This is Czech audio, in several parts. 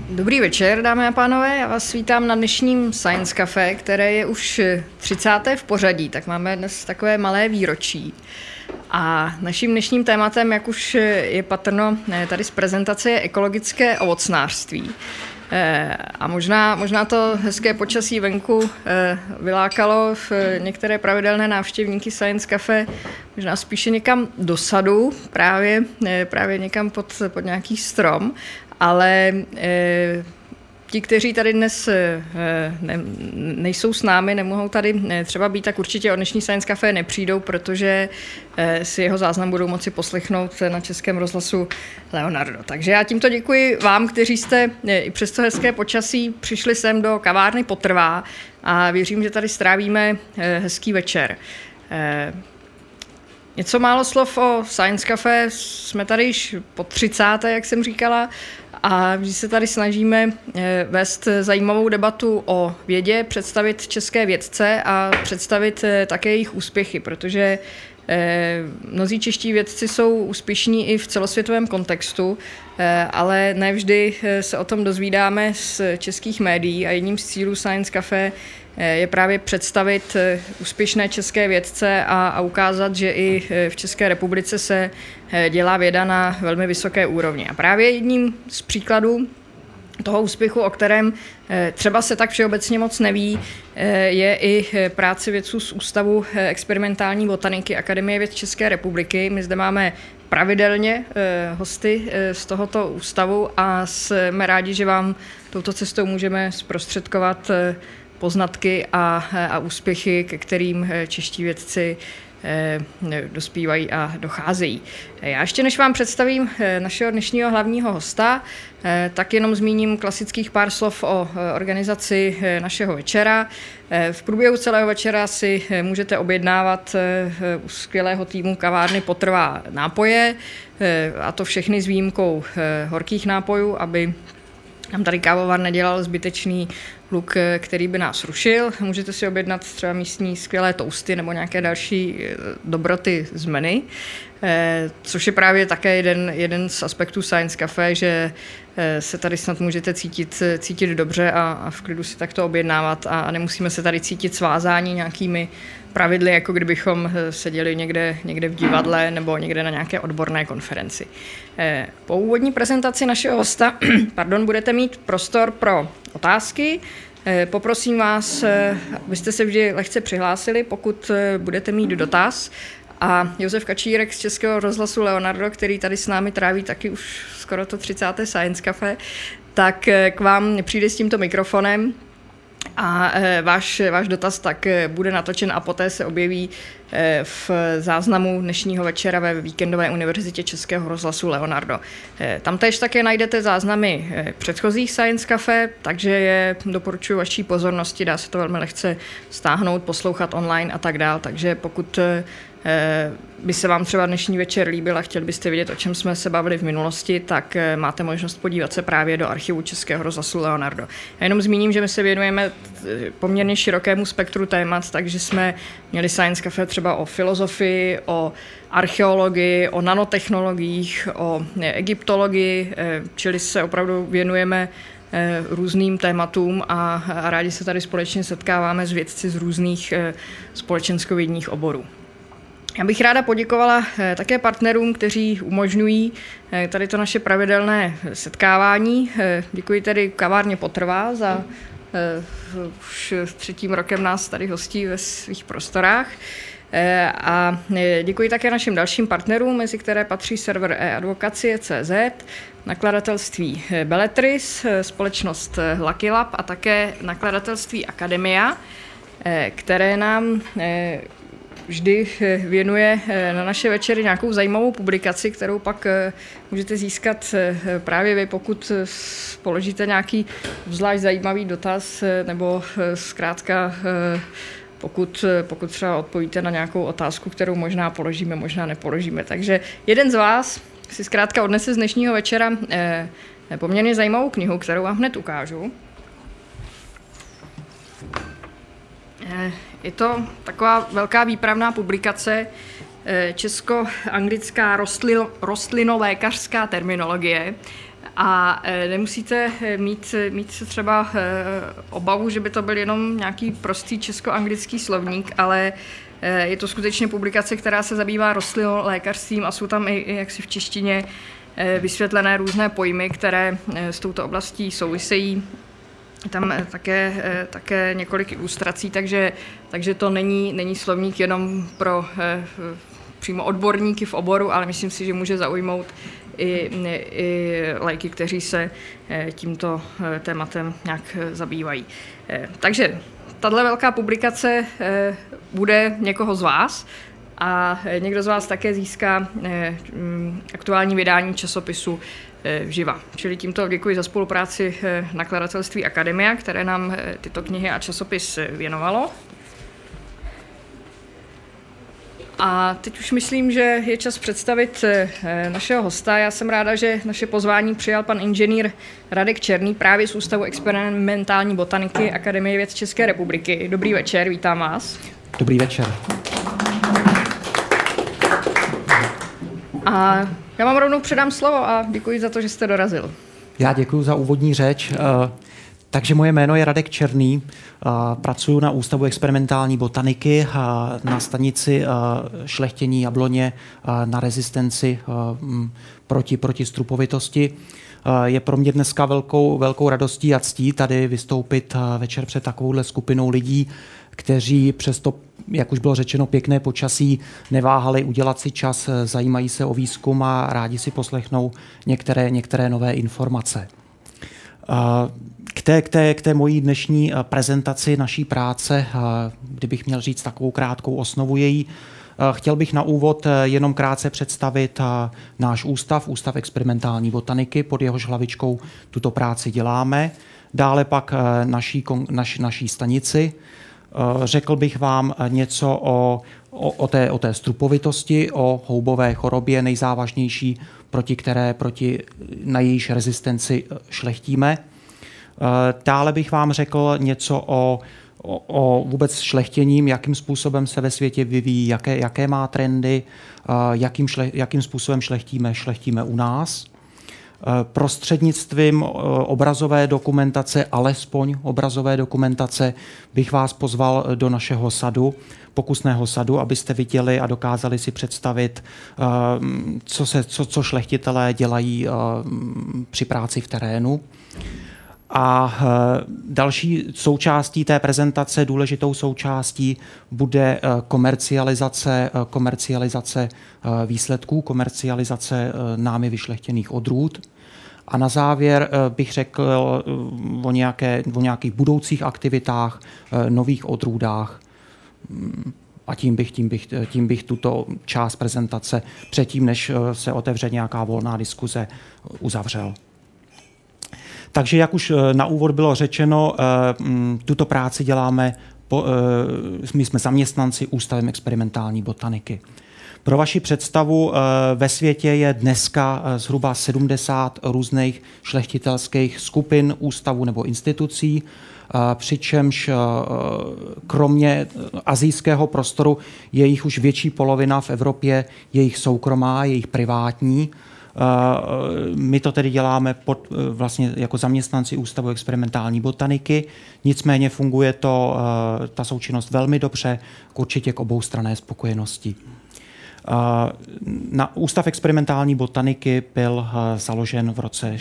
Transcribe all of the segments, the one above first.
Dobrý večer, dámy a pánové, já vás vítám na dnešním Science Café, které je už 30. v pořadí, tak máme dnes takové malé výročí. A naším dnešním tématem, jak už je patrno tady z prezentace, je ekologické ovocnářství. A možná to hezké počasí venku vylákalo některé pravidelné návštěvníky Science Café možná spíše někam do sadu, právě někam pod nějaký strom, ale ti, kteří tady dnes nejsou s námi, nemohou tady třeba být, tak určitě o dnešní Science Café nepřijdou, protože si jeho záznam budou moci poslechnout na Českém rozhlasu Leonardo. Takže já tímto děkuji vám, kteří jste i přes to hezké počasí přišli sem do kavárny Potrvá a věřím, že tady strávíme hezký večer. Něco málo slov o Science Café, jsme tady již po 30., jak jsem říkala, a vždy se tady snažíme vést zajímavou debatu o vědě, představit české vědce a představit také jejich úspěchy, protože mnozí čeští vědci jsou úspěšní i v celosvětovém kontextu, ale ne vždy se o tom dozvídáme z českých médií a jedním z cílů Science Café je právě představit úspěšné české vědce a ukázat, že i v České republice se dělá věda na velmi vysoké úrovni. A právě jedním z příkladů toho úspěchu, o kterém třeba se tak všeobecně moc neví, je i práce vědců z Ústavu experimentální botaniky Akademie věd České republiky. My zde máme pravidelně hosty z tohoto ústavu a jsme rádi, že vám touto cestou můžeme zprostředkovat poznatky a úspěchy, ke kterým čeští vědci dospívají a docházejí. Já ještě než vám představím našeho dnešního hlavního hosta, tak jenom zmíním klasických pár slov o organizaci našeho večera. V průběhu celého večera si můžete objednávat u skvělého týmu kavárny Potrvá nápoje, a to všechny s výjimkou horkých nápojů, aby nám tady kávovar nedělal zbytečný hluk, který by nás rušil. Můžete si objednat třeba místní skvělé toasty nebo nějaké další dobroty z menu, což je právě také jeden z aspektů Science Café, že se tady snad můžete cítit dobře a v klidu si takto objednávat a nemusíme se tady cítit svázáni nějakými pravidly, jako kdybychom seděli někde v divadle nebo někde na nějaké odborné konferenci. Po úvodní prezentaci našeho hosta budete mít prostor pro otázky. Poprosím vás, abyste se vždy lehce přihlásili, pokud budete mít dotaz. A Josef Kačírek z Českého rozhlasu Leonardo, který tady s námi tráví taky už skoro to 30. Science Café, tak k vám přijde s tímto mikrofonem a váš dotaz tak bude natočen a poté se objeví v záznamu dnešního večera ve Víkendové univerzitě Českého rozhlasu Leonardo. Tam též také najdete záznamy předchozích Science Café, takže je doporučuji vaší pozornosti, dá se to velmi lehce stáhnout, poslouchat online a tak dál, takže pokud by se vám třeba dnešní večer líbil a chtěli byste vědět, o čem jsme se bavili v minulosti, tak máte možnost podívat se právě do archivu Českého rozhlasu Leonardo. Já jenom zmíním, že my se věnujeme poměrně širokému spektru témat, takže jsme měli Science Café třeba o filozofii, o archeologii, o nanotechnologiích, o egyptologii, čili se opravdu věnujeme různým tématům a rádi se tady společně setkáváme s vědci z různých společenskovědních oborů. Já bych ráda poděkovala také partnerům, kteří umožňují tady to naše pravidelné setkávání. Děkuji tedy kavárně Potrvá za už 3. rokem nás tady hostí ve svých prostorách. A děkuji také našim dalším partnerům, mezi které patří server e-advokacie.cz, nakladatelství Beletris, společnost Lucky Lab a také nakladatelství Akademia, které nám vždy věnuje na naše večery nějakou zajímavou publikaci, kterou pak můžete získat právě vy, pokud položíte nějaký zvlášť zajímavý dotaz nebo zkrátka pokud třeba odpovíte na nějakou otázku, kterou možná položíme, možná nepoložíme. Takže jeden z vás si zkrátka odnese z dnešního večera poměrně zajímavou knihu, kterou vám hned ukážu. Je to taková velká výpravná publikace česko-anglická rostlinolékařská terminologie A nemusíte mít třeba obavu, že by to byl jenom nějaký prostý česko-anglický slovník, ale je to skutečně publikace, která se zabývá rostlinolékařstvím a jsou tam i jaksi v češtině vysvětlené různé pojmy, které s touto oblastí souvisejí. Tam také několik ilustrací, takže to není slovník jenom pro přímo odborníky v oboru, ale myslím si, že může zaujmout i lajky, kteří se tímto tématem nějak zabývají. Takže tato velká publikace bude někoho z vás a někdo z vás také získá aktuální vydání časopisu Živa. Čili tímto děkuji za spolupráci nakladatelství Akademia, které nám tyto knihy a časopis věnovalo. A teď už myslím, že je čas představit našeho hosta. Já jsem ráda, že naše pozvání přijal pan inženýr Radek Černý právě z Ústavu experimentální botaniky Akademie věd České republiky. Dobrý večer, vítám vás. Dobrý večer. A já vám rovnou předám slovo a děkuji za to, že jste dorazil. Já děkuji za úvodní řeč. Takže moje jméno je Radek Černý, pracuji na Ústavu experimentální botaniky na stanici šlechtění jabloně na rezistenci proti strupovitosti. Je pro mě dneska velkou radostí a ctí tady vystoupit večer před takovouhle skupinou lidí, kteří přesto, jak už bylo řečeno, pěkné počasí neváhali udělat si čas, zajímají se o výzkum a rádi si poslechnou některé nové informace. K té mojí dnešní prezentaci naší práce, kdybych měl říct takovou krátkou osnovu její, chtěl bych na úvod jenom krátce představit náš Ústav experimentální botaniky, pod jehož hlavičkou tuto práci děláme. Dále pak naší stanici. Řekl bych vám něco o té strupovitosti, o houbové chorobě nejzávažnější, na jejíž rezistenci šlechtíme. Dále bych vám řekl něco o vůbec šlechtěním, jakým způsobem se ve světě vyvíjí, jaké má trendy, jakým způsobem šlechtíme u nás. Prostřednictvím obrazové dokumentace, alespoň obrazové dokumentace, bych vás pozval do našeho pokusného sadu, abyste viděli a dokázali si představit, co šlechtitelé dělají při práci v terénu. A další součástí té prezentace, důležitou součástí, bude komercializace výsledků, komercializace námi vyšlechtěných odrůd. A na závěr bych řekl o nějakých budoucích aktivitách, nových odrůdách. A tím bych tuto část prezentace předtím, než se otevře nějaká volná diskuze, uzavřel. Takže jak už na úvod bylo řečeno, tuto práci děláme, my jsme zaměstnanci Ústavem experimentální botaniky. Pro vaši představu, ve světě je dneska zhruba 70 různých šlechtitelských skupin, ústavů nebo institucí, přičemž kromě asijského prostoru je jich už větší polovina v Evropě, jejich soukromá, jejich privátní. My to tedy děláme vlastně jako zaměstnanci Ústavu experimentální botaniky, nicméně funguje ta součinnost velmi dobře, určitě k oboustranné spokojenosti. Ústav experimentální botaniky byl založen v roce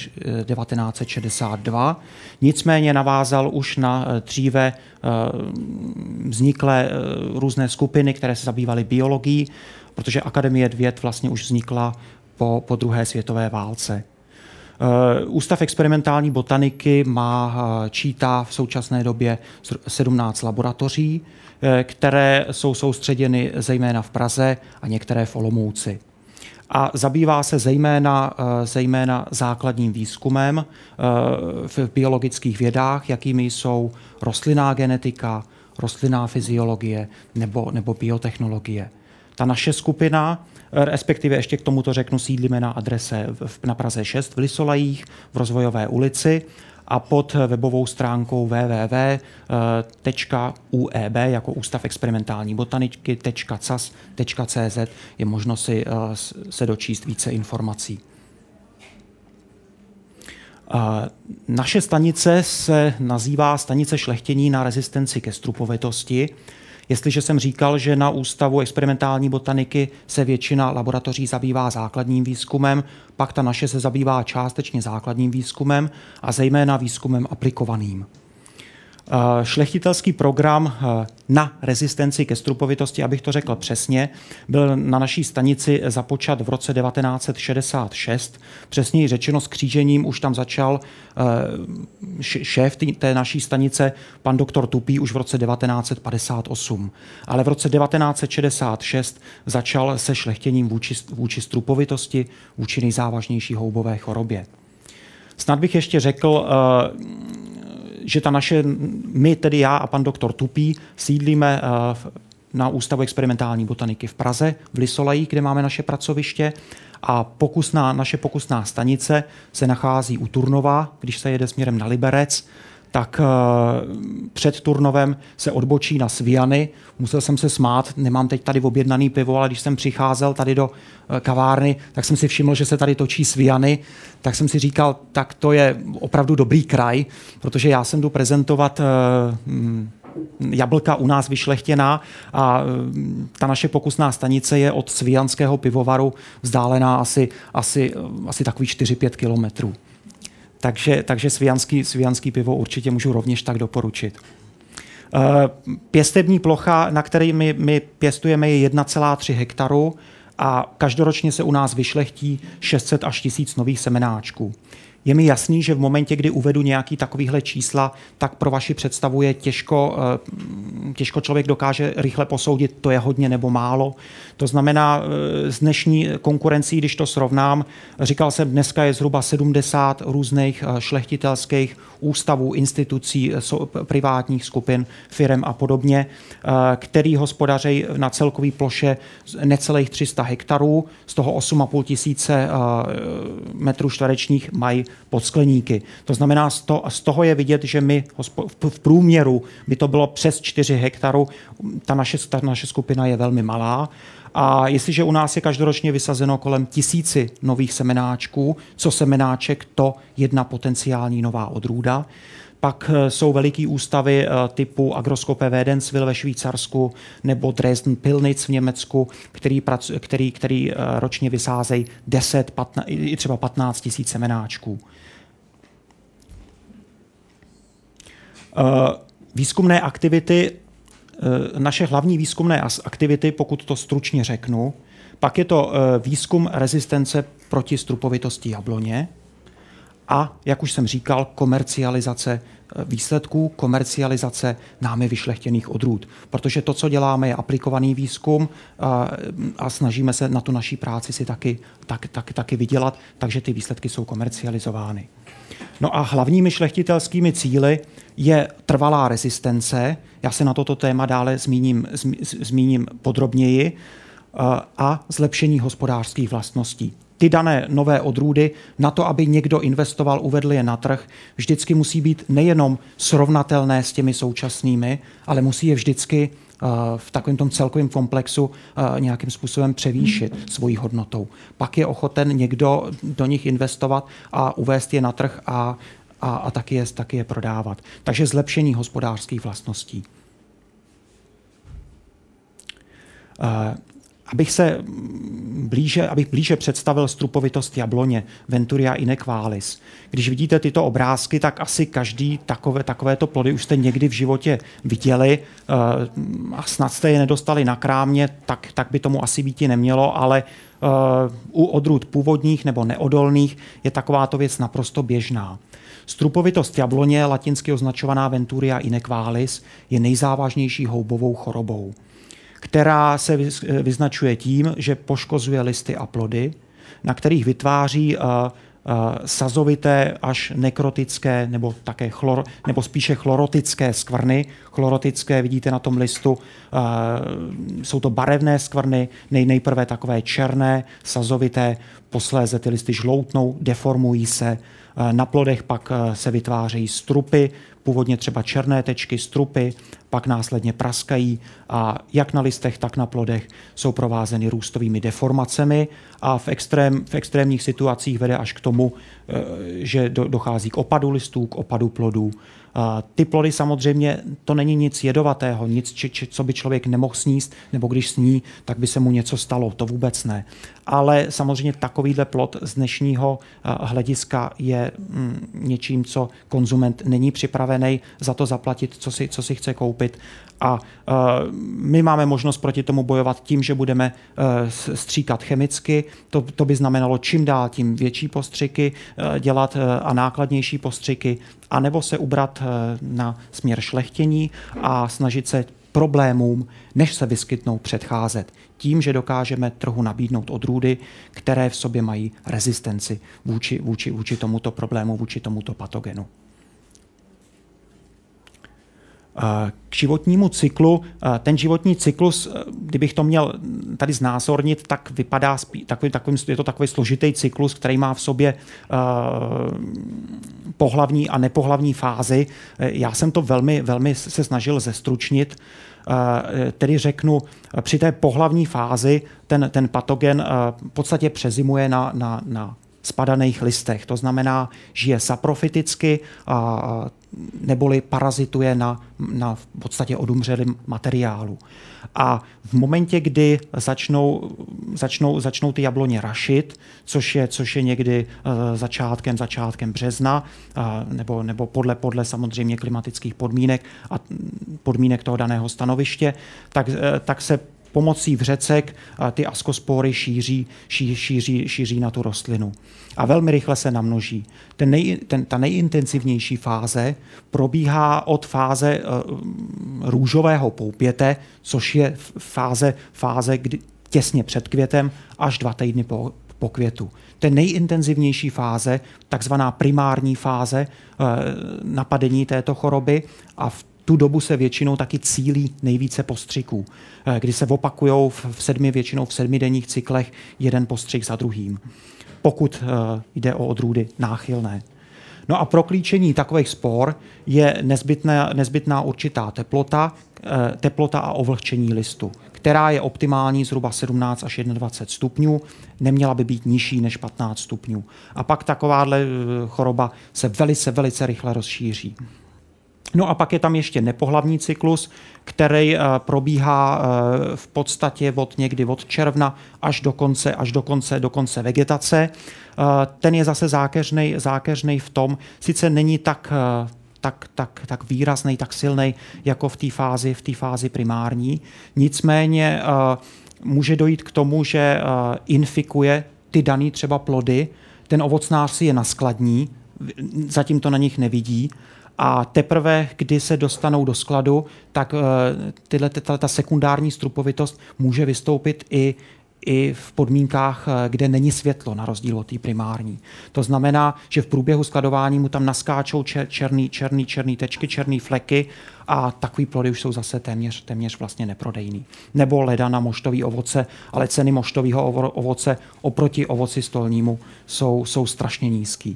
1962, nicméně navázal už na dříve vzniklé různé skupiny, které se zabývaly biologií, protože Akademie věd vlastně už vznikla po druhé světové válce. Ústav experimentální botaniky čítá v současné době 17 laboratoří, které jsou soustředěny zejména v Praze a některé v Olomouci. A zabývá se zejména základním výzkumem v biologických vědách, jakými jsou rostlinná genetika, rostlinná fyziologie nebo biotechnologie. Ta naše skupina, respektive ještě k tomuto řeknu, sídlíme na adrese na Praze 6 v Lysolajích v Rozvojové ulici a pod webovou stránkou www.ueb jako Ústav experimentální botaniky.cas.cz je možno se dočíst více informací. Naše stanice se nazývá stanice šlechtění na rezistenci ke strupovitosti. Jestliže jsem říkal, že na Ústavu experimentální botaniky se většina laboratoří zabývá základním výzkumem, pak ta naše se zabývá částečně základním výzkumem a zejména výzkumem aplikovaným. Šlechtitelský program na rezistenci ke strupovitosti, abych to řekl přesně, byl na naší stanici započat v roce 1966. Přesněji řečeno s křížením už tam začal šéf té naší stanice, pan doktor Tupý, už v roce 1958. Ale v roce 1966 začal se šlechtěním vůči strupovitosti, vůči nejzávažnější houbové chorobě. Snad bych ještě řekl, že my, tedy já a pan doktor Tupý, sídlíme na Ústavu experimentální botaniky v Praze, v Lysolejích, kde máme naše pracoviště, a naše pokusná stanice se nachází u Turnova. Když se jede směrem na Liberec, tak před Turnovem se odbočí na Sviany. Musel jsem se smát, nemám teď tady objednaný pivo, ale když jsem přicházel tady do kavárny, tak jsem si všiml, že se tady točí Sviany, tak jsem si říkal, tak to je opravdu dobrý kraj, protože já jsem jdu prezentovat jablka u nás vyšlechtěná a ta naše pokusná stanice je od svijanského pivovaru vzdálená asi takových 4-5 kilometrů. Takže svijanský pivo určitě můžu rovněž tak doporučit. Pěstební plocha, na které my pěstujeme, je 1,3 hektaru a každoročně se u nás vyšlechtí 600 až 1000 nových semenáčků. Je mi jasný, že v momentě, kdy uvedu nějaký takovýhle čísla, tak pro vaši představu je těžko člověk dokáže rychle posoudit, to je hodně nebo málo. To znamená, s dnešní konkurencí, když to srovnám, říkal jsem, dneska je zhruba 70 různých šlechtitelských ústavů, institucí, privátních skupin, firem a podobně, který hospodaří na celkové ploše necelých 300 hektarů, z toho 8,5 tisíce metrů čtverečních mají podskleníky. To znamená, z toho je vidět, že my v průměru by to bylo přes 4 hektarů, ta naše skupina je velmi malá. A jestliže u nás je každoročně vysazeno kolem 1000 nových semenáčků, co semenáček, to jedna potenciální nová odrůda. Pak jsou veliký ústavy typu Agroskope Wädenswil ve Švýcarsku nebo Dresden Pillnitz v Německu, který ročně vysázejí 10, 15, i třeba 15 tisíc semenáčků. Výzkumné aktivity, naše hlavní výzkumné aktivity, pokud to stručně řeknu, pak je to výzkum rezistence proti strupovitosti jabloně a, jak už jsem říkal, komercializace výsledků, komercializace námi vyšlechtěných odrůd. Protože to, co děláme, je aplikovaný výzkum a snažíme se na tu naší práci si taky vydělat, takže ty výsledky jsou komercializovány. No a hlavními šlechtitelskými cíli je trvalá rezistence. Já se na toto téma dále zmíním podrobněji a zlepšení hospodářských vlastností. Ty dané nové odrůdy, na to, aby někdo investoval, uvedl je na trh, vždycky musí být nejenom srovnatelné s těmi současnými, ale musí je vždycky v takovém tom celkovém komplexu nějakým způsobem převýšit svojí hodnotou. Pak je ochoten někdo do nich investovat a uvést je na trh a taky je prodávat. Takže zlepšení hospodářských vlastností. Abych blíže představil strupovitost jabloně Venturia inequalis. Když vidíte tyto obrázky, tak asi každý takovéto plody už jste někdy v životě viděli a snad jste je nedostali na krámě, tak by tomu asi býti nemělo, ale u odrůd původních nebo neodolných je takováto věc naprosto běžná. Strupovitost jabloně, latinsky označovaná Venturia inequalis, je nejzávažnější houbovou chorobou, která se vyznačuje tím, že poškozuje listy a plody, na kterých vytváří sazovité až nekrotické nebo také nebo spíše chlorotické skvrny. Chlorotické vidíte na tom listu, jsou to barevné skvrny, nejprve takové černé, sazovité, posléze ty listy žloutnou, deformují se, na plodech pak se vytvářejí strupy, původně třeba černé tečky, strupy, pak následně praskají a jak na listech, tak na plodech jsou provázeny růstovými deformacemi a v extrémních situacích vede až k tomu, že dochází k opadu listů, k opadu plodů. Ty plody samozřejmě, to není nic jedovatého, nic, co by člověk nemohl sníst, nebo když sní, tak by se mu něco stalo, to vůbec ne. Ale samozřejmě takovýhle plod z dnešního hlediska je něčím, co konzument není připravený za to zaplatit, co si chce koupit. A my máme možnost proti tomu bojovat tím, že budeme stříkat chemicky. To by znamenalo čím dál tím větší postřiky dělat a nákladnější postřiky, anebo se ubrat na směr šlechtění a snažit se problémům, než se vyskytnou, předcházet. Tím, že dokážeme trhu nabídnout odrůdy, které v sobě mají rezistenci vůči tomuto problému, vůči tomuto patogenu. K životnímu cyklu. Ten životní cyklus, kdybych to měl tady znázornit, tak vypadá je to takový složitý cyklus, který má v sobě pohlavní a nepohlavní fázy. Já jsem to velmi se snažil zestručnit. Tedy řeknu, při té pohlavní fázi ten patogen v podstatě přezimuje na spadaných listech. To znamená, žije saprofiticky neboli parazituje na v podstatě odumřelém materiálu. A v momentě, kdy začnou ty jabloně rašit, což je někdy začátkem března, nebo podle samozřejmě klimatických podmínek a podmínek toho daného stanoviště, tak se pomocí vřecek ty askospory šíří na tu rostlinu. A velmi rychle se namnoží. Ta nejintenzivnější fáze probíhá od fáze růžového poupěte, což je fáze kdy těsně před květem, až 2 týdny po květu. Ten nejintenzivnější fáze, takzvaná primární fáze napadení této choroby, a v tu dobu se většinou taky cílí nejvíce postřiků, kdy se opakují většinou v 7denních cyklech jeden postřik za druhým, pokud jde o odrůdy náchylné. No a pro klíčení takových spor je nezbytná určitá teplota a ovlhčení listu, která je optimální zhruba 17 až 21 stupňů, neměla by být nižší než 15 stupňů. A pak takováhle choroba se velice rychle rozšíří. No a pak je tam ještě nepohlavní cyklus, který probíhá v podstatě někdy od června až do konce vegetace. Ten je zase zákeřnej v tom, sice není tak výrazný, tak silný jako v té fázi primární, nicméně může dojít k tomu, že infikuje ty daný třeba plody, ten ovocnář si je naskladní, zatím to na nich nevidí, a teprve, kdy se dostanou do skladu, tak ta sekundární strupovitost může vystoupit i v podmínkách, kde není světlo, na rozdíl od té primární. To znamená, že v průběhu skladování mu tam naskáčou černý tečky, černý fleky a takový plody už jsou zase téměř vlastně neprodejný. Nebo leda na moštový ovoce, ale ceny moštového ovoce oproti ovoci stolnímu jsou strašně nízký.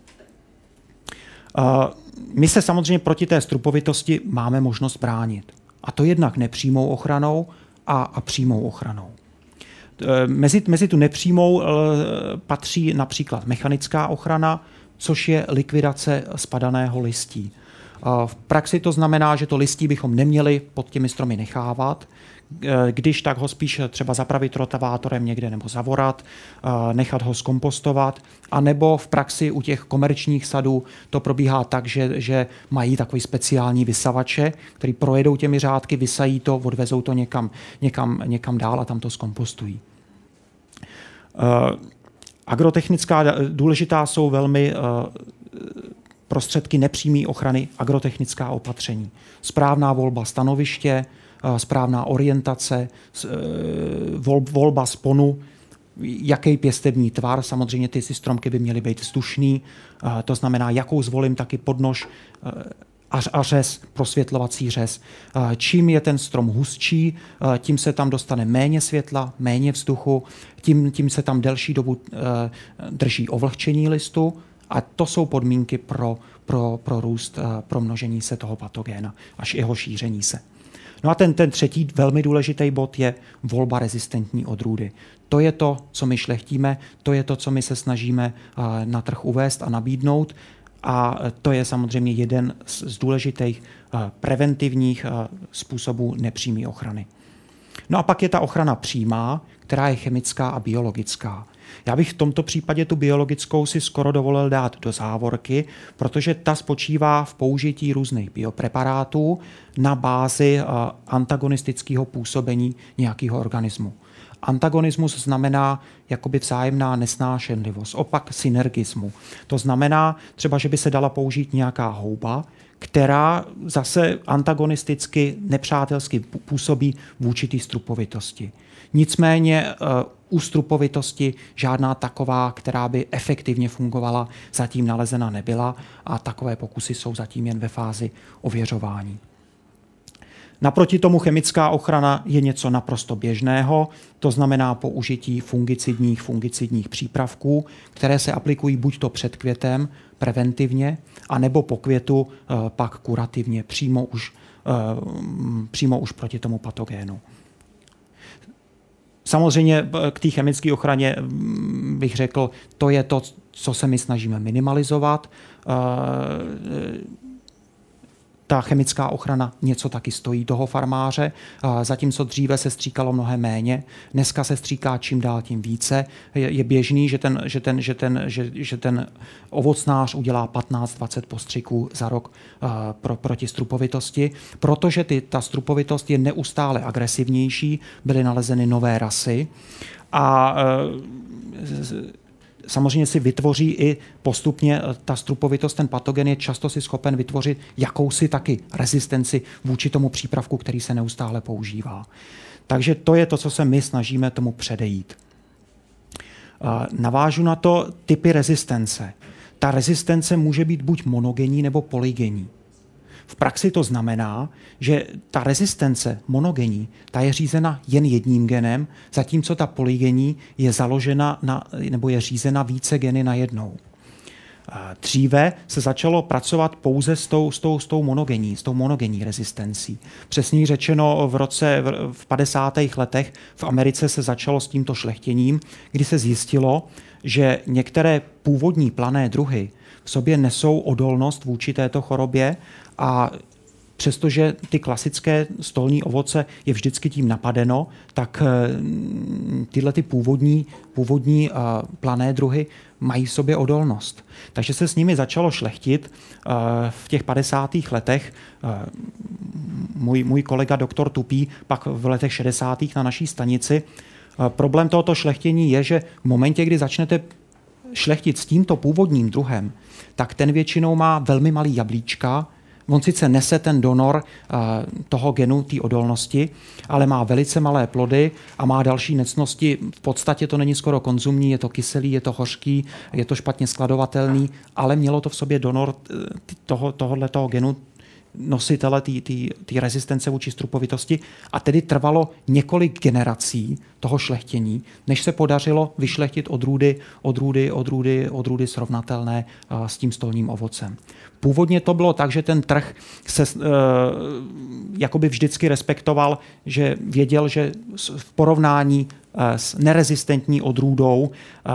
My se samozřejmě proti té strupovitosti máme možnost bránit. A to jednak nepřímou ochranou a přímou ochranou. Mezi tu nepřímou patří například mechanická ochrana, což je likvidace spadaného listí. V praxi to znamená, že to listí bychom neměli pod těmi stromy nechávat, když tak ho spíš třeba zapravit rotavátorem někde nebo zavorat, nechat ho zkompostovat, anebo v praxi u těch komerčních sadů to probíhá tak, že mají takový speciální vysavače, který projedou těmi řádky, vysají to, odvezou to někam dál a tam to zkompostují. Agrotechnická důležitá jsou velmi prostředky nepřímé ochrany, agrotechnická opatření. Správná volba stanoviště, správná orientace, volba sponu, jaký pěstební tvar, samozřejmě ty stromky by měly být vzdušný, to znamená, jakou zvolím taky podnož, a řez, prosvětlovací řez. Čím je ten strom hustší, tím se tam dostane méně světla, méně vzduchu, tím se tam delší dobu drží ovlhčení listu a to jsou podmínky pro růst, pro množení se toho patogéna, až jeho šíření se. No a ten třetí velmi důležitý bod je volba rezistentní odrůdy. To je to, co my šlechtíme, to je to, co my se snažíme na trh uvést a nabídnout a to je samozřejmě jeden z důležitých preventivních způsobů nepřímé ochrany. No a pak je ta ochrana přímá, která je chemická a biologická. Já bych v tomto případě tu biologickou si skoro dovolil dát do závorky, protože ta spočívá v použití různých biopreparátů na bázi antagonistického působení nějakého organismu. Antagonismus znamená jakoby vzájemná nesnášenlivost, opak synergismu. To znamená třeba, že by se dala použít nějaká houba, která zase antagonisticky, nepřátelsky působí vůči té strupovitosti. Nicméně u strupovitosti žádná taková, která by efektivně fungovala, zatím nalezena nebyla a takové pokusy jsou zatím jen ve fázi ověřování. Naproti tomu chemická ochrana je něco naprosto běžného, to znamená použití fungicidních přípravků, které se aplikují buď to před květem preventivně, anebo po květu pak kurativně, přímo už proti tomu patogénu. Samozřejmě k té chemické ochraně bych řekl, to je to, co se my snažíme minimalizovat. Ta chemická ochrana něco taky stojí toho farmáře, zatímco dříve se stříkalo mnohem méně. Dneska se stříká čím dál tím více. Je běžný, že ten ovocnář udělá 15-20 postřiků za rok proti strupovitosti, protože ta strupovitost je neustále agresivnější, byly nalezeny nové rasy a samozřejmě si vytvoří i postupně ta strupovitost, ten patogen je často si schopen vytvořit jakousi taky rezistenci vůči tomu přípravku, který se neustále používá. Takže to je to, co se my snažíme tomu předejít. Navážu na to typy rezistence. Ta rezistence může být buď monogenní nebo polygenní. V praxi to znamená, že ta rezistence monogenní, ta je řízena jen jedním genem, zatímco ta polygenní je založena nebo je řízena více geny najednou. Dříve se začalo pracovat pouze s tou monogenní rezistencí. Přesněji řečeno v 50. letech v Americe se začalo s tímto šlechtěním, kdy se zjistilo, že některé původní plané druhy v sobě nesou odolnost vůči této chorobě a přestože ty klasické stolní ovoce je vždycky tím napadeno, tak tyhle ty původní plané druhy mají v sobě odolnost. Takže se s nimi začalo šlechtit v těch 50. letech. Můj kolega doktor Tupý pak v letech 60. na naší stanici. Problém tohoto šlechtění je, že v momentě, kdy začnete šlechtit s tímto původním druhem, tak ten většinou má velmi malý jablíčka. On sice nese ten donor toho genu, té odolnosti, ale má velice malé plody a má další necnosti. V podstatě to není skoro konzumní, je to kyselý, je to hořký, je to špatně skladovatelný, ale mělo to v sobě donor tohoto genu, nositele té rezistence vůči strupovitosti a tedy trvalo několik generací toho šlechtění, než se podařilo vyšlechtit odrůdy srovnatelné s tím stolním ovocem. Původně to bylo tak, že ten trh se jakoby vždycky respektoval, že věděl, že v porovnání s nerezistentní odrůdou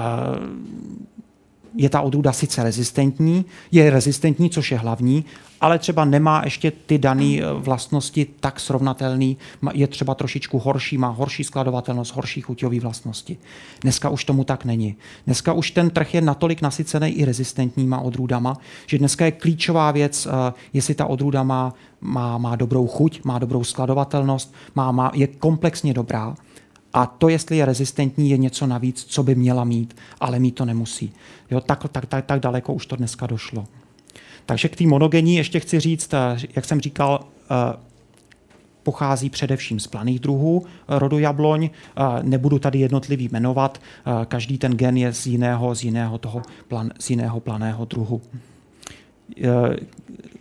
je ta odrůda sice rezistentní, což je hlavní, ale třeba nemá ještě ty dané vlastnosti tak srovnatelný, je třeba trošičku horší, má horší skladovatelnost, horší chuťové vlastnosti. Dneska už tomu tak není. Dneska už ten trh je natolik nasycený i rezistentníma odrůdama, že dneska je klíčová věc, jestli ta odrůda má dobrou chuť, má dobrou skladovatelnost, je komplexně dobrá. A to, jestli je rezistentní, je něco navíc, co by měla mít, ale mít to nemusí. Jo, tak daleko už to dneska došlo. Takže k té monogenní ještě chci říct, jak jsem říkal, pochází především z planých druhů rodu jabloň. Nebudu tady jednotlivý jmenovat, každý ten gen je z jiného planého druhu.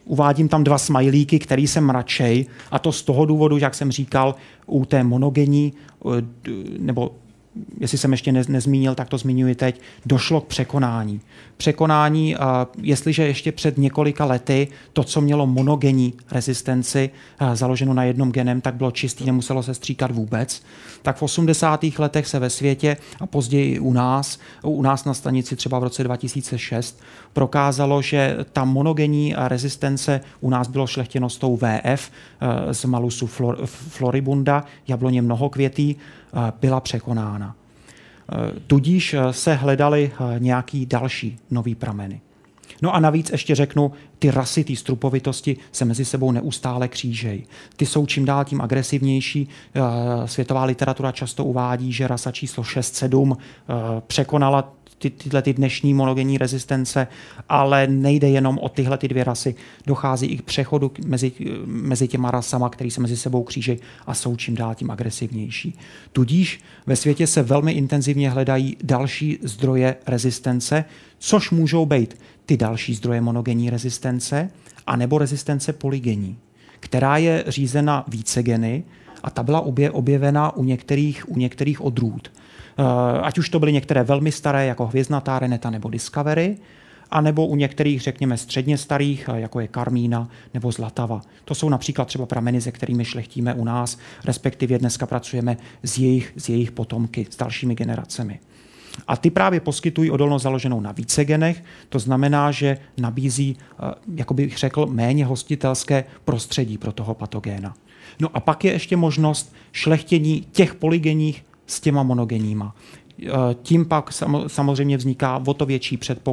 uvádím tam 2 smajlíky, který jsem mračej, a to z toho důvodu, jak jsem říkal, u té monogenní, nebo jestli jsem ještě nezmínil, tak to zmiňuji teď, došlo k překonání. Překonání, jestliže ještě před několika lety to, co mělo monogenní rezistenci založeno na jednom genem, tak bylo čistý, nemuselo se stříkat vůbec, tak v 80. letech se ve světě a později i u nás na stanici třeba v roce 2006 prokázalo, že ta monogenní rezistence u nás bylo šlechtěno s tou VF z Malusu floribunda, jabloně mnohokvětý, byla překonána. Tudíž se hledaly nějaký další nový prameny. No a navíc ještě řeknu, ty rasy, ty strupovitosti se mezi sebou neustále křížejí. Ty jsou čím dál tím agresivnější. Světová literatura často uvádí, že rasa číslo 6-7 překonala tyhle dnešní monogenní rezistence, ale nejde jenom o tyhle 2 rasy. Dochází i k přechodu mezi těma rasama, které se mezi sebou křížejí a jsou čím dál tím agresivnější. Tudíž ve světě se velmi intenzivně hledají další zdroje rezistence, což můžou být ty další zdroje monogenní rezistence, anebo rezistence polygenní, která je řízena více geny a ta byla objevena u některých odrůd. Ať už to byly některé velmi staré, jako hvězdnatá reneta nebo Discovery, anebo u některých, řekněme, středně starých, jako je Karmína nebo Zlatava. To jsou například třeba prameny, se kterými šlechtíme u nás, respektive dneska pracujeme s jejich potomky, s dalšími generacemi. A ty právě poskytují odolnost založenou na více genech, to znamená, že nabízí, jako bych řekl, méně hostitelské prostředí pro toho patogéna. No a pak je ještě možnost šlechtění těch polygenních s těma monogenníma. Tím pak samozřejmě vzniká o to větší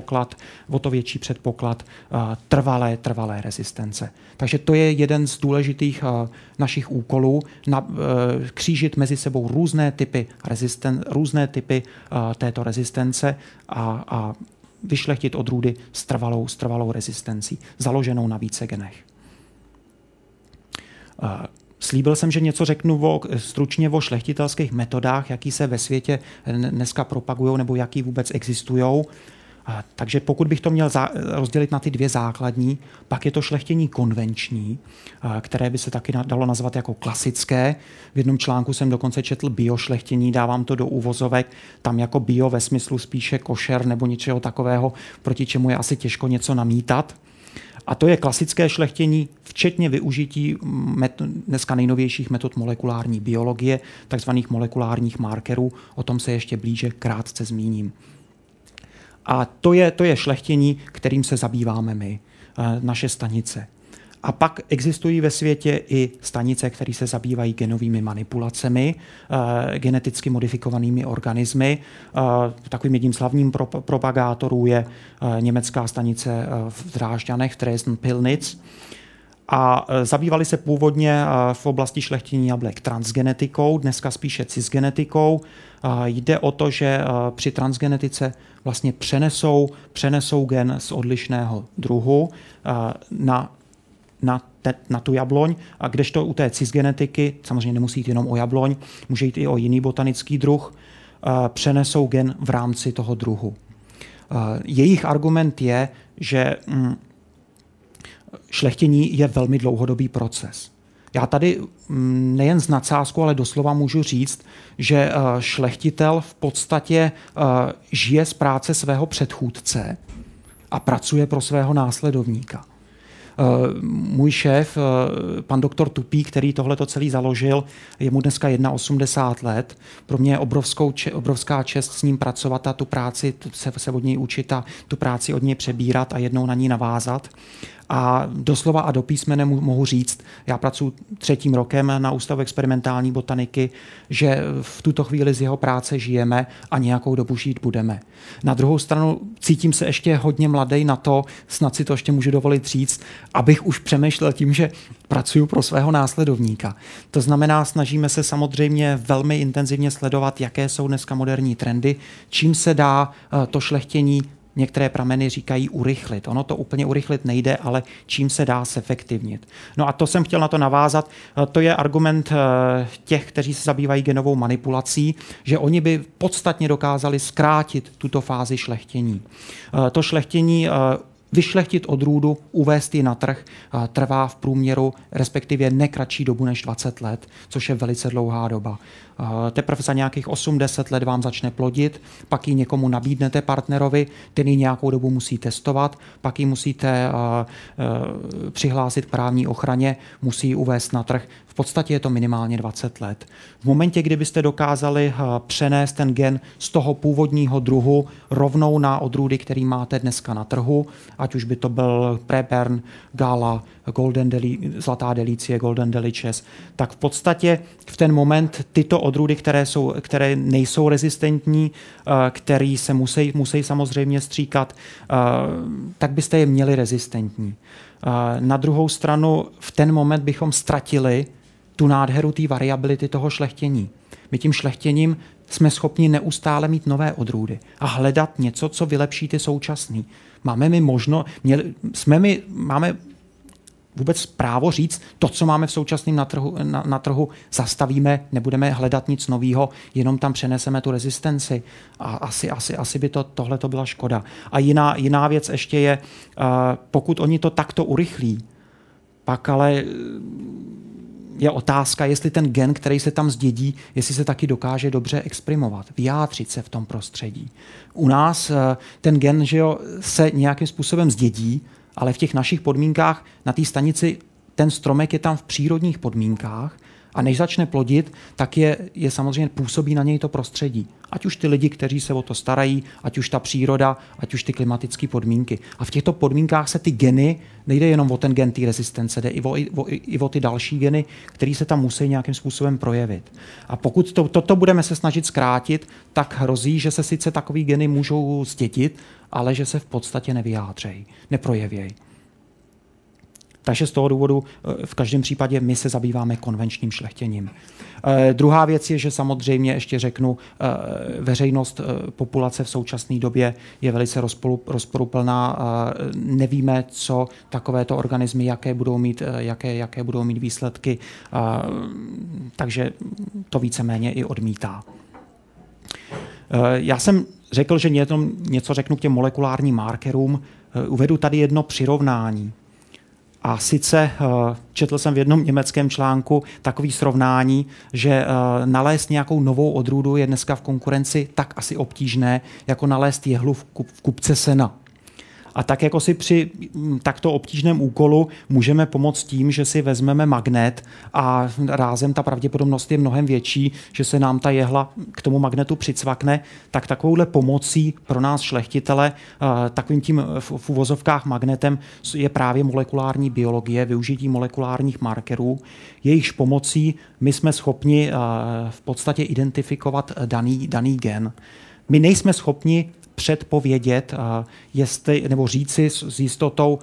předpoklad trvalé rezistence. Takže to je jeden z důležitých našich úkolů, křížit mezi sebou různé typy této rezistence a vyšlechtit odrůdy s trvalou rezistencí, založenou na více genech. Slíbil jsem, že něco řeknu stručně o šlechtitelských metodách, jaký se ve světě dneska propagují nebo jaký vůbec existují. Takže pokud bych to měl rozdělit na ty 2 základní, pak je to šlechtění konvenční, které by se taky dalo nazvat jako klasické. V jednom článku jsem dokonce četl biošlechtění, dávám to do uvozovek, tam jako bio ve smyslu spíše košer nebo něčeho takového, proti čemu je asi těžko něco namítat. A to je klasické šlechtění, včetně využití dneska nejnovějších metod molekulární biologie, takzvaných molekulárních markerů. O tom se ještě blíže krátce zmíním. A to je šlechtění, kterým se zabýváme my, naše stanice. A pak existují ve světě i stanice, které se zabývají genovými manipulacemi, geneticky modifikovanými organismy. Takovým jedním z hlavním propagátorů je německá stanice v Drážďanech, v Dresden-Pillnitz. A zabývali se původně v oblasti šlechtění jablek transgenetikou, dneska spíše cisgenetikou. Jde o to, že při transgenetice vlastně přenesou gen z odlišného druhu na tu jabloň, a kdežto u té cisgenetiky, samozřejmě nemusí jít jenom o jabloň, může jít i o jiný botanický druh, přenesou gen v rámci toho druhu. Jejich argument je, že šlechtění je velmi dlouhodobý proces. Já tady nejen z nadsázku, ale doslova můžu říct, že šlechtitel v podstatě žije z práce svého předchůdce a pracuje pro svého následovníka. Můj šéf, pan doktor Tupý, který tohleto celý založil, je mu dneska 81 let. Pro mě je obrovská čest s ním pracovat a tu práci se od něj učit a tu práci od něj přebírat a jednou na ní navázat. A doslova a do písmene mohu říct, já pracuji 3. rokem na Ústavu experimentální botaniky, že v tuto chvíli z jeho práce žijeme a nějakou dobu žít budeme. Na druhou stranu cítím se ještě hodně mladý na to, snad si to ještě můžu dovolit říct, abych už přemýšlel tím, že pracuji pro svého následovníka. To znamená, snažíme se samozřejmě velmi intenzivně sledovat, jaké jsou dneska moderní trendy, čím se dá to šlechtění, některé prameny říkají, urychlit. Ono to úplně urychlit nejde, ale čím se dá zefektivnit. No a to jsem chtěl na to navázat. To je argument těch, kteří se zabývají genovou manipulací, že oni by podstatně dokázali zkrátit tuto fázi šlechtění. To šlechtění Vyšlechtit odrůdu, uvést ji na trh, trvá v průměru respektive nekratší dobu než 20 let, což je velice dlouhá doba. Teprve za nějakých 8-10 let vám začne plodit, pak ji někomu nabídnete partnerovi, ten ji nějakou dobu musí testovat, pak ji musíte přihlásit k právní ochraně, musí ji uvést na trh. V podstatě je to minimálně 20 let. V momentě, kdybyste dokázali přenést ten gen z toho původního druhu rovnou na odrůdy, který máte dneska na trhu, ať už by to byl Prebern, Gala, Zlatá delicie, Golden Delicious, tak v podstatě v ten moment tyto odrůdy, které nejsou rezistentní, které se musí samozřejmě stříkat, tak byste je měli rezistentní. Na druhou stranu v ten moment bychom ztratili tu nádheru té variability toho šlechtění. My tím šlechtěním jsme schopni neustále mít nové odrůdy a hledat něco, co vylepší ty současný. Máme vůbec právo říct, to, co máme v současném na trhu, zastavíme, nebudeme hledat nic nového, jenom tam přeneseme tu rezistenci. A asi by tohle to byla škoda. A jiná věc ještě je, pokud oni to takto urychlí, pak ale je otázka, jestli ten gen, který se tam zdědí, jestli se taky dokáže dobře exprimovat, vyjádřit se v tom prostředí. U nás ten gen, že jo, se nějakým způsobem zdědí, ale v těch našich podmínkách na té stanici ten stromek je tam v přírodních podmínkách a než začne plodit, tak je samozřejmě působí na něj to prostředí. Ať už ty lidi, kteří se o to starají, ať už ta příroda, ať už ty klimatické podmínky. A v těchto podmínkách se ty geny, nejde jenom o ten gen té rezistence, jde i o ty další geny, které se tam musí nějakým způsobem projevit. A pokud toto budeme se snažit zkrátit, tak hrozí, že se sice takový geny můžou zdědit, ale že se v podstatě nevyjádřejí, neprojevějí. Takže z toho důvodu v každém případě my se zabýváme konvenčním šlechtěním. Druhá věc je, že samozřejmě ještě řeknu, veřejnost populace v současné době je velice rozporuplná. Nevíme, co takovéto organismy, jaké budou mít výsledky, takže to víceméně i odmítá. Já jsem řekl, že něco řeknu k těm molekulárním markerům. Uvedu tady jedno přirovnání. A sice četl jsem v jednom německém článku takový srovnání, že nalézt nějakou novou odrůdu je dneska v konkurenci tak asi obtížné, jako nalézt jehlu v kupce sena. A tak jako si při takto obtížném úkolu můžeme pomoct tím, že si vezmeme magnet a rázem ta pravděpodobnost je mnohem větší, že se nám ta jehla k tomu magnetu přicvakne, tak takovouhle pomocí pro nás šlechtitele, takovým tím v uvozovkách magnetem je právě molekulární biologie, využití molekulárních markerů. Jejichž pomocí my jsme schopni v podstatě identifikovat daný gen. My nejsme schopni předpovědět, nebo říci s jistotou,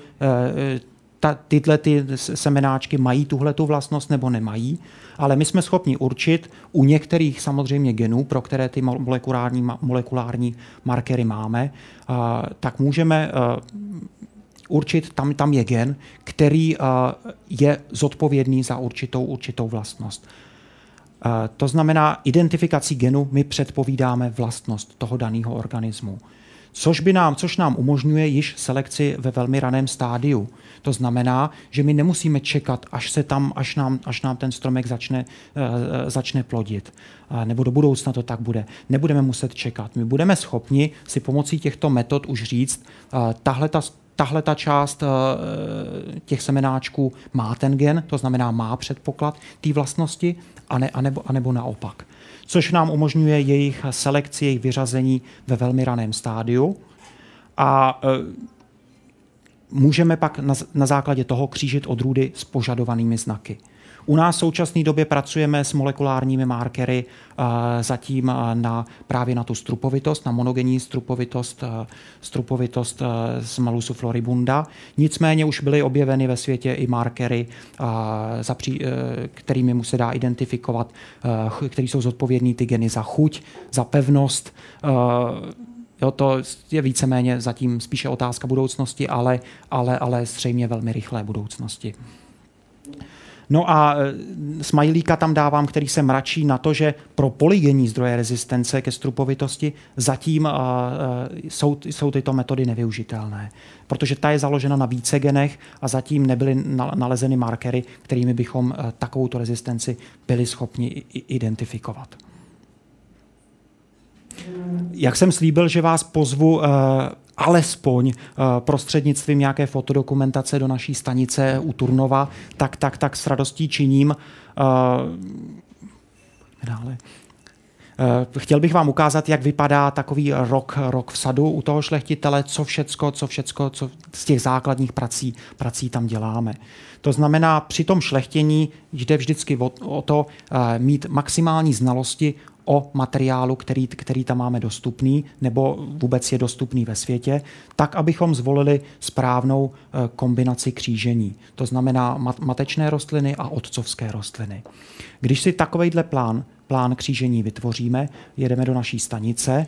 tyhle ty semenáčky mají tuhletu vlastnost nebo nemají, ale my jsme schopni určit u některých samozřejmě genů, pro které ty molekulární markery máme, tak můžeme určit, tam je gen, který je zodpovědný za určitou vlastnost. To znamená, identifikací genu my předpovídáme vlastnost toho daného organismu. Což nám umožňuje již selekci ve velmi raném stádiu. To znamená, že my nemusíme čekat, až nám ten stromek začne plodit. Nebo do budoucna to tak bude. Nebudeme muset čekat. My budeme schopni si pomocí těchto metod už říct, tahle ta část těch semenáčků má ten gen, to znamená má předpoklad té vlastnosti, anebo naopak. Což nám umožňuje jejich selekci, jejich vyřazení ve velmi raném stádiu a můžeme pak na základě toho křížit odrůdy s požadovanými znaky. U nás v současné době pracujeme s molekulárními markery zatím právě na tu strupovitost, na monogenní strupovitost z Malusu floribunda. Nicméně už byly objeveny ve světě i markery, kterými se dá identifikovat, které jsou zodpovědný ty geny za chuť, za pevnost. To je víceméně zatím spíše otázka budoucnosti, ale zřejmě velmi rychlé budoucnosti. No a smajlíka tam dávám, který se mračí na to, že pro polygenní zdroje rezistence ke strupovitosti zatím jsou tyto metody nevyužitelné, protože ta je založena na více genech a zatím nebyly nalezeny markery, kterými bychom takovouto rezistenci byli schopni identifikovat. Jak jsem slíbil, že vás pozvu alespoň prostřednictvím nějaké fotodokumentace do naší stanice u Turnova, tak s radostí činím. Dále. Chtěl bych vám ukázat, jak vypadá takový rok v sadu u toho šlechtitele, co všecko z těch základních prací tam děláme. To znamená, při tom šlechtění jde vždycky o to mít maximální znalosti o materiálu, který tam máme dostupný, nebo vůbec je dostupný ve světě, tak, abychom zvolili správnou kombinaci křížení. To znamená matečné rostliny a otcovské rostliny. Když si takovejhle plán křížení vytvoříme, jedeme do naší stanice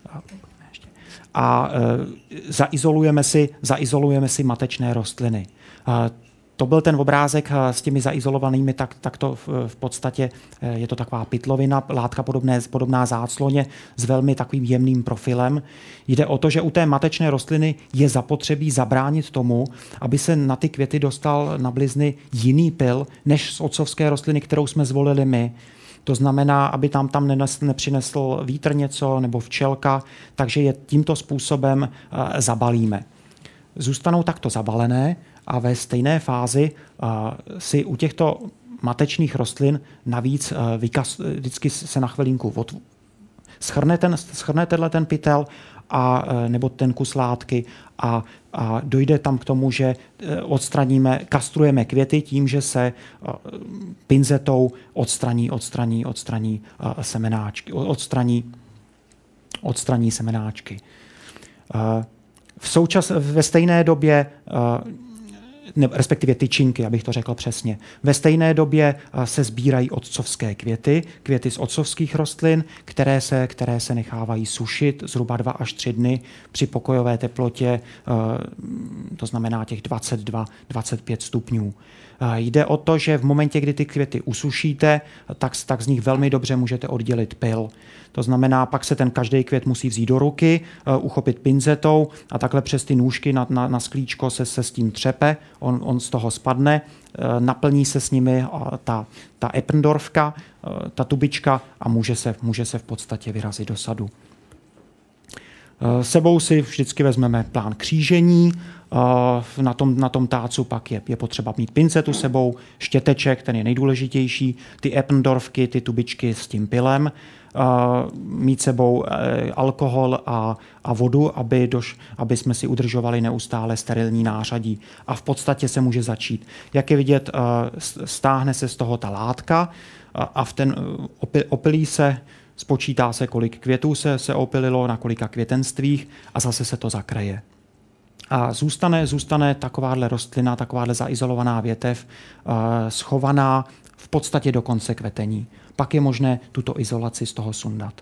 a zaizolujeme si matečné rostliny. To byl ten obrázek s těmi zaizolovanými, tak to v podstatě je to taková pytlovina, látka podobná zácloně s velmi takovým jemným profilem. Jde o to, že u té matečné rostliny je zapotřebí zabránit tomu, aby se na ty květy dostal na blizny jiný pyl, než z otcovské rostliny, kterou jsme zvolili my. To znamená, aby tam nepřinesl vítr něco nebo včelka, takže je tímto způsobem zabalíme. Zůstanou takto zabalené a ve stejné fázi si u těchto matečných rostlin navíc vždycky se na chvilinku schrne ten pytel nebo ten kus látky a dojde tam k tomu, že kastrujeme květy tím, že se pinzetou odstraní semenáčky. Ve stejné době, respektive tyčinky, abych to řekl přesně. Ve stejné době se sbírají otcovské květy z otcovských rostlin, které se nechávají sušit zhruba 2 až 3 dny při pokojové teplotě, to znamená těch 22-25 stupňů. Jde o to, že v momentě, kdy ty květy usušíte, tak z nich velmi dobře můžete oddělit pyl. To znamená, pak se ten každý květ musí vzít do ruky, uchopit pinzetou a takhle přes ty nůžky na sklíčko se s tím třepe, on z toho spadne, naplní se s nimi ta Eppendorfka, ta tubička a může se v podstatě vyrazit do sadu. Sebou si vždycky vezmeme plán křížení, na tom tácu pak je potřeba mít pincetu sebou, štěteček, ten je nejdůležitější, ty Eppendorfky, ty tubičky s tím pylem, mít sebou alkohol a vodu, aby jsme si udržovali neustále sterilní nářadí. A v podstatě se může začít. Jak je vidět, stáhne se z toho ta látka a opilí se, spočítá se, kolik květů se opililo, na kolika květenstvích a zase se to zakreje. A zůstane takováhle rostlina, takováhle zaizolovaná větev schovaná v podstatě do konce kvetení. Pak je možné tuto izolaci z toho sundat.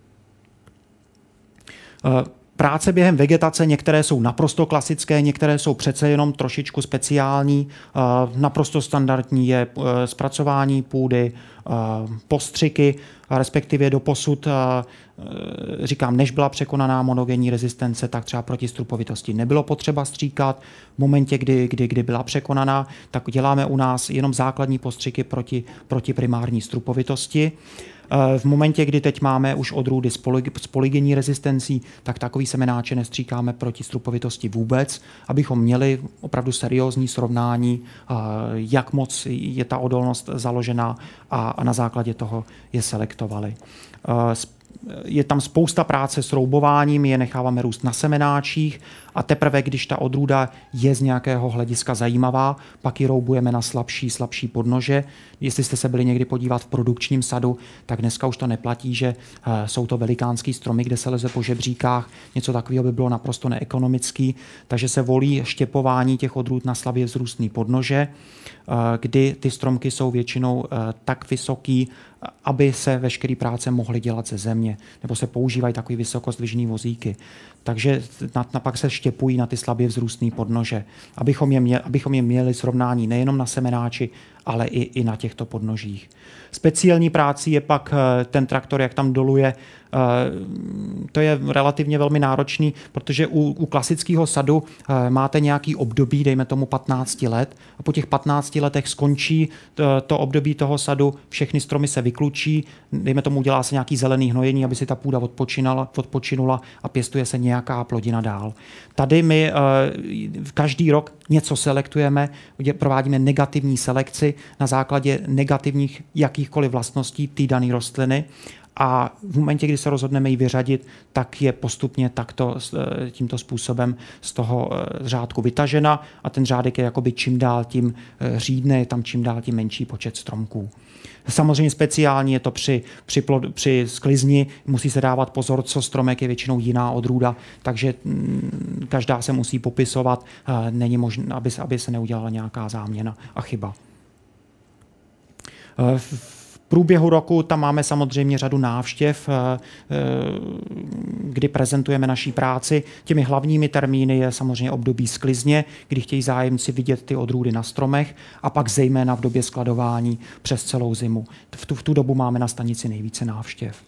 Práce během vegetace, některé jsou naprosto klasické, některé jsou přece jenom trošičku speciální. Naprosto standardní je zpracování půdy, postřiky, respektive doposud, říkám, než byla překonaná monogenní rezistence, tak třeba proti strupovitosti nebylo potřeba stříkat. V momentě, kdy byla překonaná, tak děláme u nás jenom základní postřiky proti primární strupovitosti. V momentě, kdy teď máme už odrůdy s polygenní rezistencí, tak takový semenáče nestříkáme proti strupovitosti vůbec, abychom měli opravdu seriózní srovnání, jak moc je ta odolnost založená a na základě toho je selektovali. Je tam spousta práce s roubováním, je necháváme růst na semenáčích a teprve, když ta odrůda je z nějakého hlediska zajímavá, pak ji roubujeme na slabší podnože. Jestli jste se byli někdy podívat v produkčním sadu, tak dneska už to neplatí, že jsou to velikánský stromy, kde se leze po žebříkách. Něco takového by bylo naprosto neekonomický, takže se volí štěpování těch odrůd na slabě vzrůstný podnože, kdy ty stromky jsou většinou tak vysoký, aby se veškeré práce mohly dělat ze země, nebo se používají takový vysokozdvižný vozíky. takže pak se štěpují na ty slabě vzrůstné podnože, abychom je měli srovnání nejenom na semenáči, ale i na těchto podnožích. Speciální práci je pak ten traktor, jak tam doluje. To je relativně velmi náročný, protože u klasického sadu máte nějaký období, dejme tomu 15 let, a po těch 15 letech skončí to období toho sadu, všechny stromy se vyklučí, dejme tomu udělá se nějaký zelený hnojení, aby si ta půda odpočinula a pěstuje se nějaká plodina dál. Tady my každý rok něco selektujeme, provádíme negativní selekci na základě negativních jakýchkoliv vlastností té dané rostliny a v momentě, kdy se rozhodneme ji vyřadit, tak je postupně tímto způsobem z toho řádku vytažena a ten řádek je jakoby čím dál tím řídne, je tam čím dál tím menší počet stromků. Samozřejmě speciální je to při sklizni, musí se dávat pozor, co stromek je většinou jiná odrůda, takže každá se musí popisovat, není možné, aby se neudělala nějaká záměna a chyba. V průběhu roku tam máme samozřejmě řadu návštěv, kdy prezentujeme naší práci. Těmi hlavními termíny je samozřejmě období sklizně, kdy chtějí zájemci vidět ty odrůdy na stromech a pak zejména v době skladování přes celou zimu. V tu dobu máme na stanici nejvíce návštěv.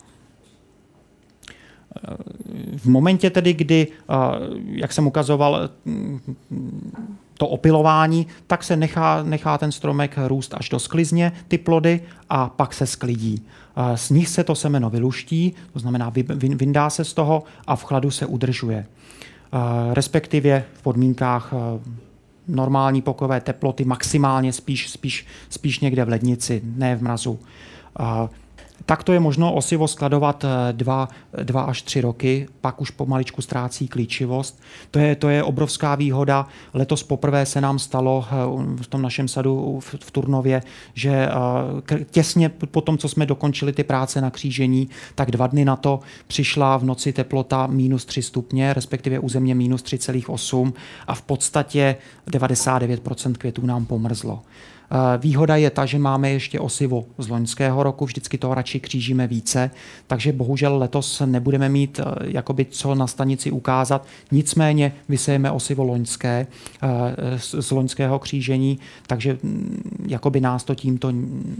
V momentě tedy, kdy, jak jsem ukazoval, to opilování, tak se nechá ten stromek růst až do sklizně, ty plody, a pak se sklidí. Z nich se to semeno vyluští, to znamená vyndá se z toho a v chladu se udržuje. Respektive v podmínkách normální pokojové teploty, maximálně spíš někde v lednici, ne v mrazu. Takto je možno osivo skladovat 2 až 3 roky, pak už pomaličku ztrácí klíčivost. To je obrovská výhoda. Letos poprvé se nám stalo v tom našem sadu v Turnově, že těsně po tom, co jsme dokončili ty práce na křížení, tak 2 dny na to přišla v noci teplota -3 stupně, respektive u země -3,8 a v podstatě 99% květů nám pomrzlo. Výhoda je ta, že máme ještě osivo z loňského roku, vždycky toho radši křížíme více, takže bohužel letos nebudeme mít jakoby co na stanici ukázat, nicméně vysejeme osivo loňské z loňského křížení, takže jakoby nás to tímto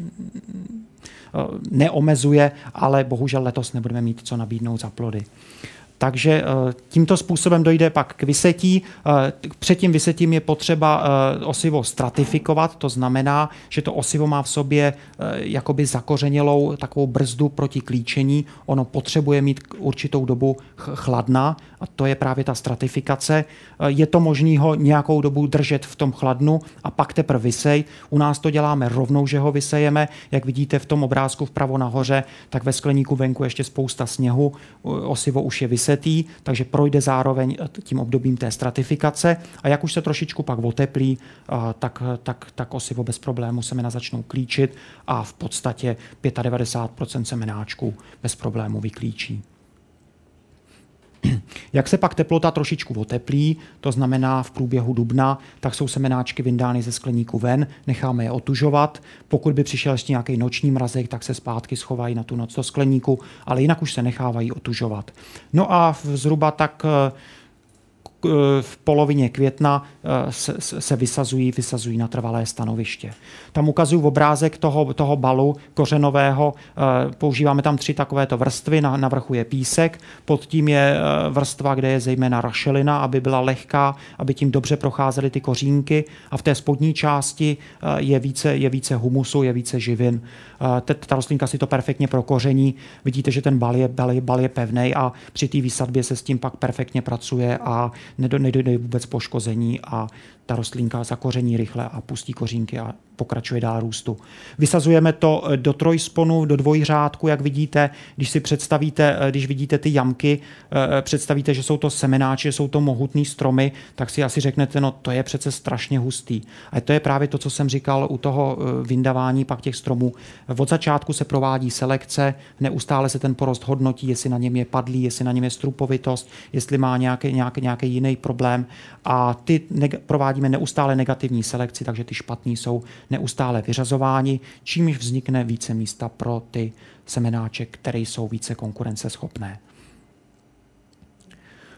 neomezuje, ale bohužel letos nebudeme mít co nabídnout za plody. Takže tímto způsobem dojde pak k vysetí. Před tím vysetím je potřeba osivo stratifikovat, to znamená, že to osivo má v sobě jakoby zakořenělou takovou brzdu proti klíčení. Ono potřebuje mít určitou dobu chladna a to je právě ta stratifikace. Je to možné ho nějakou dobu držet v tom chladnu a pak teprve vysej. U nás to děláme rovnou, že ho vysejeme. Jak vidíte v tom obrázku vpravo nahoře, tak ve skleníku venku ještě spousta sněhu. Osivo už je vysetý, takže projde zároveň tím obdobím té stratifikace a jak už se trošičku pak oteplí, tak osivo bez problému semena začnou klíčit a v podstatě 95% semenáčků bez problému vyklíčí. Jak se pak teplota trošičku oteplí, to znamená v průběhu dubna, tak jsou semenáčky vyndány ze skleníku ven, necháme je otužovat. Pokud by přišel ještě nějaký noční mrazek, tak se zpátky schovají na tu noc do skleníku, ale jinak už se nechávají otužovat. No a zhruba tak v polovině května se vysazují na trvalé stanoviště. Tam ukazuju obrázek toho balu kořenového. Používáme tam 3 takovéto vrstvy. Na vrchu je písek, pod tím je vrstva, kde je zejména rašelina, aby byla lehká, aby tím dobře procházely ty kořínky. A v té spodní části je více humusu, je více živin. Ta rostlinka si to perfektně prokoření. Vidíte, že ten bal je pevnej a při té výsadbě se s tím pak perfektně pracuje a nedojde vůbec poškození a ta rostlinka zakoření rychle a pustí kořínky a pokračuje dál růstu. Vysazujeme to do trojsponu, do dvojřádku, jak vidíte. Když vidíte ty jamky, představíte, že jsou to semenáče, že jsou to mohutný stromy, tak si asi řeknete, no to je přece strašně hustý. A to je právě to, co jsem říkal u toho vyndávání pak těch stromů. Od začátku se provádí selekce, neustále se ten porost hodnotí, jestli na něm je padlý, jestli na něm je strupovitost, jestli má nějaký jiný problém a provádíme neustále negativní selekci, takže ty špatný jsou neustále vyřazováni, čímž vznikne více místa pro ty semenáče, které jsou více konkurenceschopné.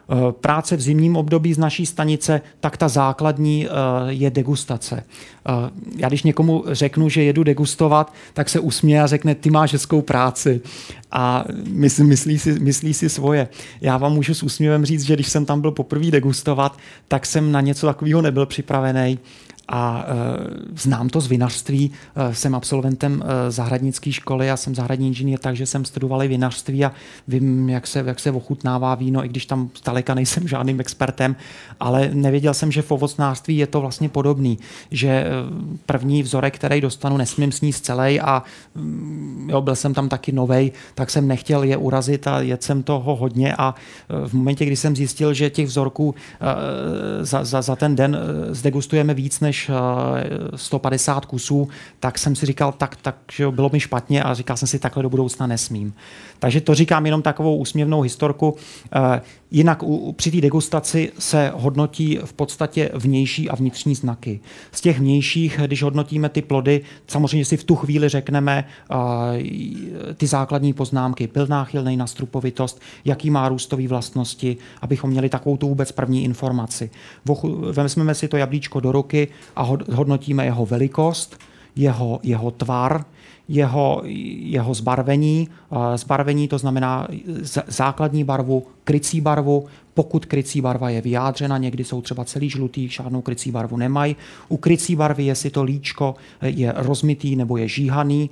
Práce v zimním období z naší stanice, tak ta základní je degustace. Já když někomu řeknu, že jedu degustovat, tak se usměje a řekne, ty máš hezkou práci. A myslí si svoje. Já vám můžu s úsměvem říct, že když jsem tam byl poprvé degustovat, tak jsem na něco takového nebyl připravený. A znám to z vinařství, jsem absolventem zahradnické školy a jsem zahradní inženýr, takže jsem studoval i vinařství a vím, jak se ochutnává víno, i když tam zdaleka nejsem žádným expertem, ale nevěděl jsem, že v ovocnářství je to vlastně podobný, že první vzorek, který dostanu, nesmím sníst celý a jo, byl jsem tam taky novej, tak jsem nechtěl je urazit a jedl jsem toho hodně a v momentě, kdy jsem zjistil, že těch vzorků za ten den zdegustujeme víc než 150 kusů, tak jsem si říkal, že bylo mi špatně a říkal jsem si, takhle do budoucna nesmím. Takže to říkám jenom takovou úsměvnou historku. Jinak při té degustaci se hodnotí v podstatě vnější a vnitřní znaky. Z těch vnějších, když hodnotíme ty plody, samozřejmě si v tu chvíli řekneme ty základní poznámky, byl náchylnej na strupovitost, jaký má růstové vlastnosti, abychom měli takovou tu vůbec první informaci. Vezmeme si to jablíčko do ruky a hodnotíme jeho velikost, jeho tvar, jeho zbarvení. Zbarvení to znamená základní barvu, krycí barvu. Pokud krycí barva je vyjádřena, někdy jsou třeba celý žlutý, žádnou krycí barvu nemají. U krycí barvy, jestli to líčko je rozmitý nebo je žíhaný.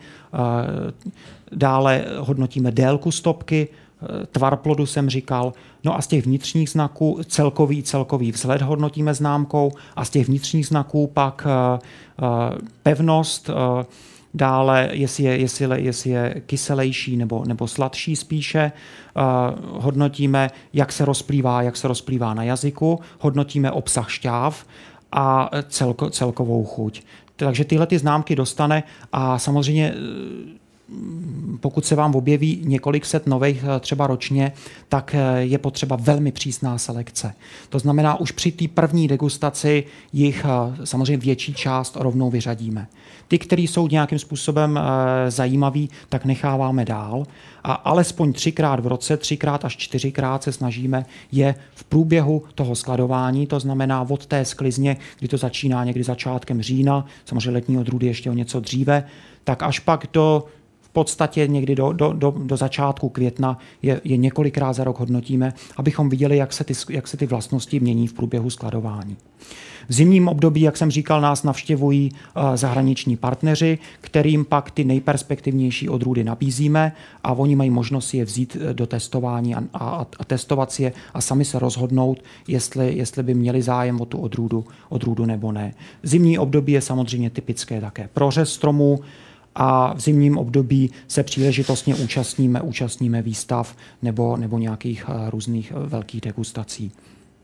Dále hodnotíme délku stopky, tvar plodu jsem říkal. No a z těch vnitřních znaků celkový vzhled hodnotíme známkou a z těch vnitřních znaků pak pevnost, dále jestli je kyselejší nebo sladší spíše. Hodnotíme, jak se rozplývá na jazyku, hodnotíme obsah šťáv a celkovou chuť. Takže tyhle ty známky dostane a samozřejmě pokud se vám objeví několik set nových třeba ročně, tak je potřeba velmi přísná selekce. To znamená, už při té první degustaci jich samozřejmě větší část rovnou vyřadíme. Ty, které jsou nějakým způsobem zajímavý, tak necháváme dál a alespoň 3krát v roce, 3krát až 4krát se snažíme je v průběhu toho skladování, to znamená od té sklizně, kdy to začíná někdy začátkem října, samozřejmě letní odrůdy ještě o něco dříve, tak až pak v podstatě někdy do začátku května je několikrát za rok hodnotíme, abychom viděli, jak se ty vlastnosti mění v průběhu skladování. V zimním období, jak jsem říkal, nás navštěvují zahraniční partneři, kterým pak ty nejperspektivnější odrůdy nabízíme a oni mají možnost si je vzít do testování a testovat si je a sami se rozhodnout, jestli by měli zájem o tu odrůdu nebo ne. Zimní období je samozřejmě typické také prořez stromů, a v zimním období se příležitostně účastníme výstav nebo nějakých různých velkých degustací.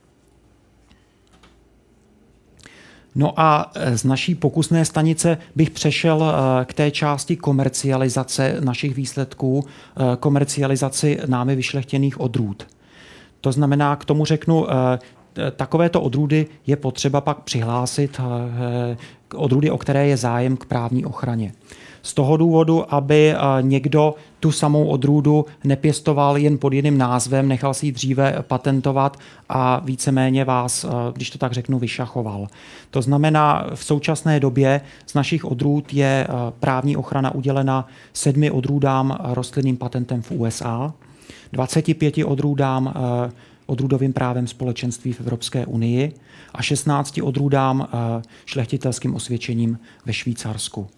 No a z naší pokusné stanice bych přešel k té části komercializace našich výsledků, komercializaci námi vyšlechtěných odrůd. To znamená, k tomu řeknu, takovéto odrůdy je potřeba pak přihlásit odrůdy, o které je zájem k právní ochraně. Z toho důvodu, aby někdo tu samou odrůdu nepěstoval jen pod jiným názvem, nechal si ji dříve patentovat a víceméně vás, když to tak řeknu, vyšachoval. To znamená, v současné době z našich odrůd je právní ochrana udělena 7 odrůdám rostlinným patentem v USA, 25 odrůdám odrůdovým právem společenství v Evropské unii a 16 odrůdám šlechtitelským osvědčením ve Švýcarsku.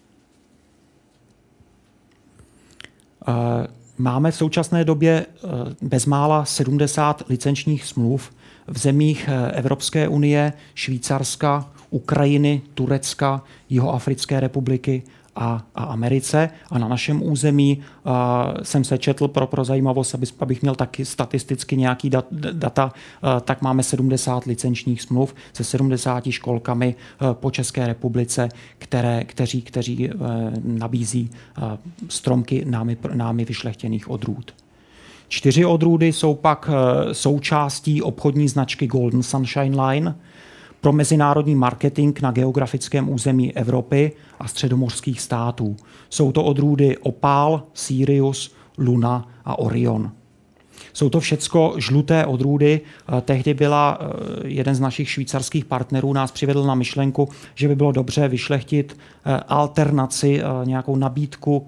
Máme v současné době bezmála 70 licenčních smluv v zemích Evropské unie, Švýcarska, Ukrajiny, Turecka, Jihoafrické republiky a Americe. A na našem území jsem se četl pro zajímavost, abych měl taky statisticky nějaký data, tak máme 70 licenčních smluv se 70 školkami po České republice, kteří nabízí stromky námi vyšlechtěných odrůd. 4 odrůdy jsou pak součástí obchodní značky Golden Sunshine Line pro mezinárodní marketing na geografickém území Evropy a středomořských států. Jsou to odrůdy Opál, Sirius, Luna a Orion. Jsou to všecko žluté odrůdy. Tehdy jeden z našich švýcarských partnerů nás přivedl na myšlenku, že by bylo dobře vyšlechtit alternaci, nějakou nabídku,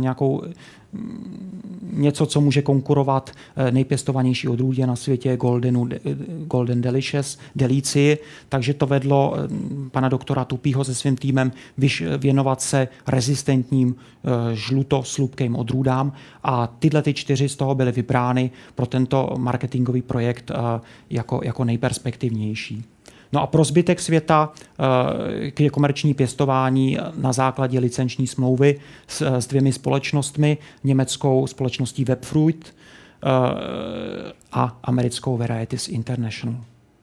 něco, co může konkurovat nejpěstovanější odrůdě na světě Golden Delicious, Delicii. Takže to vedlo pana doktora Tupího se svým týmem věnovat se rezistentním žlutoslupkým odrůdám a tyhle 4 z toho byly vybrány pro tento marketingový projekt jako nejperspektivnější. No a pro zbytek světa je komerční pěstování na základě licenční smlouvy s 2 společnostmi, německou společností Webfruit a americkou Varieties International.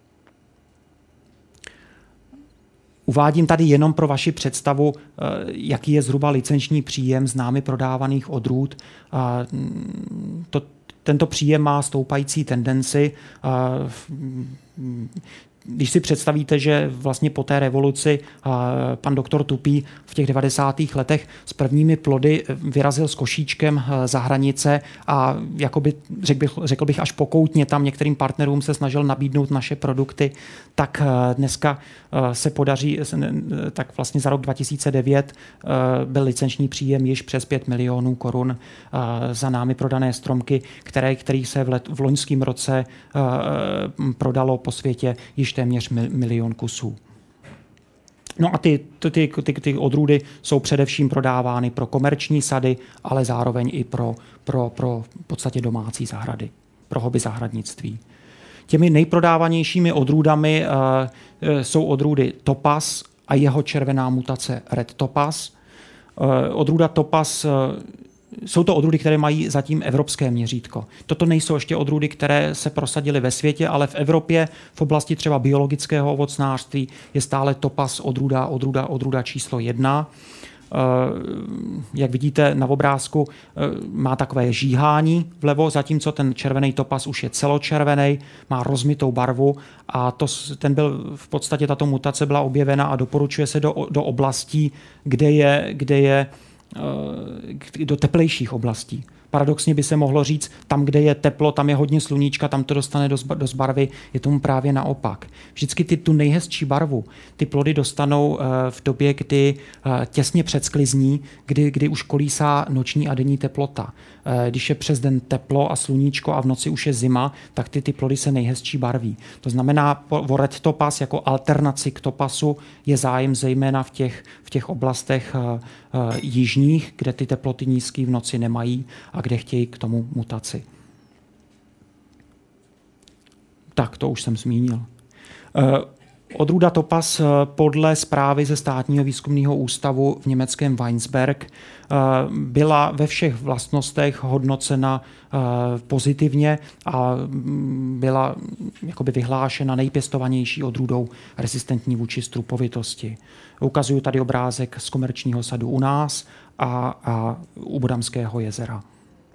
Uvádím tady jenom pro vaši představu, jaký je zhruba licenční příjem z námi prodávaných odrůd. Tento příjem má stoupající tendenci. Když si představíte, že vlastně po té revoluci pan doktor Tupý v těch 90. letech s prvními plody vyrazil s košíčkem za hranice a jakoby, řekl bych až pokoutně tam některým partnerům se snažil nabídnout naše produkty, tak dneska se podaří, tak vlastně za rok 2009 byl licenční příjem již přes 5 milionů korun za námi prodané stromky, kterých se v loňském roce prodalo po světě již téměř 1 milion kusů. No a ty odrůdy jsou především prodávány pro komerční sady, ale zároveň i pro v podstatě domácí zahrady, pro hobby zahradnictví. Těmi nejprodávanějšími odrůdami jsou odrůdy Topaz a jeho červená mutace Red Topaz. Odrůda Topaz jsou to odrůdy, které mají zatím evropské měřítko. Toto nejsou ještě odrůdy, které se prosadily ve světě, ale v Evropě v oblasti třeba biologického ovocnářství je stále Topaz odrůda číslo 1. Jak vidíte na obrázku, má takové žíhání vlevo, zatímco ten červený Topaz už je celočervený, má rozmitou barvu a v podstatě tato mutace byla objevena a doporučuje se do oblastí, kde je do teplejších oblastí. Paradoxně by se mohlo říct, tam, kde je teplo, tam je hodně sluníčka, tam to dostane dost barvy, je tomu právě naopak. Vždycky tu nejhezčí barvu ty plody dostanou v době, kdy těsně před sklizní, kdy už kolísá noční a denní teplota. Když je přes den teplo a sluníčko a v noci už je zima, tak ty plody se nejhezčí barví. To znamená, o Red Topaz jako alternaci k topasu je zájem zejména v těch oblastech jižních, kde ty teploty nízké v noci nemají a kde chtějí k tomu mutaci. Tak, to už jsem zmínil. Odrůda Topaz podle zprávy ze státního výzkumného ústavu v německém Weinsberg byla ve všech vlastnostech hodnocena pozitivně a byla jakoby vyhlášena nejpěstovanější odrůdou rezistentní vůči strupovitosti. Ukazuju tady obrázek z komerčního sadu u nás a u Bodamského jezera.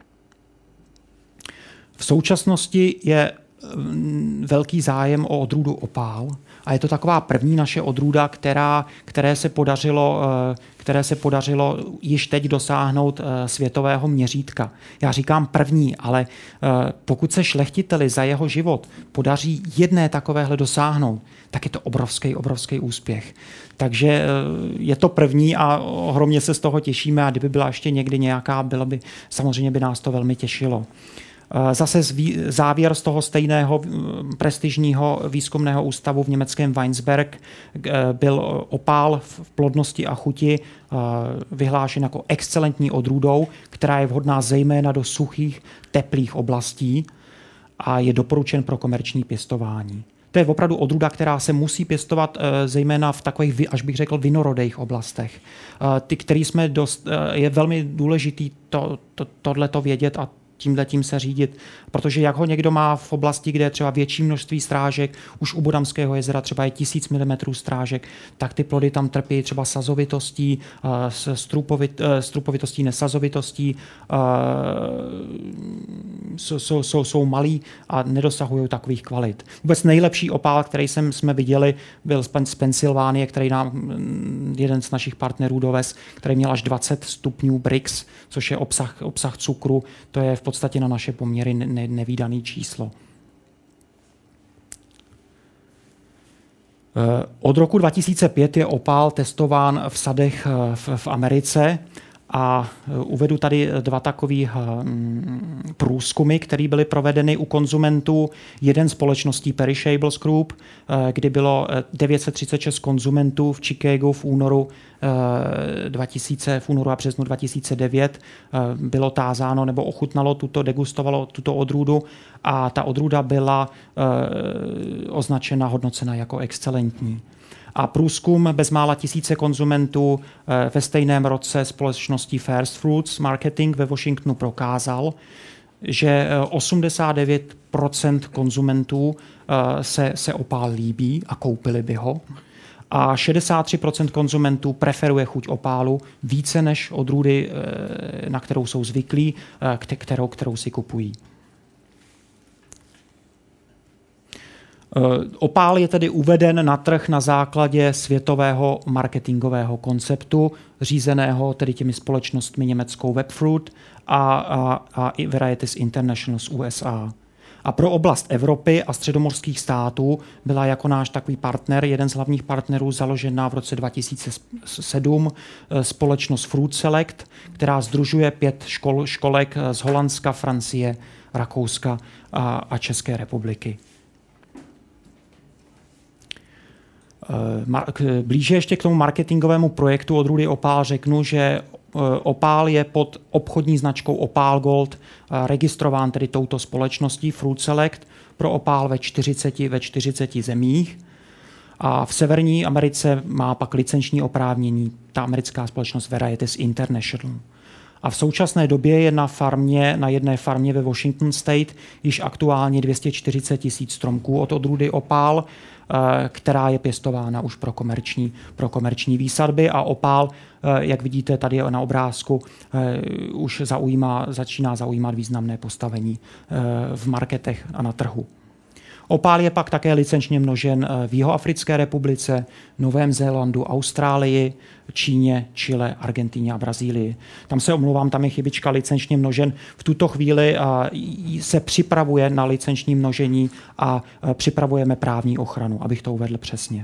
V současnosti je velký zájem o odrůdu Opál a je to taková první naše odrůda, které se podařilo již teď dosáhnout světového měřítka. Já říkám první, ale pokud se šlechtiteli za jeho život podaří jedné takovéhle dosáhnout, tak je to obrovský úspěch. Takže je to první a ohromně se z toho těšíme a kdyby byla ještě někdy nějaká, samozřejmě by nás to velmi těšilo. Zase závěr z toho stejného prestižního výzkumného ústavu v německém Weinsberg byl Opál v plodnosti a chuti vyhlášen jako excelentní odrůdou, která je vhodná zejména do suchých, teplých oblastí a je doporučen pro komerční pěstování. To je opravdu odrůda, která se musí pěstovat zejména v takových, až bych řekl, vinorodejch oblastech. Je velmi důležitý tohleto vědět a tímhletím se řídit, protože jak ho někdo má v oblasti, kde je třeba větší množství strážek, už u Bodamského jezera třeba je 1000 mm strážek, tak ty plody tam trpí třeba sazovitostí, strupovitostí, nesazovitostí, jsou malí a nedosahují takových kvalit. Vůbec nejlepší opál, který jsme viděli, byl z Pensylvánie, který nám jeden z našich partnerů dovez, který měl až 20 stupňů Brix, což je obsah cukru, to je v podstatě na naše poměry nevídaný číslo. Od roku 2005 je opál testován v sadech v Americe a uvedu tady dva takové průzkumy, které byly provedeny u konzumentů. Jeden společností Perishables Group, kdy bylo 936 konzumentů v Chicagu v únoru a březnu 2009 bylo tázáno nebo ochutnalo degustovalo tuto odrůdu a ta odrůda byla označena, hodnocena jako excelentní. A průzkum bezmála tisíce konzumentů ve stejném roce společností First Fruits Marketing ve Washingtonu prokázal, že 89% konzumentů se opál líbí a koupili by ho. A 63% konzumentů preferuje chuť opálu více než odrůdy, na kterou jsou zvyklí, kterou si kupují. Opál je tedy uveden na trh na základě světového marketingového konceptu, řízeného tedy těmi společnostmi německou Webfruit a Varieties International z USA. A pro oblast Evropy a středomorských států byla jako náš takový partner, jeden z hlavních partnerů, založená v roce 2007 společnost Fruit Select, která sdružuje 5 školek z Holandska, Francie, Rakouska a České republiky. Blíže ještě k tomu marketingovému projektu odrůdy opál řeknu, že opál je pod obchodní značkou Opál Gold registrován tedy touto společností Fruit Select pro opál ve 40 zemích. A v Severní Americe má pak licenční oprávnění ta americká společnost Varieties International. A v současné době je na jedné farmě ve Washington State již aktuálně 240 000 stromků od odrůdy opál, která je pěstována už pro komerční výsadby a opál, jak vidíte tady na obrázku, už začíná zaujímat významné postavení v marketech a na trhu. Opál je pak také licenčně množen v Jihoafrické republice, Novém Zélandu, Austrálii, Číně, Chile, Argentíně a Brazílii. Tam se omlouvám, tam je chybička, licenčně množen. V tuto chvíli se připravuje na licenční množení a připravujeme právní ochranu, abych to uvedl přesně.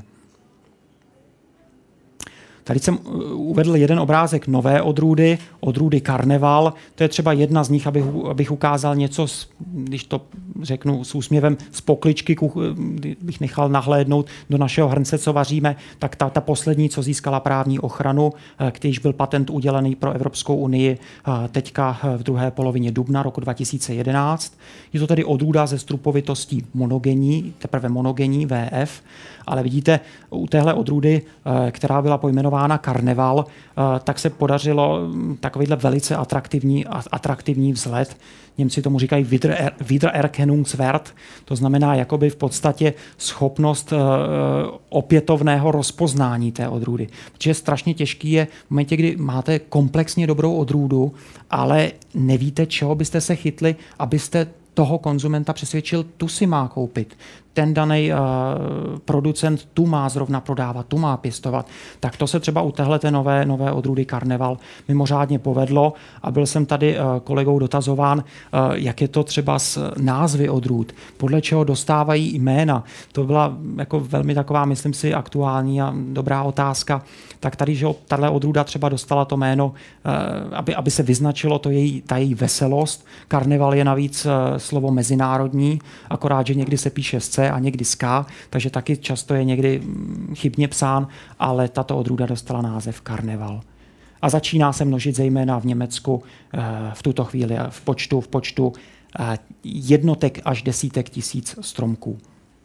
Tady jsem uvedl jeden obrázek nové odrůdy Carneval. To je třeba jedna z nich, abych ukázal něco, když to řeknu s úsměvem, z pokličky, bych nechal nahlédnout do našeho hrnce, co vaříme, tak ta poslední, co získala právní ochranu, kterýž byl patent udělený pro Evropskou unii teďka v druhé polovině dubna roku 2011. Je to tedy odrůda ze strupovitostí monogenní, teprve monogenní VF, ale vidíte, u téhle odrůdy, která byla pojmenována Carneval, tak se podařilo takovýhle velice atraktivní vzhled. Němci tomu říkají Wiedererkennungswert, to znamená jakoby v podstatě schopnost opětovného rozpoznání té odrůdy. Protože strašně těžký je v momentě, kdy máte komplexně dobrou odrůdu, ale nevíte, čeho byste se chytli, abyste toho konzumenta přesvědčil, tu si má koupit. Ten daný producent tu má zrovna prodávat, tu má pěstovat. Tak to se třeba u téhleté nové odrůdy Carneval mimořádně povedlo a byl jsem tady kolegou dotazován, jak je to třeba s názvy odrůd, podle čeho dostávají jména. To byla jako velmi taková, myslím si, aktuální a dobrá otázka. Tak tady, že tahle odrůda třeba dostala to jméno, aby se vyznačilo ta její veselost. Carneval je navíc slovo mezinárodní, akorát, že někdy se píše s C a někdy s K, takže taky často je někdy chybně psán, ale tato odrůda dostala název Carneval. A začíná se množit zejména v Německu v tuto chvíli v počtu jednotek až desítek tisíc stromků.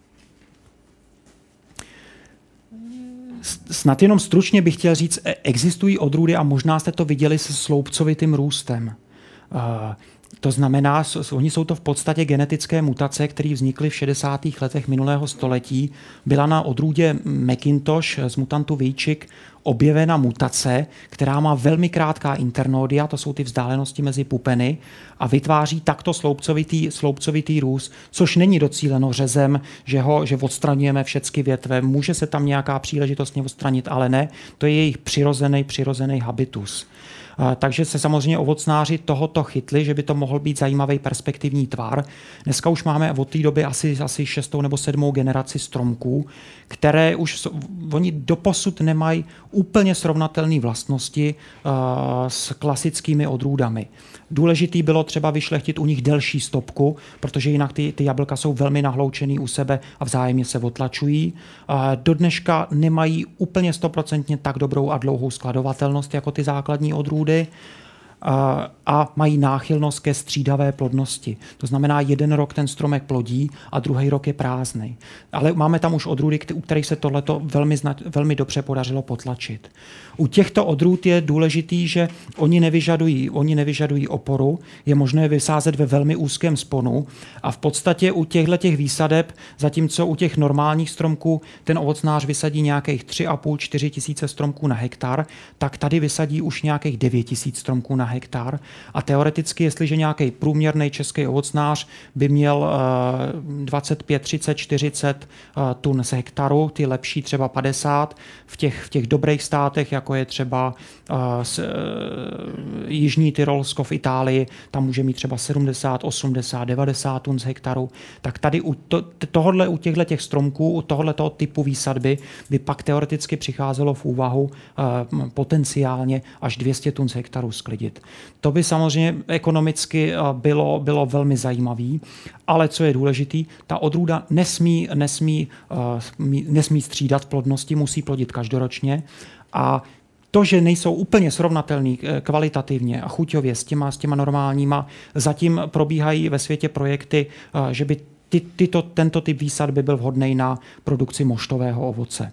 Snad jenom stručně bych chtěl říct, existují odrůdy a možná jste to viděli se sloupcovitým růstem. To znamená, oni jsou to v podstatě genetické mutace, které vznikly v 60. letech minulého století. Byla na odrůdě Macintosh z mutantu Výčik objevena mutace, která má velmi krátká internodia, to jsou ty vzdálenosti mezi pupeny, a vytváří takto sloupcovitý růst, což není docíleno řezem, že odstraňujeme všechny větve. Může se tam nějaká příležitostně odstranit, ale ne. To je jejich přirozený habitus. Takže se samozřejmě ovocnáři tohoto chytli, že by to mohl být zajímavý perspektivní tvar. Dneska už máme od té doby asi 6. nebo 7. generaci stromků, které už oni doposud nemají úplně srovnatelné vlastnosti s klasickými odrůdami. Důležitý bylo třeba vyšlechtit u nich delší stopku, protože jinak ty jablka jsou velmi nahloučený u sebe a vzájemně se otlačují. Do dneška nemají úplně 100% tak dobrou a dlouhou skladovatelnost jako ty základní odrůdy a mají náchylnost ke střídavé plodnosti. To znamená, jeden rok ten stromek plodí a druhý rok je prázdný. Ale máme tam už odrůdy, u kterých se tohleto velmi dobře podařilo potlačit. U těchto odrůd je důležitý, že oni nevyžadují oporu, je možné je vysázet ve velmi úzkém sponu a v podstatě u těchto výsadeb, zatímco u těch normálních stromků ten ovocnář vysadí nějakých 3,5–4 tisíce stromků na hektar, tak tady vysadí už nějakých 9 tisíc stromků na hektar a teoreticky, jestliže nějaký průměrný český ovocnář by měl 25, 30, 40 tun z hektaru, ty lepší třeba 50, v těch dobrých státech, jako je třeba Jižní Tyrolsko v Itálii, tam může mít třeba 70, 80, 90 tun z hektaru, tak tady u těchto stromků, u tohoto typu výsadby by pak teoreticky přicházelo v úvahu potenciálně až 200 tun z hektaru sklidit. To by samozřejmě ekonomicky bylo velmi zajímavý, ale co je důležitý, ta odrůda nesmí střídat v plodnosti, musí plodit každoročně a to, že nejsou úplně srovnatelný kvalitativně a chuťově s těma normálníma, zatím probíhají ve světě projekty, že by tento typ výsadby byl vhodný na produkci moštového ovoce.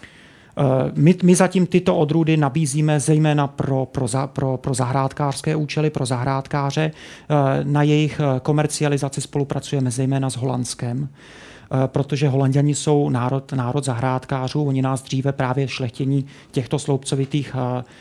My zatím tyto odrůdy nabízíme zejména pro zahrádkářské účely, pro zahrádkáře. Na jejich komercializaci spolupracujeme zejména s Holandskem, protože Holanďani jsou národ zahrádkářů. Oni nás dříve právě šlechtění těchto sloupcovitých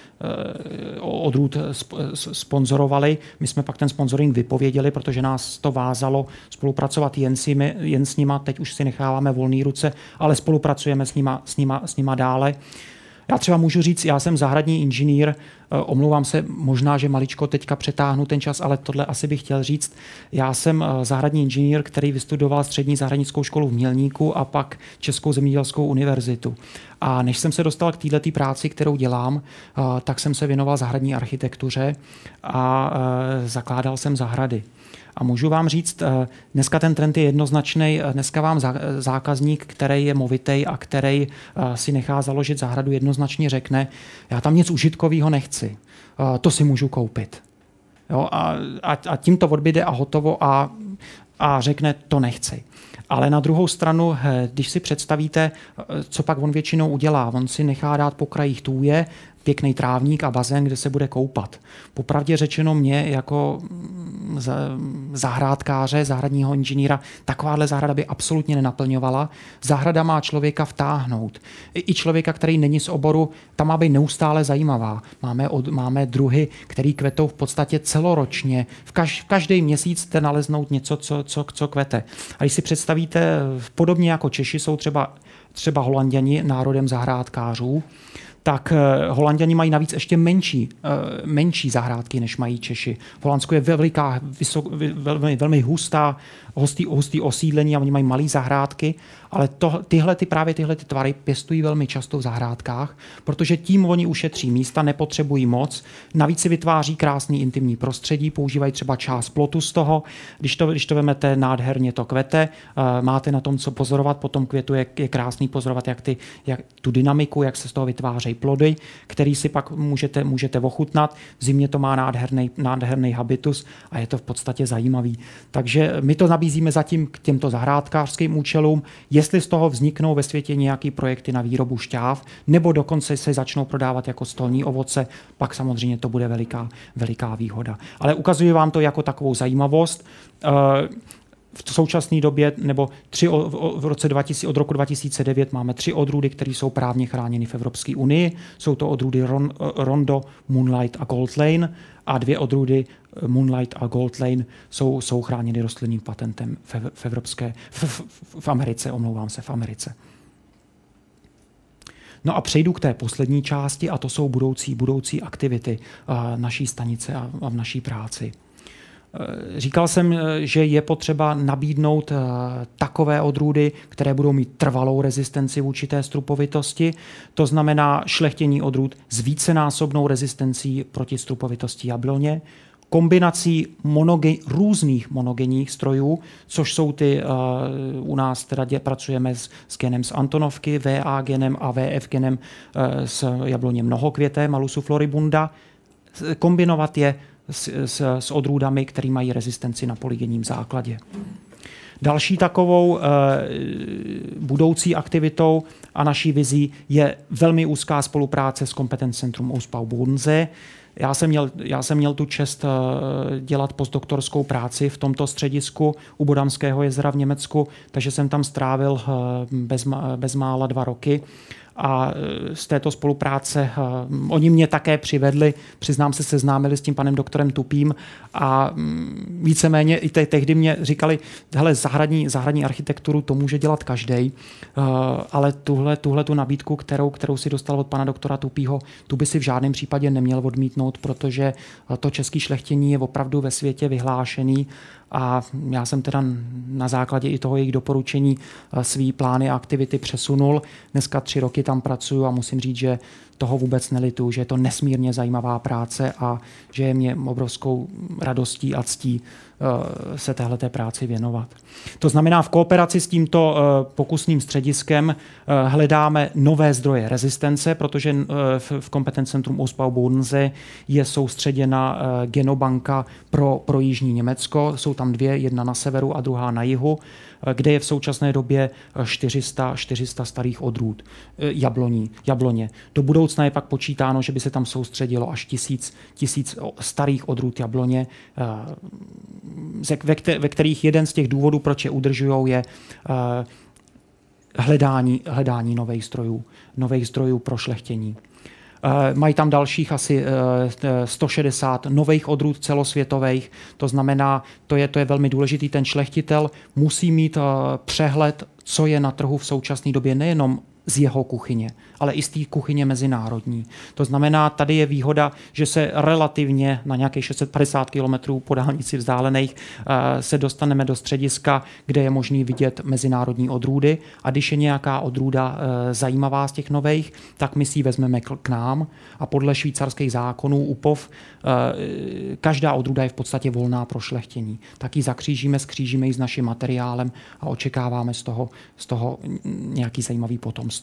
odrůd sponzorovali. My jsme pak ten sponsoring vypověděli, protože nás to vázalo spolupracovat jen s nima. Teď už si necháváme volné ruce, ale spolupracujeme s nima dále. Já třeba můžu říct, já jsem zahradní inženýr, omlouvám se, možná, že maličko teďka přetáhnu ten čas, ale tohle asi bych chtěl říct. Já jsem zahradní inženýr, který vystudoval střední zahradnickou školu v Mělníku a pak Českou zemědělskou univerzitu. A než jsem se dostal k této práci, kterou dělám, tak jsem se věnoval zahradní architektuře a zakládal jsem zahrady. A můžu vám říct, dneska ten trend je jednoznačný. Dneska vám zákazník, který je movitej a který si nechá založit zahradu, jednoznačně řekne, já tam nic užitkového nechci, to si můžu koupit. Jo, a tím to odbyde a hotovo a řekne, to nechci. Ale na druhou stranu, když si představíte, co pak on většinou udělá, on si nechá dát po krajích tůje, pěkný trávník a bazén, kde se bude koupat. Popravdě řečeno mě jako zahrádkáře, zahradního inženýra, takováhle zahrada by absolutně nenaplňovala. Zahrada má člověka vtáhnout. I člověka, který není z oboru, tam má být neustále zajímavá. Máme druhy, který kvetou v podstatě celoročně. V každý měsíc jste naleznout něco, co kvete. A když si představíte, podobně jako Češi jsou třeba Holanďani národem zahrádkářů, tak Holanďani mají navíc ještě menší zahrádky, než mají Češi. V Holandsku je velmi hustý osídlení a oni mají malé zahrádky, ale tyhle tvary pěstují velmi často v zahrádkách, protože tím oni ušetří místa, nepotřebují moc, navíc si vytváří krásný intimní prostředí, používají třeba část plotu z toho, když to vemete, nádherně to kvete, máte na tom co pozorovat, potom květu je krásný pozorovat, jak tu dynamiku, jak se z toho vytvářejí plody, který si pak můžete ochutnat. V zimě to má nádherný habitus a je to v podstatě zajímavý. Takže my to nabízíme zatím k těmto zahrádkářským účelům. Jestli z toho vzniknou ve světě nějaké projekty na výrobu šťáv, nebo dokonce se začnou prodávat jako stolní ovoce, pak samozřejmě to bude veliká výhoda. Ale ukazuji vám to jako takovou zajímavost. V současné době, nebo od roku 2009 máme 3 odrůdy, které jsou právně chráněny v Evropské unii. Jsou to odrůdy Rondo, Moonlight a Gold Lane a 2 odrůdy Moonlight a Gold Lane jsou chráněny rostlinným patentem v Americe. No a přejdu k té poslední části a to jsou budoucí aktivity naší stanice a v naší práci. Říkal jsem, že je potřeba nabídnout takové odrůdy, které budou mít trvalou rezistenci vůči té strupovitosti. To znamená šlechtění odrůd s vícenásobnou rezistencí proti strupovitosti jabloně, kombinací různých monogenních strojů, což jsou ty, u nás teda pracujeme s genem z Antonovky, VA genem a VF genem s jabloně mnohokvěté, Malusu floribunda, kombinovat je s odrůdami, které mají rezistenci na polygenním základě. Další takovou budoucí aktivitou a naší vizí je velmi úzká spolupráce s Competence Centrum Ausbau Bodensee. Já jsem měl tu čest dělat postdoktorskou práci v tomto středisku u Bodamského jezera v Německu, takže jsem tam strávil bezmála 2 roky. A z této spolupráce oni mě také přivedli, přiznám se, seznámili s tím panem doktorem Tupým a víceméně i tehdy mě říkali, hele, zahradní architekturu to může dělat každej, ale tuhle tu nabídku, kterou si dostal od pana doktora Tupího, tu by si v žádném případě neměl odmítnout, protože to české šlechtění je opravdu ve světě vyhlášený a já jsem teda na základě i toho jejich doporučení svý plány a aktivity přesunul. Dneska 3 roky tam pracuju a musím říct, že toho vůbec nelituju, že je to nesmírně zajímavá práce a že je mě obrovskou radostí a ctí se téhleté práci věnovat. To znamená, v kooperaci s tímto pokusným střediskem hledáme nové zdroje rezistence, protože v Competence Centrum Ausbau Bodensee je soustředěna genobanka pro jižní Německo. Jsou tam 2, jedna na severu a druhá na jihu, kde je v současné době 400 starých odrůd jabloně. Do budoucna je pak počítáno, že by se tam soustředilo až 1000 starých odrůd jabloně, ve kterých jeden z těch důvodů, proč je udržujou, je hledání nových zdrojů pro šlechtění. Mají tam dalších asi 160 nových odrůd celosvětových, to znamená, to je velmi důležitý, ten šlechtitel musí mít přehled, co je na trhu v současné době, nejenom z jeho kuchyně, ale i z té kuchyně mezinárodní. To znamená, tady je výhoda, že se relativně na nějakých 650 km po dálnici vzdálených se dostaneme do střediska, kde je možný vidět mezinárodní odrůdy a když je nějaká odrůda zajímavá z těch nových, tak my si ji vezmeme k nám a podle švýcarských zákonů UPOV každá odrůda je v podstatě volná pro šlechtění. Tak ji skřížíme ji s naším materiálem a očekáváme z toho nějaký zajímavý potomstvo.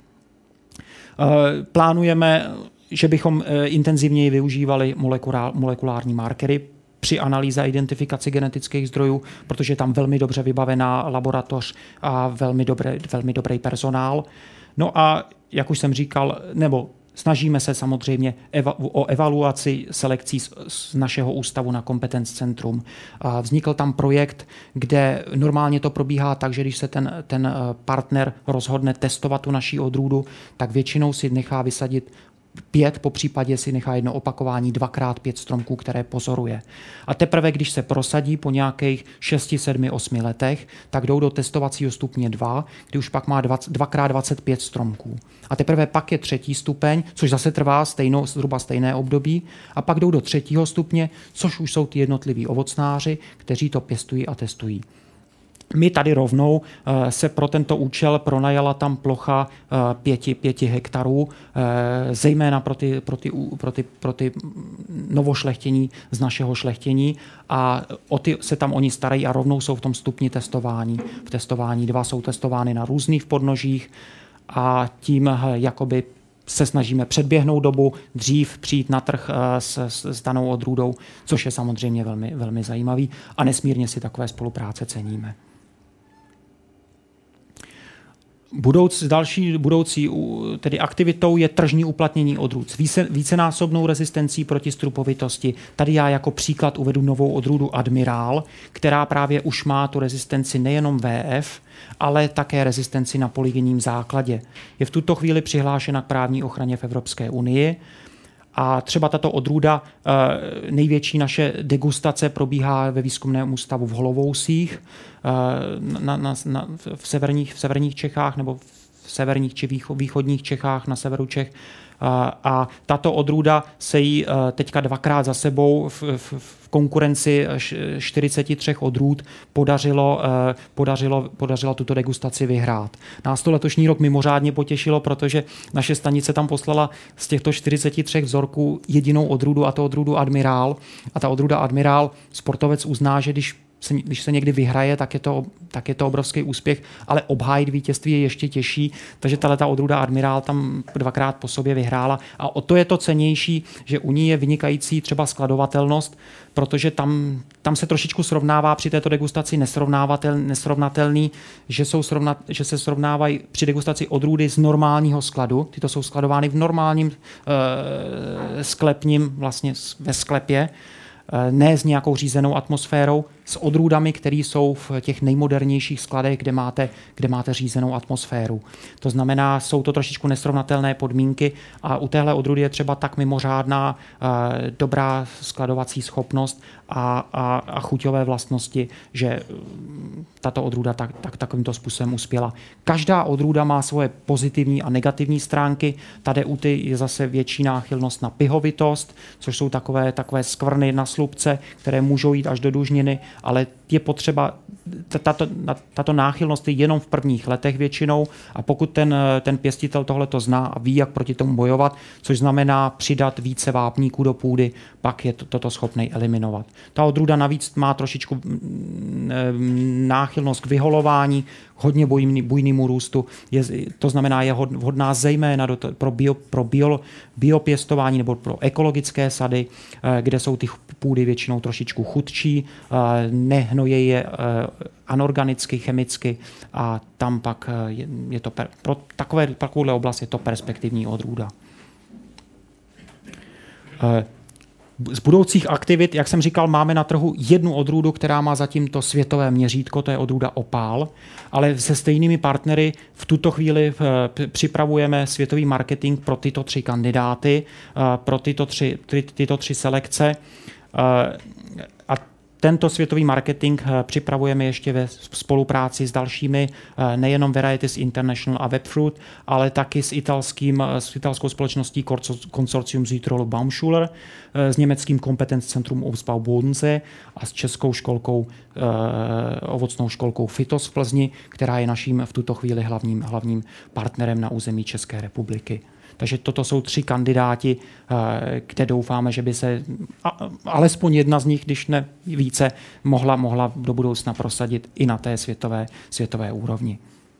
Plánujeme, že bychom intenzivněji využívali molekulární markery při analýze a identifikaci genetických zdrojů, protože je tam velmi dobře vybavená laboratoř a velmi dobrý personál. No a jak už jsem říkal, nebo snažíme se samozřejmě o evaluaci selekcí z našeho ústavu na Competence Centrum. Vznikl tam projekt, kde normálně to probíhá tak, že když se ten partner rozhodne testovat tu naší odrůdu, tak většinou si nechá vysadit 5, po případě si nechá jedno opakování 2x5 stromků, které pozoruje. A teprve, když se prosadí po nějakých 6, 7, 8 letech, tak jdou do testovacího stupně 2, kdy už pak má 2x25 stromků. A teprve pak je 3. stupeň, což zase trvá zhruba stejné období, a pak jdou do 3. stupně, což už jsou ty jednotliví ovocnáři, kteří to pěstují a testují. My tady rovnou se pro tento účel pronajala tam plocha 5 hektarů, zejména pro ty novošlechtění z našeho šlechtění a o ty se tam oni starají a rovnou jsou v tom stupni testování. V testování 2 jsou testovány na různých podnožích a tím jakoby se snažíme předběhnout dobu, dřív přijít na trh s danou odrůdou, což je samozřejmě velmi, velmi zajímavý a nesmírně si takové spolupráce ceníme. Další budoucí tedy aktivitou je tržní uplatnění odrůd s vícenásobnou rezistencí proti strupovitosti. Tady já jako příklad uvedu novou odrůdu Admiral, která právě už má tu rezistenci nejenom VF, ale také rezistenci na polygenním základě. Je v tuto chvíli přihlášena k právní ochraně v Evropské unii. A třeba tato odrůda, největší naše degustace probíhá ve výzkumném ústavu v Holovousích v severních Čechách nebo v severních či východních Čechách, na severu Čech. A tato odrůda se jí teďka dvakrát za sebou v konkurenci 43 odrůd podařilo tuto degustaci vyhrát. Nás to letošní rok mimořádně potěšilo, protože naše stanice tam poslala z těchto 43 vzorků jedinou odrůdu, a to odrůdu Admirál. A ta odrůda Admirál sportovec uzná, že když se někdy vyhraje, tak je to obrovský úspěch, ale obhájit vítězství je ještě těžší, takže tato odrůda Admirál tam dvakrát po sobě vyhrála a o to je to cennější, že u ní je vynikající třeba skladovatelnost, protože tam se trošičku srovnává při této degustaci nesrovnatelný, že se srovnávají při degustaci odrůdy z normálního skladu, tyto jsou skladovány v normálním sklepním, vlastně ve sklepě, ne s nějakou řízenou atmosférou, s odrůdami, které jsou v těch nejmodernějších skladech, kde máte řízenou atmosféru. To znamená, jsou to trošičku nesrovnatelné podmínky a u téhle odrůdy je třeba tak mimořádná dobrá skladovací schopnost a chuťové vlastnosti, že tato odrůda takovýmto způsobem uspěla. Každá odrůda má svoje pozitivní a negativní stránky. Tady u ty je zase větší náchylnost na pihovitost, což jsou takové skvrny na slupce, které můžou jít až do dužniny, ale je potřeba, tato náchylnost je jenom v prvních letech většinou a pokud ten pěstitel tohleto zná a ví, jak proti tomu bojovat, což znamená přidat více vápníků do půdy, pak je toto schopný eliminovat. Ta odrůda navíc má trošičku náchylnost k vyholování, hodně bujnému růstu, to znamená, je vhodná zejména pro biopěstování nebo pro ekologické sady, kde jsou ty půdy většinou trošičku chudší, nehnojí je anorganicky, chemicky a tam pak je to pro takovouhle oblast je to perspektivní odrůda. Z budoucích aktivit, jak jsem říkal, máme na trhu jednu odrůdu, která má zatím to světové měřítko, to je odrůda Opál, ale se stejnými partnery v tuto chvíli připravujeme světový marketing pro tyto 3 kandidáty, pro tyto tři selekce. A tento světový marketing připravujeme ještě ve spolupráci s dalšími, nejenom Varieties International a Webfruit, ale taky s italskou společností Consortium Südtirol Baumschule, s německým Kompetenzzentrum Obstbau Bodensee a s českou školkou, ovocnou školkou Fitos v Plzni, která je naším v tuto chvíli hlavním partnerem na území České republiky. Takže toto jsou 3 kandidáti, kde doufáme, že by se alespoň jedna z nich, když ne více, mohla do budoucna prosadit i na té světové úrovni.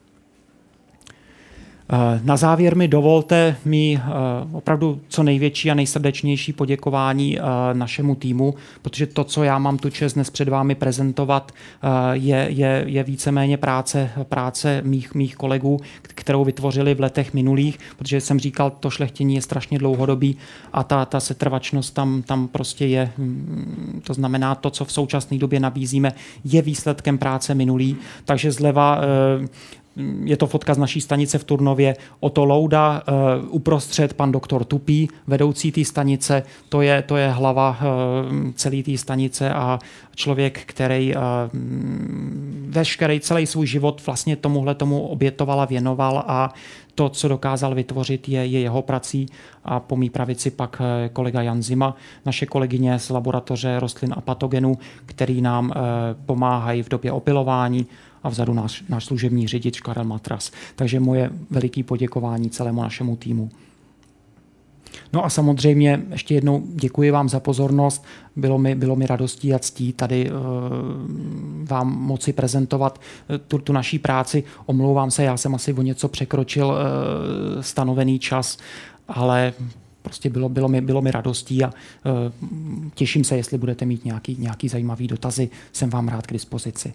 Na závěr mi dovolte opravdu co největší a nejsrdečnější poděkování našemu týmu, protože to, co já mám tu čest dnes před vámi prezentovat, je víceméně práce mých kolegů, kterou vytvořili v letech minulých, protože jsem říkal, to šlechtění je strašně dlouhodobý a ta setrvačnost tam prostě je. To znamená, to, co v současné době nabízíme, je výsledkem práce minulý, takže zleva je to fotka z naší stanice v Turnově. Otto Louda, uprostřed pan doktor Tupý, vedoucí té stanice, to je hlava celé té stanice a člověk, který veškerý celý svůj život vlastně tomu obětoval a věnoval a to, co dokázal vytvořit, je jeho prací a po mý pravici pak kolega Jan Zima, naše kolegyně z laboratoře rostlin a patogenů, který nám pomáhají v době opilování a vzadu náš služební řidič Karel Matras. Takže moje veliké poděkování celému našemu týmu. No a samozřejmě ještě jednou děkuji vám za pozornost. Bylo mi radostí a ctí tady vám moci prezentovat tu naší práci. Omlouvám se, já jsem asi o něco překročil stanovený čas, ale prostě bylo mi radostí a těším se, jestli budete mít nějaký zajímavý dotazy. Jsem vám rád k dispozici.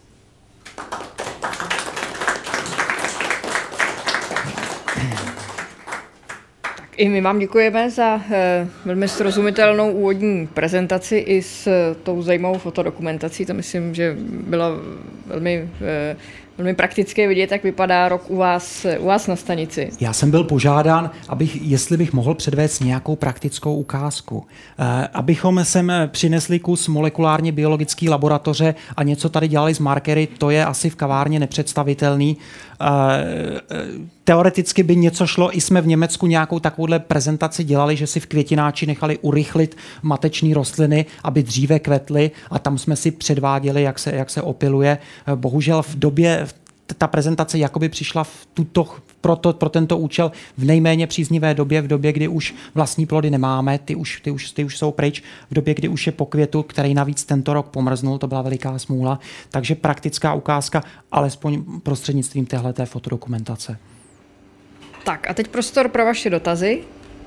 I my vám děkujeme za velmi srozumitelnou úvodní prezentaci i s tou zajímavou fotodokumentací. To myslím, že byla velmi velmi praktické vidět, jak vypadá rok u vás na stanici. Já jsem byl požádán, jestli bych mohl předvést nějakou praktickou ukázku. Abychom sem přinesli kus molekulárně biologické laboratoře a něco tady dělali s markery, to je asi v kavárně nepředstavitelný. Teoreticky by něco šlo, i jsme v Německu nějakou takovouhle prezentaci dělali, že si v květináči nechali urychlit mateční rostliny, aby dříve kvetly, a tam jsme si předváděli, jak se opyluje. Bohužel v době ta prezentace jakoby přišla pro tento účel v nejméně příznivé době, v době, kdy už vlastní plody nemáme, ty už jsou pryč, v době, kdy už je po květu, který navíc tento rok pomrznul, to byla veliká smůla. Takže praktická ukázka, alespoň prostřednictvím téhleté fotodokumentace. Tak a teď prostor pro vaše dotazy.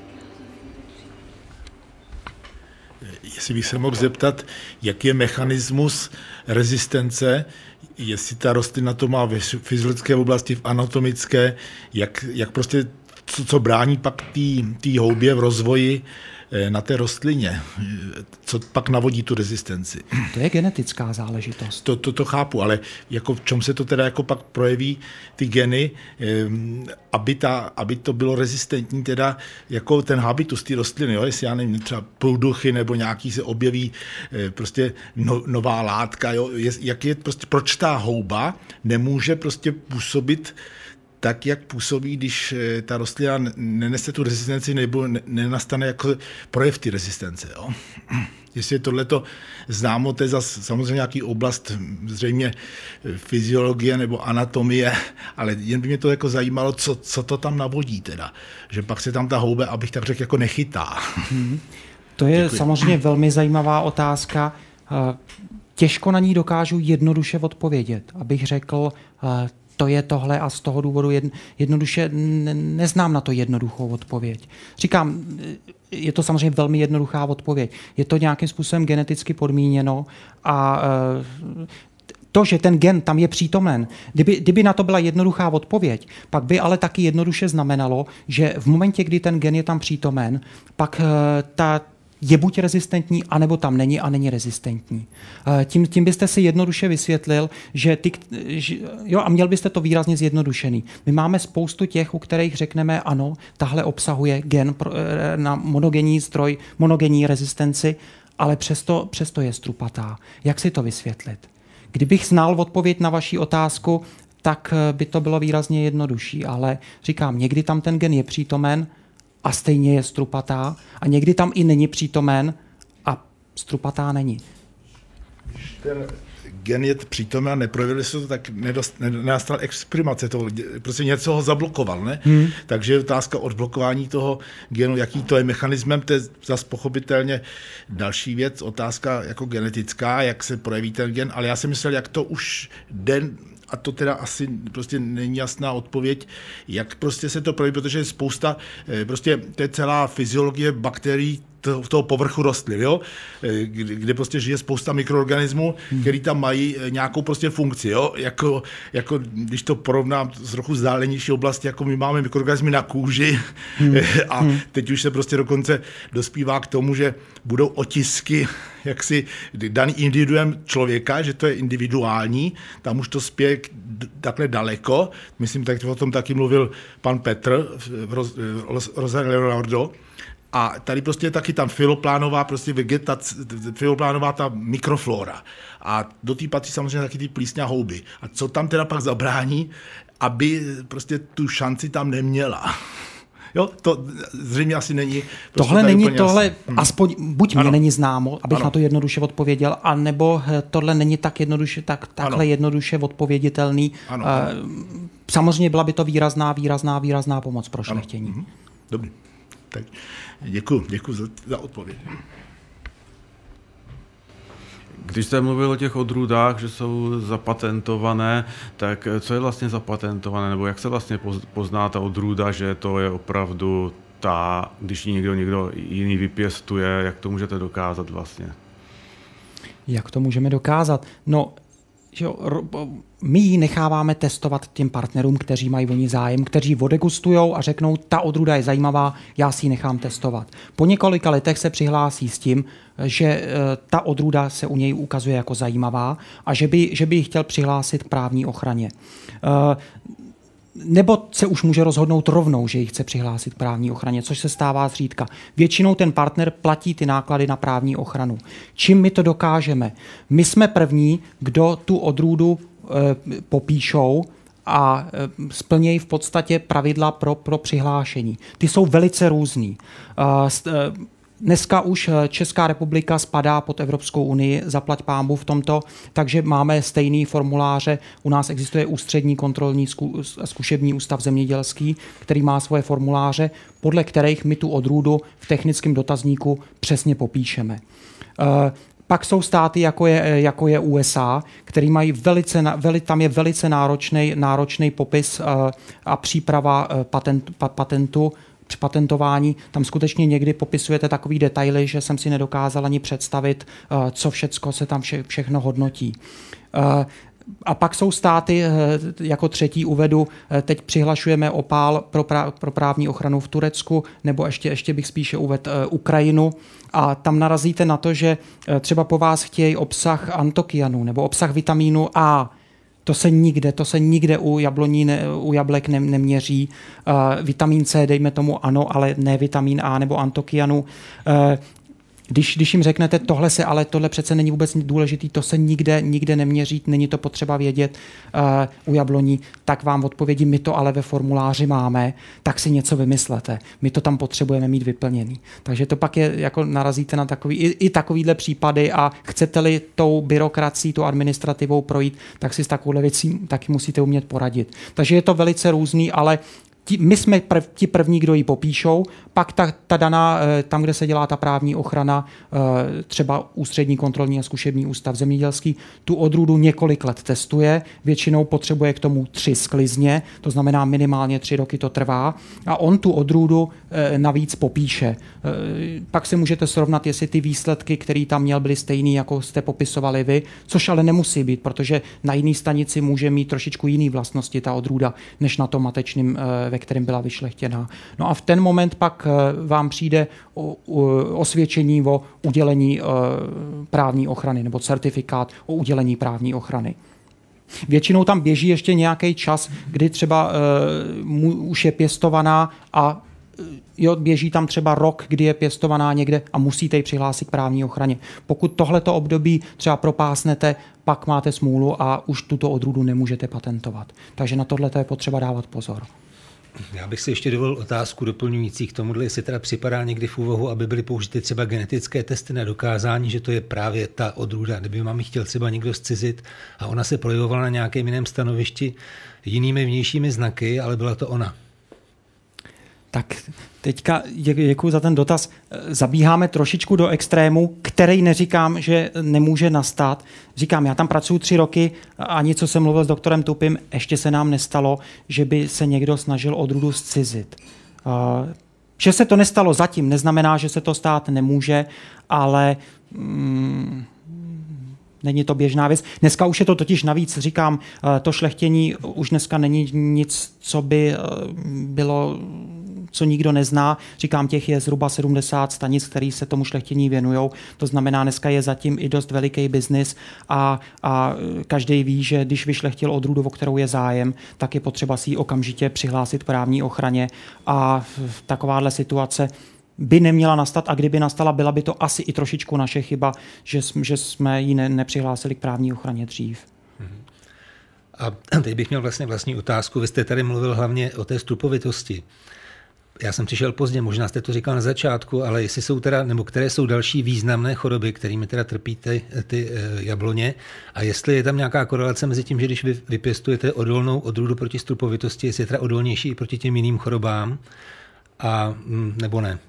Jestli bych se mohl zeptat, jak je mechanismus rezistence, jestli ta rostlina to má v fyziologické oblasti, v anatomické, jak prostě, co brání pak té houbě v rozvoji na té rostlině, co pak navodí tu rezistenci. To je genetická záležitost. To chápu, ale jako v čem se to teda jako pak projeví ty geny, aby to bylo rezistentní, teda jako ten habitus té rostliny, jo? Jestli já nevím, třeba průduchy nebo nějaký se objeví prostě nová látka, jo? Jak je prostě, proč ta houba nemůže prostě působit tak, jak působí, když ta rostlina nenese tu rezistenci nebo nenastane jako projev ty rezistence. Jo? Jestli je tohleto známo, to je zase samozřejmě nějaký oblast zřejmě fyziologie nebo anatomie, ale jen by mě to jako zajímalo, co to tam navodí teda. Že pak se tam ta houba, abych tak řekl, jako nechytá. To je samozřejmě velmi zajímavá otázka. Těžko na ní dokážu jednoduše odpovědět, abych řekl, to je tohle a z toho důvodu jednoduše neznám na to jednoduchou odpověď. Říkám, je to samozřejmě velmi jednoduchá odpověď. Je to nějakým způsobem geneticky podmíněno a to, že ten gen tam je přítomen, kdyby na to byla jednoduchá odpověď, pak by ale taky jednoduše znamenalo, že v momentě, kdy ten gen je tam přítomen, pak je buď rezistentní, anebo tam není a není rezistentní. Tím byste si jednoduše vysvětlil, a měl byste to výrazně zjednodušený. My máme spoustu těch, u kterých řekneme, ano, tahle obsahuje gen na monogenní zdroj, monogenní rezistenci, ale přesto je strupatá. Jak si to vysvětlit? Kdybych znal odpověď na vaši otázku, tak by to bylo výrazně jednodušší, ale říkám, někdy tam ten gen je přítomen a stejně je strupatá a někdy tam i není přítomen a strupatá není. Ten gen je přítomen a neprojevili se to, tak nenastala exprimace, prostě něco ho zablokoval, ne? Takže je otázka odblokování toho genu, jaký to je mechanismem, to je zase pochopitelně další věc, otázka jako genetická, jak se projeví ten gen, ale já jsem myslel, jak to už a to teda asi prostě není jasná odpověď, jak prostě se to projeví, protože je spousta, prostě to je celá fyziologie bakterií toho povrchu rostlin, jo? Kde prostě žije spousta mikroorganismů, který tam mají nějakou prostě funkci, jo? Jako když to porovnám z trochu vzdálenější oblasti, jako my máme mikroorganismy na kůži a teď už se prostě dokonce dospívá k tomu, že budou otisky jaksi daný individuem člověka, že to je individuální, tam už to spěje takhle daleko, myslím, tak o tom taky mluvil pan Petr Rosario Leonardo. A tady prostě je taky tam filoplánová prostě vegetace, filoplánová ta mikroflora. A do té patří samozřejmě taky ty plísně a houby. A co tam teda pak zabrání, aby prostě tu šanci tam neměla? Jo, to zřejmě asi není. Tohle aspoň buď mě není známo, abych na to jednoduše odpověděl, anebo tohle není tak jednoduše, takhle jednoduše odpověditelný. Samozřejmě byla by to výrazná pomoc pro šlechtění. Dobrý. Tak děkuji za odpověď. Když jste mluvil o těch odrůdách, že jsou zapatentované, tak co je vlastně zapatentované, nebo jak se vlastně pozná ta odrůda, že to je opravdu ta, když ji někdo jiný vypěstuje, jak to můžete dokázat vlastně? Jak to můžeme dokázat? No, my ji necháváme testovat těm partnerům, kteří mají o ní zájem, kteří odegustujou a řeknou, ta odrůda je zajímavá, já si ji nechám testovat. Po několika letech se přihlásí s tím, že ta odrůda se u něj ukazuje jako zajímavá a že by ji chtěl přihlásit k právní ochraně. Nebo se už může rozhodnout rovnou, že ji chce přihlásit k právní ochraně, což se stává zřídka. Většinou ten partner platí ty náklady na právní ochranu. Čím my to dokážeme? My jsme první, kdo tu odrůdu popíšou a splnějí v podstatě pravidla pro přihlášení. Ty jsou velice různý. Dneska už Česká republika spadá pod Evropskou unii, zaplať pánbu v tomto, takže máme stejný formuláře. U nás existuje ústřední kontrolní zkušební ústav zemědělský, který má svoje formuláře, podle kterých my tu odrůdu v technickém dotazníku přesně popíšeme. Pak jsou státy, jako je USA, který mají tam je velice náročný popis a příprava patentu, při patentování. Tam skutečně někdy popisujete takový detaily, že jsem si nedokázal ani představit, co všecko se tam všechno hodnotí. A pak jsou státy, jako třetí uvedu, teď přihlašujeme opál pro právní ochranu v Turecku, nebo ještě bych spíše uvedl Ukrajinu. A tam narazíte na to, že třeba po vás chtějí obsah antokyanu nebo obsah vitamínu A. To se nikde u jablek neměří. Vitamin C, dejme tomu ano, ale ne vitamin A nebo antokyanu. Když jim řeknete, tohle přece není vůbec důležitý, to se nikde neměří, není to potřeba vědět u jabloní, tak vám odpovědí, my to ale ve formuláři máme, tak si něco vymyslete. My to tam potřebujeme mít vyplněný. Takže to pak je, jako narazíte na takovýhle případy a chcete-li tou byrokracií, tou administrativou projít, tak si s takovouhle věcí taky musíte umět poradit. Takže je to velice různý, ale my jsme ti první, kdo ji popíšou, pak ta daná, tam, kde se dělá ta právní ochrana, třeba ústřední kontrolní a zkušební ústav zemědělský, tu odrůdu několik let testuje, většinou potřebuje k tomu 3 sklizně, to znamená minimálně 3 roky to trvá a on tu odrůdu navíc popíše. Pak si můžete srovnat, jestli ty výsledky, které tam měl, byly stejný, jako jste popisovali vy, což ale nemusí být, protože na jiný stanici může mít trošičku jiný vlastnosti ta odrůda, než na tom matečným, ve kterém byla vyšlechtěná. No a v ten moment pak vám přijde osvědčení o udělení právní ochrany nebo certifikát o udělení právní ochrany. Většinou tam běží ještě nějaký čas, kdy třeba už je pěstovaná a běží tam třeba rok, kdy je pěstovaná někde a musíte ji přihlásit k právní ochraně. Pokud tohleto období třeba propásnete, pak máte smůlu a už tuto odrůdu nemůžete patentovat. Takže na tohleto je potřeba dávat pozor. Já bych si ještě dovolil otázku doplňující k tomuhle, jestli teda připadá někdy v úvahu, aby byly použity třeba genetické testy na dokázání, že to je právě ta odrůda. Kdyby vám ji chtěl třeba někdo zcizit a ona se projevovala na nějakém jiném stanovišti jinými vnějšími znaky, ale byla to ona. Tak teďka děkuji za ten dotaz. Zabíháme trošičku do extrému, který neříkám, že nemůže nastat. Říkám, já tam pracuji 3 roky a ani co jsem mluvil s doktorem Tupim, ještě se nám nestalo, že by se někdo snažil odrůdu zcizit. Že se to nestalo zatím, neznamená, že se to stát nemůže, ale není to běžná věc. Dneska už je to totiž navíc, říkám, to šlechtění už dneska není nic, co by bylo, co nikdo nezná. Říkám, těch je zhruba 70 stanic, který se tomu šlechtění věnujou. To znamená, dneska je zatím i dost veliký biznis a každý ví, že když vyšlechtil odrůdu, o kterou je zájem, tak je potřeba si ji okamžitě přihlásit k právní ochraně a v takováhle situace by neměla nastat a kdyby nastala, byla by to asi i trošičku naše chyba, že jsme ji nepřihlásili k právní ochraně dřív. A teď bych měl vlastně vlastní otázku. Vy jste tady mluvil hlavně o té strupovitosti. Já jsem přišel pozdě, možná jste to říkal na začátku, ale jestli jsou teda, nebo které jsou další významné choroby, kterými teda trpí ty jabloně a jestli je tam nějaká korelace mezi tím, že když vy vypěstujete odolnou odrůdu proti strupovitosti, jestli je teda odolnější i proti těm jiným chorobám, a nebo ne?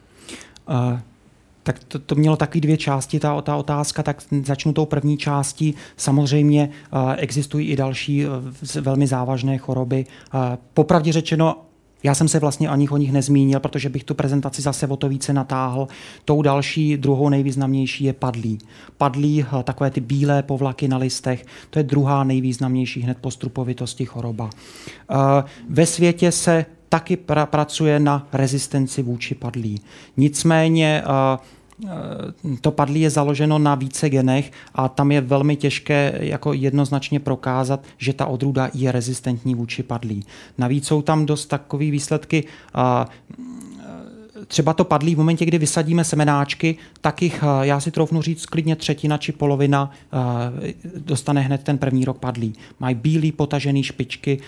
Tak to mělo taky 2 části, ta otázka, tak začnu tou první částí. Samozřejmě existují i další velmi závažné choroby. Popravdě řečeno, Já jsem se vlastně ani o nich nezmínil, protože bych tu prezentaci zase o to více natáhl. Tou další, druhou nejvýznamnější je padlí. Padlí, takové ty bílé povlaky na listech, to je druhá nejvýznamnější hned po strupovitosti choroba. Ve světě se taky pracuje na rezistenci vůči padlí. Nicméně to padlí je založeno na více genech a tam je velmi těžké jako jednoznačně prokázat, že ta odrůda je rezistentní vůči padlí. Navíc jsou tam dost takové výsledky, třeba to padlí v momentě, kdy vysadíme semenáčky, tak jich, já si troufnu říct, klidně třetina či polovina dostane hned ten první rok padlí. Mají bílý potažený špičky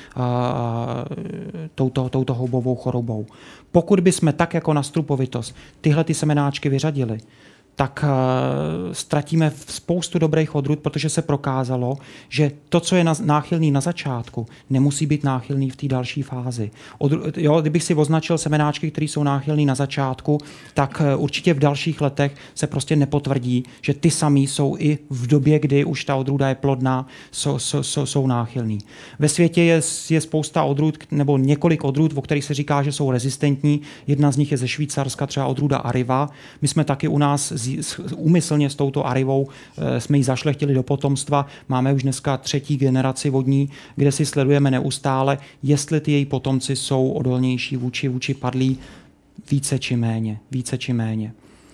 touto houbovou chorobou. Pokud bychom tak jako na strupovitost tyhle ty semenáčky vyřadili, tak ztratíme spoustu dobrých odrůd, protože se prokázalo, že to, co je náchylný na začátku, nemusí být náchylný v té další fázi. Kdybych si označil semenáčky, které jsou náchylný na začátku, tak určitě v dalších letech se prostě nepotvrdí, že ty samý jsou i v době, kdy už ta odrůda je plodná, jsou náchylný. Ve světě je spousta odrůd, nebo několik odrůd, o kterých se říká, že jsou rezistentní. Jedna z nich je ze Švýcarska, třeba odrůda Arriva. My jsme taky u nás úmyslně s touto Arrivou jsme ji zašlechtili do potomstva. Máme už dneska 3. generaci vodní, kde si sledujeme neustále, jestli ty její potomci jsou odolnější vůči padlí více či méně.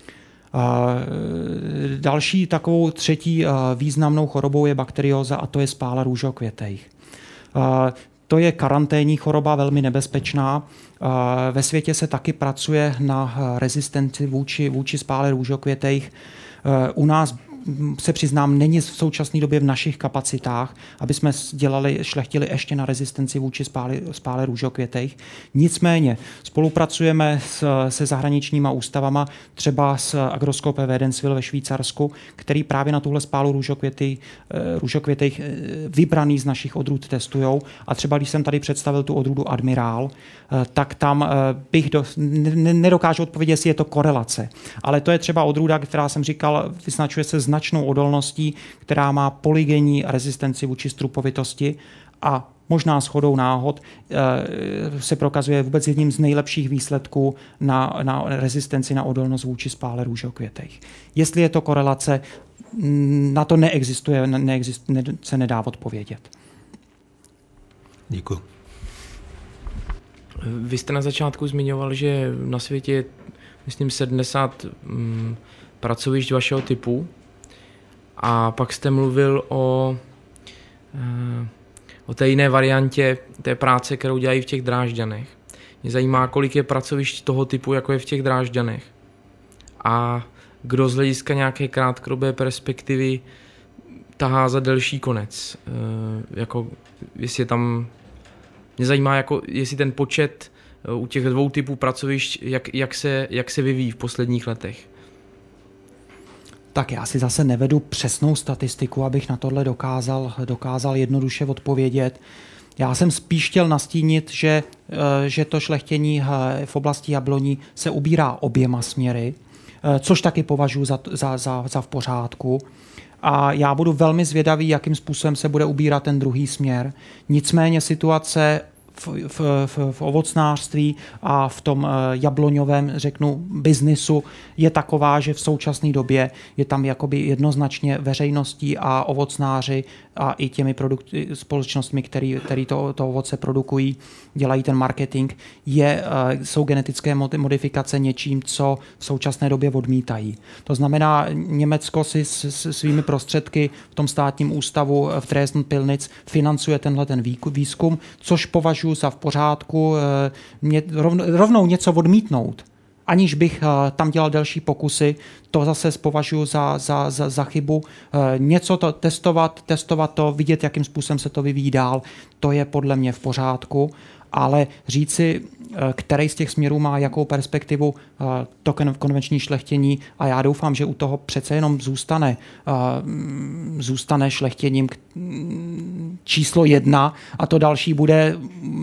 Další takovou třetí významnou chorobou je bakterióza a to je spála růžokvětejch. To je karanténní choroba, velmi nebezpečná. Ve světě se taky pracuje na rezistenci vůči spále růžokvětejch. U nás se přiznám, není v současné době v našich kapacitách, aby jsme šlechtili ještě na rezistenci vůči spále růžokvětejch. Nicméně spolupracujeme se zahraničníma ústavama, třeba s Agroskopem Wädenswil ve Švýcarsku, který právě na tuhle spálu růžokvětejch vybraný z našich odrůd testujou. A třeba když jsem tady představil tu odrůdu Admiral, tak tam bych nedokážu odpovědět, jestli je to korelace. Ale to je třeba odrůda, která jsem říkal, vyznačuje se značnou odolností, která má polygenní rezistenci vůči strupovitosti a možná shodou náhod se prokazuje vůbec jedním z nejlepších výsledků na rezistenci na odolnost vůči spále růžokvětejch. Jestli je to korelace, na to se nedá odpovědět. Děkuji. Vy jste na začátku zmiňoval, že na světě je, myslím, 70 pracovišť vašeho typu a pak jste mluvil o té jiné variantě té práce, kterou dělají v těch Drážďanech. Mě zajímá, kolik je pracovišť toho typu, jako je v těch Drážďanech a kdo z hlediska nějaké krátkodobé perspektivy tahá za delší konec. Jako, jestli je tam... Mě zajímá, jako, jestli ten počet u těch dvou typů pracovišť, jak se vyvíjí v posledních letech. Tak já si zase nevedu přesnou statistiku, abych na tohle dokázal jednoduše odpovědět. Já jsem spíš chtěl nastínit, že to šlechtění v oblasti jabloní se ubírá oběma směry, což taky považuji za v pořádku. A já budu velmi zvědavý, jakým způsobem se bude ubírat ten druhý směr. Nicméně situace v ovocnářství a v tom jabloňovém, řeknu, biznisu je taková, že v současné době je tam jakoby jednoznačně veřejností a ovocnáři a i těmi společnostmi, který to ovoce produkují, dělají ten marketing, jsou genetické modifikace něčím, co v současné době odmítají. To znamená, Německo si svými prostředky v tom státním ústavu v Dresden-Pillnitz financuje ten výzkum, což považuji za v pořádku, rovnou něco odmítnout, aniž bych tam dělal další pokusy, to zase považuji za chybu. Něco to testovat to, vidět, jakým způsobem se to vyvíjí dál, to je podle mě v pořádku, ale říci, který z těch směrů má jakou perspektivu to konvenční šlechtění a já doufám, že u toho přece jenom zůstane šlechtěním číslo 1 a to další bude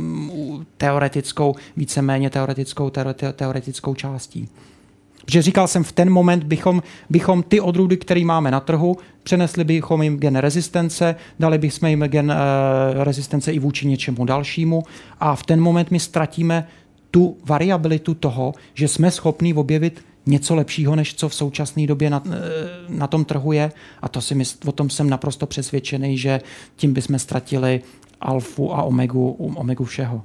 víceméně teoretickou částí. Protože říkal jsem, v ten moment bychom ty odrůdy, které máme na trhu, přenesli bychom jim gen rezistence, dali bychom jim gen rezistence i vůči něčemu dalšímu a v ten moment my ztratíme tu variabilitu toho, že jsme schopni objevit něco lepšího, než co v současné době na tom trhu je. A o tom jsem naprosto přesvědčený, že tím bychom ztratili alfu a omegu všeho.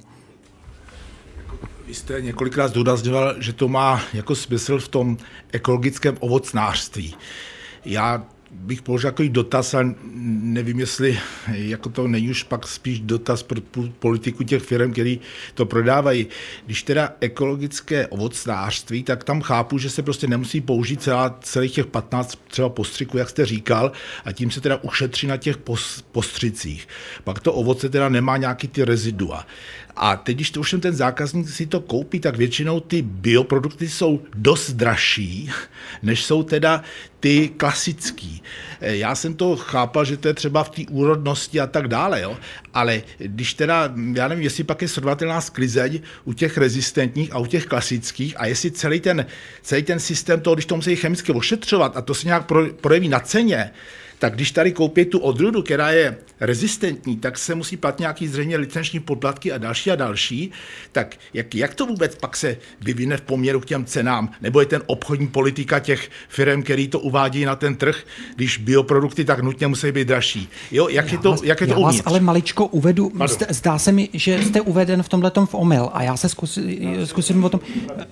Vy jste několikrát zdůrazňoval, že to má jako smysl v tom ekologickém ovocnářství. Já bych položil takový dotaz, ale nevím, jestli jako to není už pak spíš dotaz pro politiku těch firm, který to prodávají. Když teda ekologické ovocnářství, tak tam chápu, že se prostě nemusí použít celých těch 15 třeba postřiků, jak jste říkal, a tím se teda ušetří na těch postřicích. Pak to ovoce teda nemá nějaký ty rezidua. A teď, když to už ten zákazník si to koupí, tak většinou ty bioprodukty jsou dost dražší, než jsou teda ty klasický. Já jsem to chápal, že to je třeba v té úrodnosti a tak dále, jo? Ale když teda, já nevím, jestli pak je srovnatelná sklizeň u těch rezistentních a u těch klasických a jestli celý ten systém toho, když to musí chemicky ošetřovat a to se nějak projeví na ceně, tak když tady koupí tu odrůdu, která je rezistentní, tak se musí platit nějaký zřejmě licenční poplatky a další. Tak jak to vůbec pak se vyvine v poměru k těm cenám? Nebo je ten obchodní politika těch firm, který to uvádí na ten trh, když bioprodukty tak nutně musí být dražší? Jo, jak je to uvnitř? Vás ale maličko uvedu, zdá se mi, že jste uveden v tomhletom v omyl a já se zkusím o tom.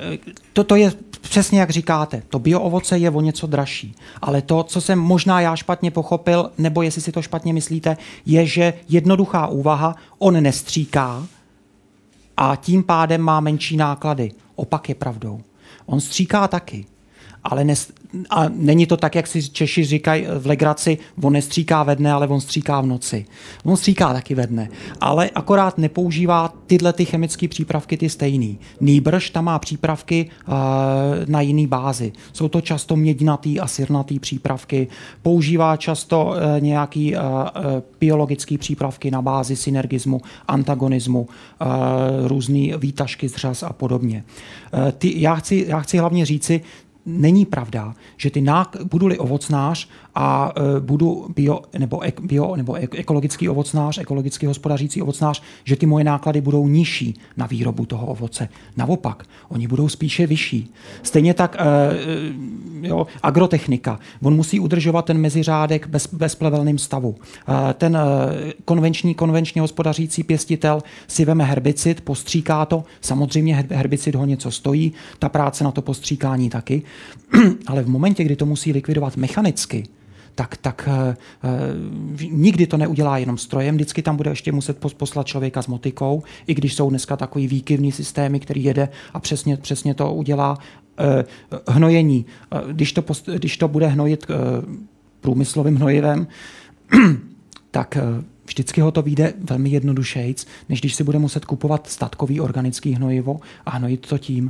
To je přesně jak říkáte, to bioovoce je o něco dražší, ale to, co jsem možná já špatně pochopil, nebo jestli si to špatně myslíte, je, že jednoduchá úvaha, on nestříká a tím pádem má menší náklady. Opak je pravdou. On stříká taky, ale a není to tak, jak si Češi říkají v legraci, on nestříká ve dne, ale on stříká v noci. On stříká taky ve dne, ale akorát nepoužívá tyhle ty chemické přípravky ty stejný. Nýbrž tam má přípravky na jiný bázi. Jsou to často měďnatý a sirnatý přípravky. Používá často nějaký biologický přípravky na bázi synergismu, antagonismu, různý výtažky z řas a podobně. Já chci hlavně říci, není pravda, že budu-li ovocnář a budu bio nebo ekologický ovocnář, ekologicky hospodařící ovocnář, že ty moje náklady budou nižší na výrobu toho ovoce. Naopak, oni budou spíše vyšší. Stejně tak agrotechnika. On musí udržovat ten meziřádek bez plevelným stavu. Ten konvenčně hospodařící pěstitel si veme herbicid, postříká to. Samozřejmě herbicid ho něco stojí, ta práce na to postříkání taky. Ale v momentě, kdy to musí likvidovat mechanicky, tak nikdy to neudělá jenom strojem, vždycky tam bude ještě muset poslat člověka s motikou, i když jsou dneska takový výkyvný systémy, který jede a přesně to udělá. Hnojení. Když to bude hnojit průmyslovým hnojivem, tak vždycky ho to vyjde velmi jednodušejc, než když si bude muset kupovat statkový organický hnojivo a hnojit to tím.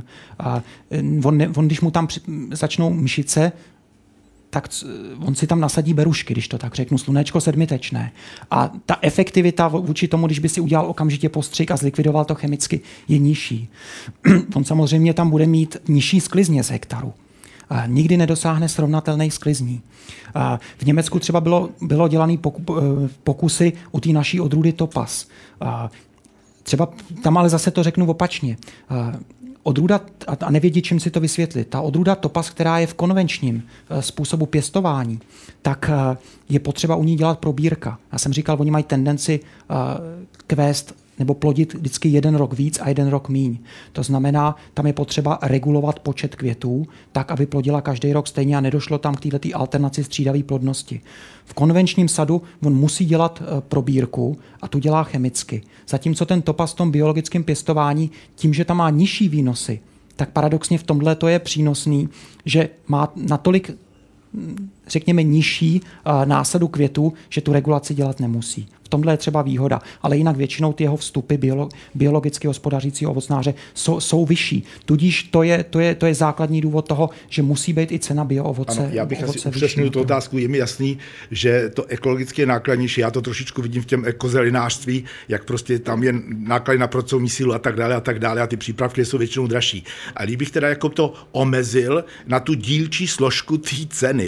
On když mu tam začnou myšice, tak on si tam nasadí berušky, když to tak řeknu, slunečko sedmitečné. A ta efektivita vůči tomu, když by si udělal okamžitě postřik a zlikvidoval to chemicky, je nižší. On samozřejmě tam bude mít nižší sklizně z hektaru. Nikdy nedosáhne srovnatelných sklizní. V Německu třeba bylo dělané pokusy u té naší odrůdy Topaz. Třeba tam ale zase to řeknu opačně. Odrůda, a nevědí, čím si to vysvětlit, ta odrůda Topaz, která je v konvenčním způsobu pěstování, tak je potřeba u ní dělat probírka. Já jsem říkal, oni mají tendenci kvést nebo plodit vždycky 1 rok víc a 1 rok míň. To znamená, tam je potřeba regulovat počet květů, tak, aby plodila každý rok stejně a nedošlo tam k této alternaci střídavé plodnosti. V konvenčním sadu on musí dělat probírku a tu dělá chemicky. Zatímco ten Topaz v tom biologickém pěstování, tím, že tam má nižší výnosy, tak paradoxně v tomhle to je přínosný, že má natolik, řekněme, nižší násadu květů, že tu regulaci dělat nemusí. V tomhle je třeba výhoda, ale jinak většinou ty jeho vstupy biologicky hospodařícího ovocnáře jsou vyšší. Tudíž to je základní důvod toho, že musí být i cena bioovoce. Ano, já bych asi upřesnil tu otázku. Je mi jasný, že to ekologicky je nákladnější. Já to trošičku vidím v těm ekozelinářství, jak prostě tam je náklady na pracovní sílu a tak dále a ty přípravky jsou většinou dražší. A kdybych teda jako to omezil na tu dílčí složku té ceny, jo,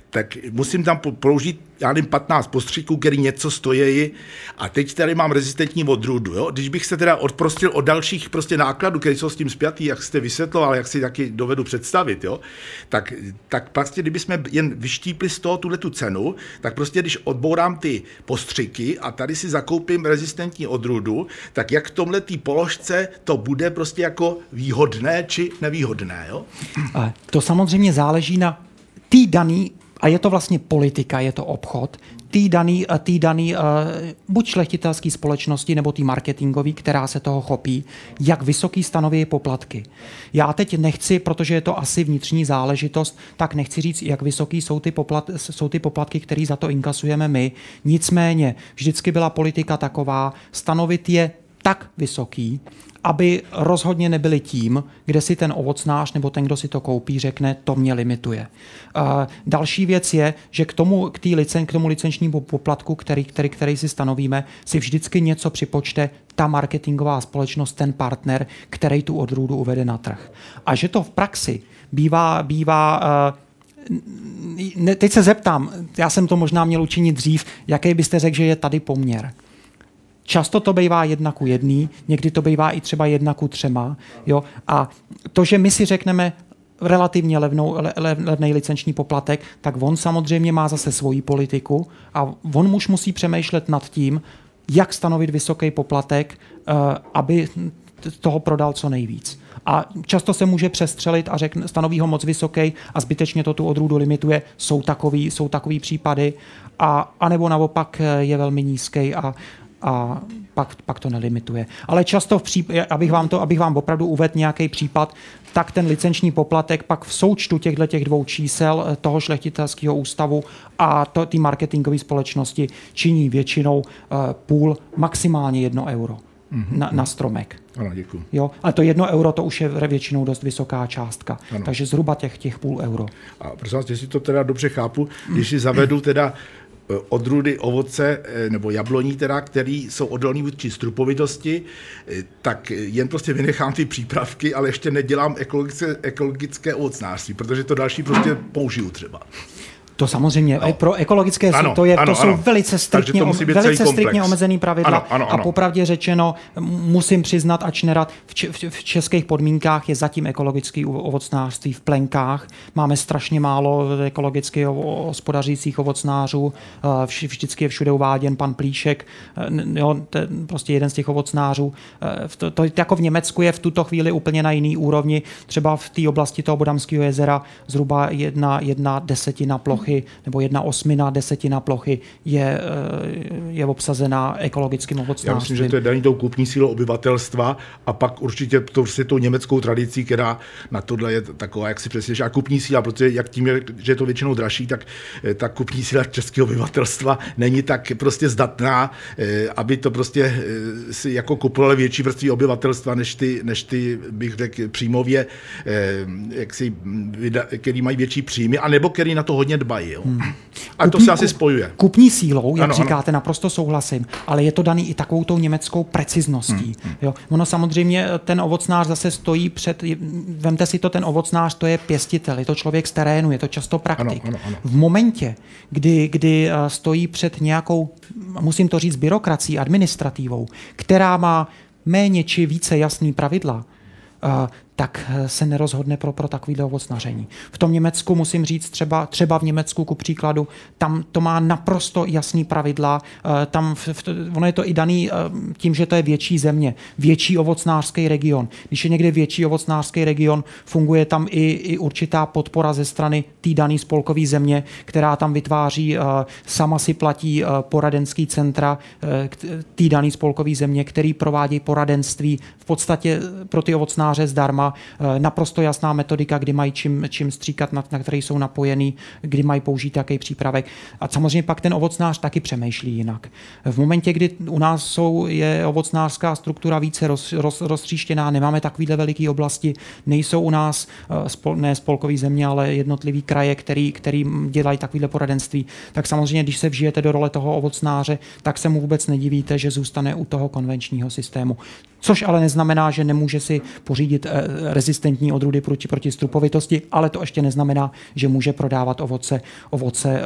tak musím tam použít, já nevím, 15 postřiků, který něco stojí, a teď tady mám rezistentní odrůdu. Jo? Když bych se teda odprostil od dalších prostě nákladů, které jsou s tím spjatý, jak jste vysvětloval, jak si taky dovedu představit, jo? Tak prostě, kdybychom jen vyštípli z toho tu cenu, tak prostě, když odbourám ty postřiky a tady si zakoupím rezistentní odrůdu, tak jak v tomhle té položce to bude prostě jako výhodné či nevýhodné. Jo? To samozřejmě záleží na tý daný, a je to vlastně politika, je to obchod, tý daný buď šlechtitelský společnosti nebo tý marketingový, která se toho chopí, jak vysoký stanoví poplatky. Já teď nechci, protože je to asi vnitřní záležitost, tak nechci říct, jak vysoký jsou ty poplatky, které za to inkasujeme my. Nicméně vždycky byla politika taková, stanovit je tak vysoký, aby rozhodně nebyli tím, kde si ten ovocnář nebo ten, kdo si to koupí, řekne, to mě limituje. Další věc je, že k tomu licenčnímu poplatku, který si stanovíme, si vždycky něco připočte ta marketingová společnost, ten partner, který tu odrůdu uvede na trh. A že to v praxi bývá teď se zeptám, já jsem to možná měl učinit dřív, jaký byste řekl, že je tady poměr? Často to bývá 1:1, někdy to bývá i třeba 1:3. Jo? A to, že my si řekneme relativně levný licenční poplatek, tak on samozřejmě má zase svoji politiku a on už musí přemýšlet nad tím, jak stanovit vysoký poplatek, aby toho prodal co nejvíc. A často se může přestřelit a stanoví ho moc vysoký a zbytečně to tu odrůdu limituje. Jsou takový případy. A nebo naopak je velmi nízký a pak to nelimituje. Ale často, abych vám opravdu uvedl nějaký případ, tak ten licenční poplatek pak v součtu těch dvou čísel toho šlechtitelského ústavu a ty marketingové společnosti činí většinou půl, maximálně 1 euro na stromek. Ano, děkuji. Jo, ale to 1 euro, to už je většinou dost vysoká částka. Ano. Takže zhruba těch půl euro. A prosím vás, jestli to teda dobře chápu, když si zavedu teda odrůdy ovoce nebo jabloní, teda, které jsou odolné vůči strupovitosti, tak jen prostě vynechám ty přípravky, ale ještě nedělám ekologické ovocnářství, protože to další prostě použiju třeba. To samozřejmě, no. Pro ekologické to jsou velice striktně omezený pravidla a popravdě řečeno musím přiznat, ač nerad, v českých podmínkách je zatím ekologický ovocnářství v plenkách. Máme strašně málo ekologicky hospodařících ovocnářů. Vždycky je všude uváděn pan Plíšek, prostě jeden z těch ovocnářů. To jako v Německu je v tuto chvíli úplně na jiný úrovni. Třeba v té oblasti toho Bodamského jezera zhruba 1/10 plochy nebo 1/8 plochy je obsazená ekologickým ovocnářstvím. Já myslím, že to je daný tou kupní sílou obyvatelstva a pak určitě to je tou německou tradicí, která na tohle je taková, jak si přesvědčí, a kupní síla, protože jak tím je, že je to většinou dražší, tak ta kupní síla českého obyvatelstva není tak prostě zdatná, aby to prostě si jako kupovali větší vrství obyvatelstva, než ty bych řekl příjmově, který mají větší příjmy, anebo který na to hodně dbají. Jo. A to se asi spojuje. Kupní sílou, jak říkáte, naprosto souhlasím, ale je to daný i takovou tou německou precizností. Jo. Ono samozřejmě, ten ovocnář zase stojí vemte si to, ten ovocnář, to je pěstitel, je to člověk z terénu, je to často praktik. Ano. V momentě, kdy stojí před nějakou, musím to říct, byrokracií, administrativou, která má méně či více jasný pravidla, tak se nerozhodne pro takovýhle ovocnaření. V tom Německu musím říct, třeba v Německu ku příkladu, tam to má naprosto jasný pravidla, ono je to i daný tím, že to je větší země, větší ovocnářský region. Když je někde větší ovocnářský region, funguje tam i určitá podpora ze strany té dané spolkové země, která tam vytváří, sama si platí poradenský centra té dané spolkové země, který provádí poradenství v podstatě pro ty ovocnáře zdarma. Naprosto jasná metodika, kdy mají čím stříkat, na který jsou napojený, kdy mají použít jaký přípravek. A samozřejmě pak ten ovocnář taky přemýšlí jinak. V momentě, kdy u nás je ovocnářská struktura více roztříštěná, nemáme takovýhle veliký oblasti, nejsou u nás ne spolkový země, ale jednotlivý kraje, který dělají takovýhle poradenství, tak samozřejmě, když se vžijete do role toho ovocnáře, tak se mu vůbec nedivíte, že zůstane u toho konvenčního systému. Což ale neznamená, že nemůže si pořídit rezistentní odrůdy proti strupovitosti, ale to ještě neznamená, že může prodávat ovoce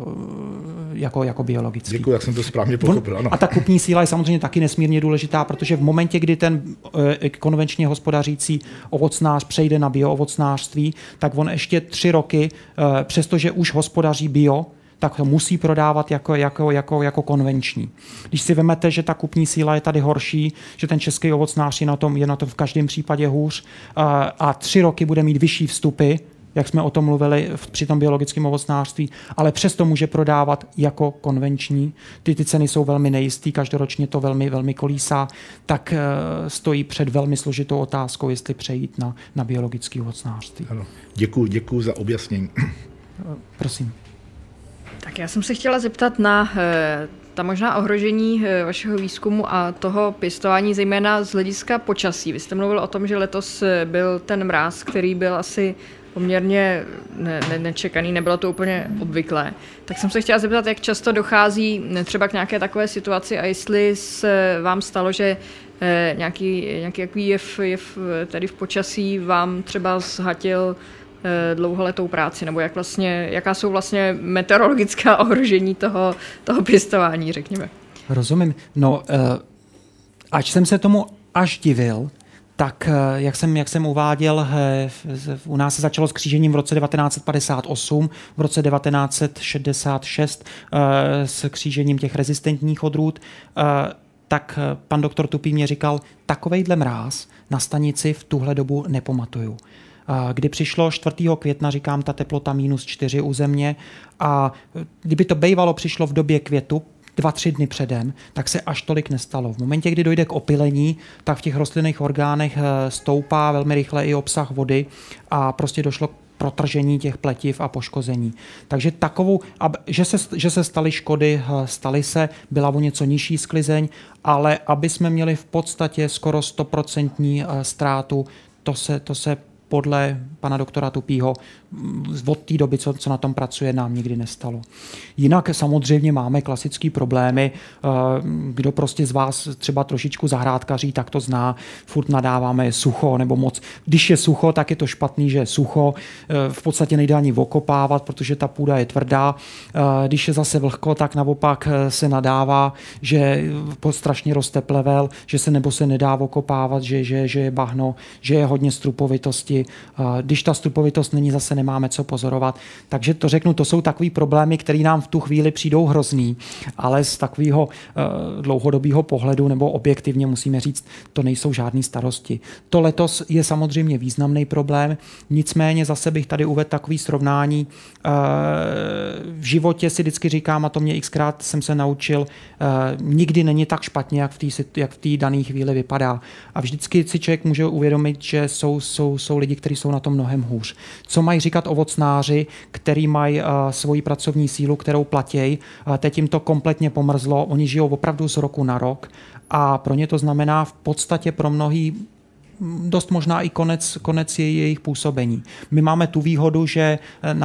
jako biologický. Děkuji, jak jsem to správně pochopil. Ano. A ta kupní síla je samozřejmě taky nesmírně důležitá, protože v momentě, kdy ten konvenčně hospodařící ovocnář přejde na bioovocnářství, tak on ještě 3 roky, přestože už hospodaří bio, tak to musí prodávat jako konvenční. Když si vemete, že ta kupní síla je tady horší, že ten český ovocnář je na tom v každém případě hůř a 3 roky bude mít vyšší vstupy, jak jsme o tom mluvili při tom biologickém ovocnářství, ale přesto může prodávat jako konvenční. Ty ceny jsou velmi nejistý, každoročně to velmi, velmi kolísá, tak stojí před velmi složitou otázkou, jestli přejít na biologické ovocnářství. Ano. Děkuji za objasnění. Prosím. Tak já jsem se chtěla zeptat na ta možná ohrožení vašeho výzkumu a toho pěstování, zejména z hlediska počasí. Vy jste mluvil o tom, že letos byl ten mráz, který byl asi poměrně nečekaný, nebylo to úplně obvyklé. Tak jsem se chtěla zeptat, jak často dochází třeba k nějaké takové situaci a jestli se vám stalo, že nějaký jev tedy v počasí vám třeba zhatil dlouholetou práci, nebo jaká jsou vlastně meteorologická ohrožení toho pěstování, řekněme. Rozumím. No, ač jsem se tomu až divil, tak jak jsem uváděl, u nás se začalo s křížením v roce 1958, v roce 1966 s křížením těch rezistentních odrůd, tak pan doktor Tupý mě říkal, takovejhle mráz na stanici v tuhle dobu nepamatuju. Kdy přišlo 4. května, říkám, ta teplota -4 u země a kdyby to bývalo přišlo v době květu, 2-3 dny předem, tak se až tolik nestalo. V momentě, kdy dojde k opylení, tak v těch rostlinných orgánech stoupá velmi rychle i obsah vody a prostě došlo k protržení těch pletiv a poškození. Takže takovou, že se staly škody, staly se, byla o něco nižší sklizeň, ale aby jsme měli v podstatě skoro 100% ztrátu, to se podle pana doktora Tupýho od té doby, co na tom pracuje, nám nikdy nestalo. Jinak samozřejmě máme klasické problémy. Kdo prostě z vás třeba trošičku zahrádkaří, tak to zná. Furt nadáváme sucho nebo moc. Když je sucho, tak je to špatný, že je sucho. V podstatě nejde ani okopávat, protože ta půda je tvrdá. Když je zase vlhko, tak naopak se nadává, že strašně roste plevel, že se nedá okopávat, že je bahno, že je hodně strupovitosti. Když ta strupovitost není, zase nemáme co pozorovat. Takže to řeknu, to jsou takový problémy, které nám v tu chvíli přijdou hrozný, ale z takového dlouhodobého pohledu nebo objektivně musíme říct, to nejsou žádný starosti. To letos je samozřejmě významný problém, nicméně zase bych tady uvedl takový srovnání. V životě si vždycky říkám, a to mě xkrát jsem se naučil, nikdy není tak špatně, jak v té dané chvíli vypadá. A vždycky si člověk může uvědomit, že jsou lidi, kteří jsou na tom mnohem hůř. Co mají říkat ovocnáři, který mají svoji pracovní sílu, kterou platí, teď jim to kompletně pomrzlo, oni žijou opravdu z roku na rok a pro ně to znamená v podstatě pro mnohý dost možná i konec jejich působení. My máme tu výhodu, že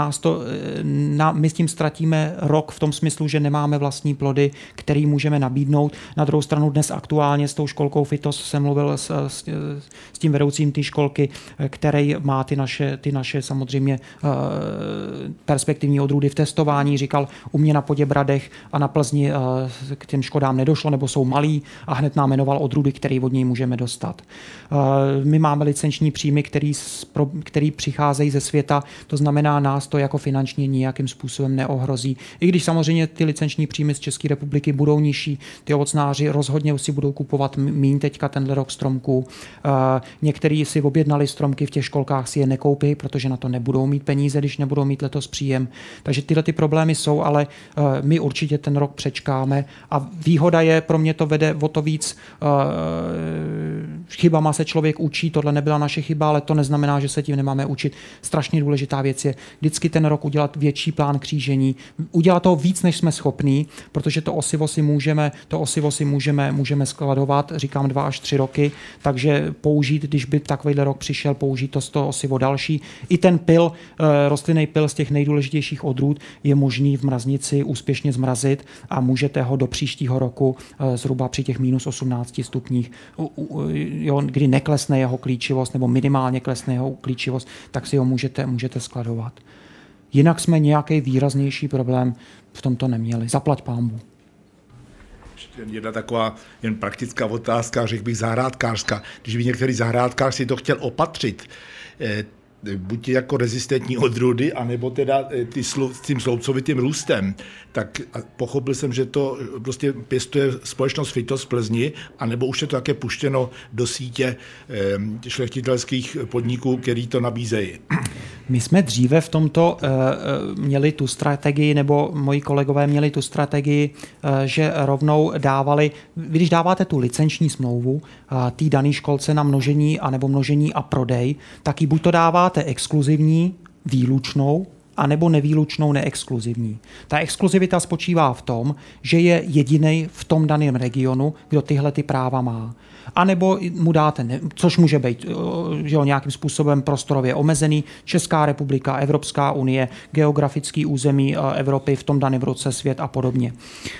my s tím ztratíme rok v tom smyslu, že nemáme vlastní plody, který můžeme nabídnout. Na druhou stranu dnes aktuálně s tou školkou FITOS jsem mluvil s tím vedoucím té školky, který má ty naše samozřejmě perspektivní odrůdy v testování. Říkal, u mě na Poděbradech a na Plzni k těm škodám nedošlo, nebo jsou malý a hned nám jmenoval odrůdy, které od něj můžeme dostat. My máme licenční příjmy, který přicházejí ze světa, to znamená, nás to jako finančně nijakým způsobem neohrozí. I když samozřejmě ty licenční příjmy z České republiky budou nižší, ty ovocnáři rozhodně si budou kupovat míň teďka tenhle rok stromků. Někteří si objednali stromky v těch školkách, si je nekoupí, protože na to nebudou mít peníze, když nebudou mít letos příjem. Takže tyhle ty problémy jsou, ale my určitě ten rok přečkáme a výhoda je, pro mě to vede o to víc, chybama se člověk člověk učí, tohle nebyla naše chyba, ale to neznamená, že se tím nemáme učit. Strašně důležitá věc je vždycky ten rok udělat větší plán křížení, udělat toho víc, než jsme schopní, protože to osivo si můžeme skladovat, říkám 2 až 3 roky, takže použít, když by takovýhle rok přišel, použít to z toho osivo další. I ten pyl, rostlinný pyl z těch nejdůležitějších odrůd je možný v mraznici úspěšně zmrazit a můžete ho do příštího roku zhruba při těch minus 18 stupních, kdy neklesne jeho klíčivost nebo minimálně klesne jeho klíčivost, tak si ho můžete skladovat. Jinak jsme nějaký výraznější problém v tomto neměli. Zaplať pánbůh. Jedna taková jen praktická otázka, řekl bych zahrádkářská. Když by některý zahrádkář si to chtěl opatřit, buď jako rezistentní odrůdy, anebo teda s tím sloupcovitým růstem, tak pochopil jsem, že to prostě pěstuje společnost Fitos v Plzni, anebo už je to také puštěno do sítě šlechtitelských podniků, který to nabízejí. My jsme dříve v tomto měli tu strategii, nebo moji kolegové měli tu strategii, že rovnou dávali, když dáváte tu licenční smlouvu té dané školce na množení anebo množení a prodej, tak ji buď to dáváte exkluzivní, výlučnou, anebo nevýlučnou, neexkluzivní. Ta exkluzivita spočívá v tom, že je jedinej v tom daném regionu, kdo tyhle ty práva má. A nebo mu dáte, což může být že nějakým způsobem prostorově omezený, Česká republika, Evropská unie, geografický území Evropy, v tom daném roce svět a podobně.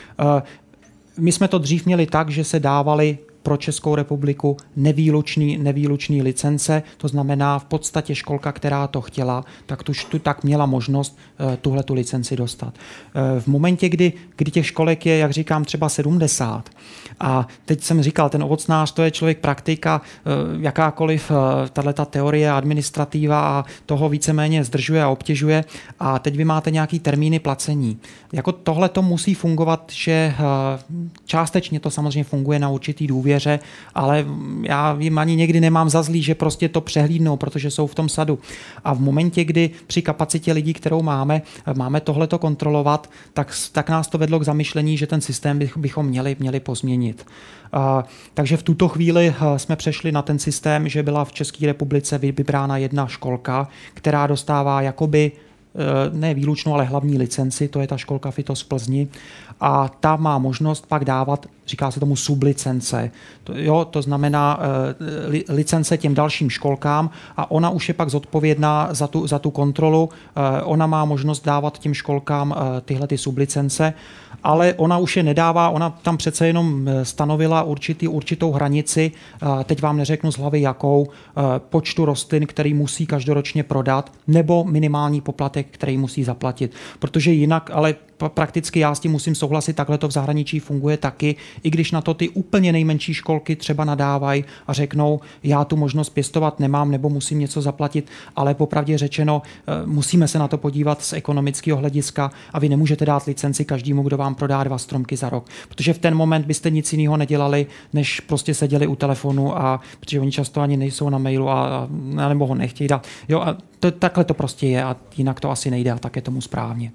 My jsme to dřív měli tak, že se dávali pro Českou republiku nevýlučný licence, to znamená v podstatě školka, která to chtěla, tak měla možnost tuhletu licenci dostat. V momentě, kdy těch školek je, jak říkám, třeba 70, a teď jsem říkal, ten ovocnář, to je člověk praktika, jakákoliv tato teorie, administrativa a toho víceméně zdržuje a obtěžuje, a teď vy máte nějaký termíny placení. Jako tohle to musí fungovat, že částečně to samozřejmě funguje na určitý důvěře, ale já jim ani někdy nemám za zlý, že prostě to přehlídnou, protože jsou v tom sadu. A v momentě, kdy při kapacitě lidí, kterou máme tohleto kontrolovat, tak nás to vedlo k zamyšlení, že ten systém bychom měli pozměnit. Takže v tuto chvíli jsme přešli na ten systém, že byla v České republice vybrána jedna školka, která dostává jakoby ne výlučnou, ale hlavní licenci, to je ta školka Fitos v Plzni, a ta má možnost pak dávat, říká se tomu sublicence. To znamená licence těm dalším školkám a ona už je pak zodpovědná za tu kontrolu. Ona má možnost dávat těm školkám tyhle ty sublicence, ale ona už je nedává, ona tam přece jenom stanovila určitou hranici, teď vám neřeknu z hlavy jakou, počtu rostlin, který musí každoročně prodat, nebo minimální poplatek, který musí zaplatit. Protože jinak, ale prakticky já s tím musím souhlasit, takhle to v zahraničí funguje taky, i když na to ty úplně nejmenší školky třeba nadávají a řeknou, já tu možnost pěstovat nemám nebo musím něco zaplatit, ale popravdě řečeno, musíme se na to podívat z ekonomického hlediska a vy nemůžete dát licenci každému, kdo vám prodá 2 stromky za rok, protože v ten moment byste nic jiného nedělali, než prostě seděli u telefonu, a protože oni často ani nejsou na mailu a nebo ho nechtějí dát. Jo, a takhle to prostě je a jinak to asi nejde a tak je tomu správně.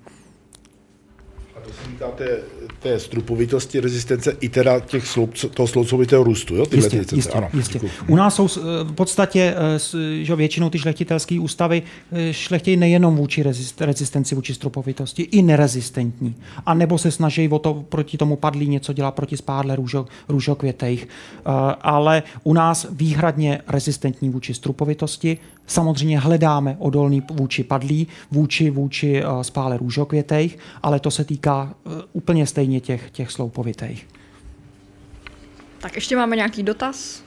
To se týká té strupovitosti, rezistence i teda toho sloucovitého růstu, jo? Jistě. U nás jsou v podstatě že většinou ty šlechtitelské ústavy šlechtějí nejenom vůči rezistenci, vůči strupovitosti, i nerezistentní. A nebo se snaží proti tomu padlí něco dělat proti spádle růžokvětejch. Ale u nás výhradně rezistentní vůči strupovitosti. Samozřejmě hledáme odolný vůči padlí, vůči spále růžokvětejch, ale to se týká úplně stejně těch sloupovitejch. Tak ještě máme nějaký dotaz?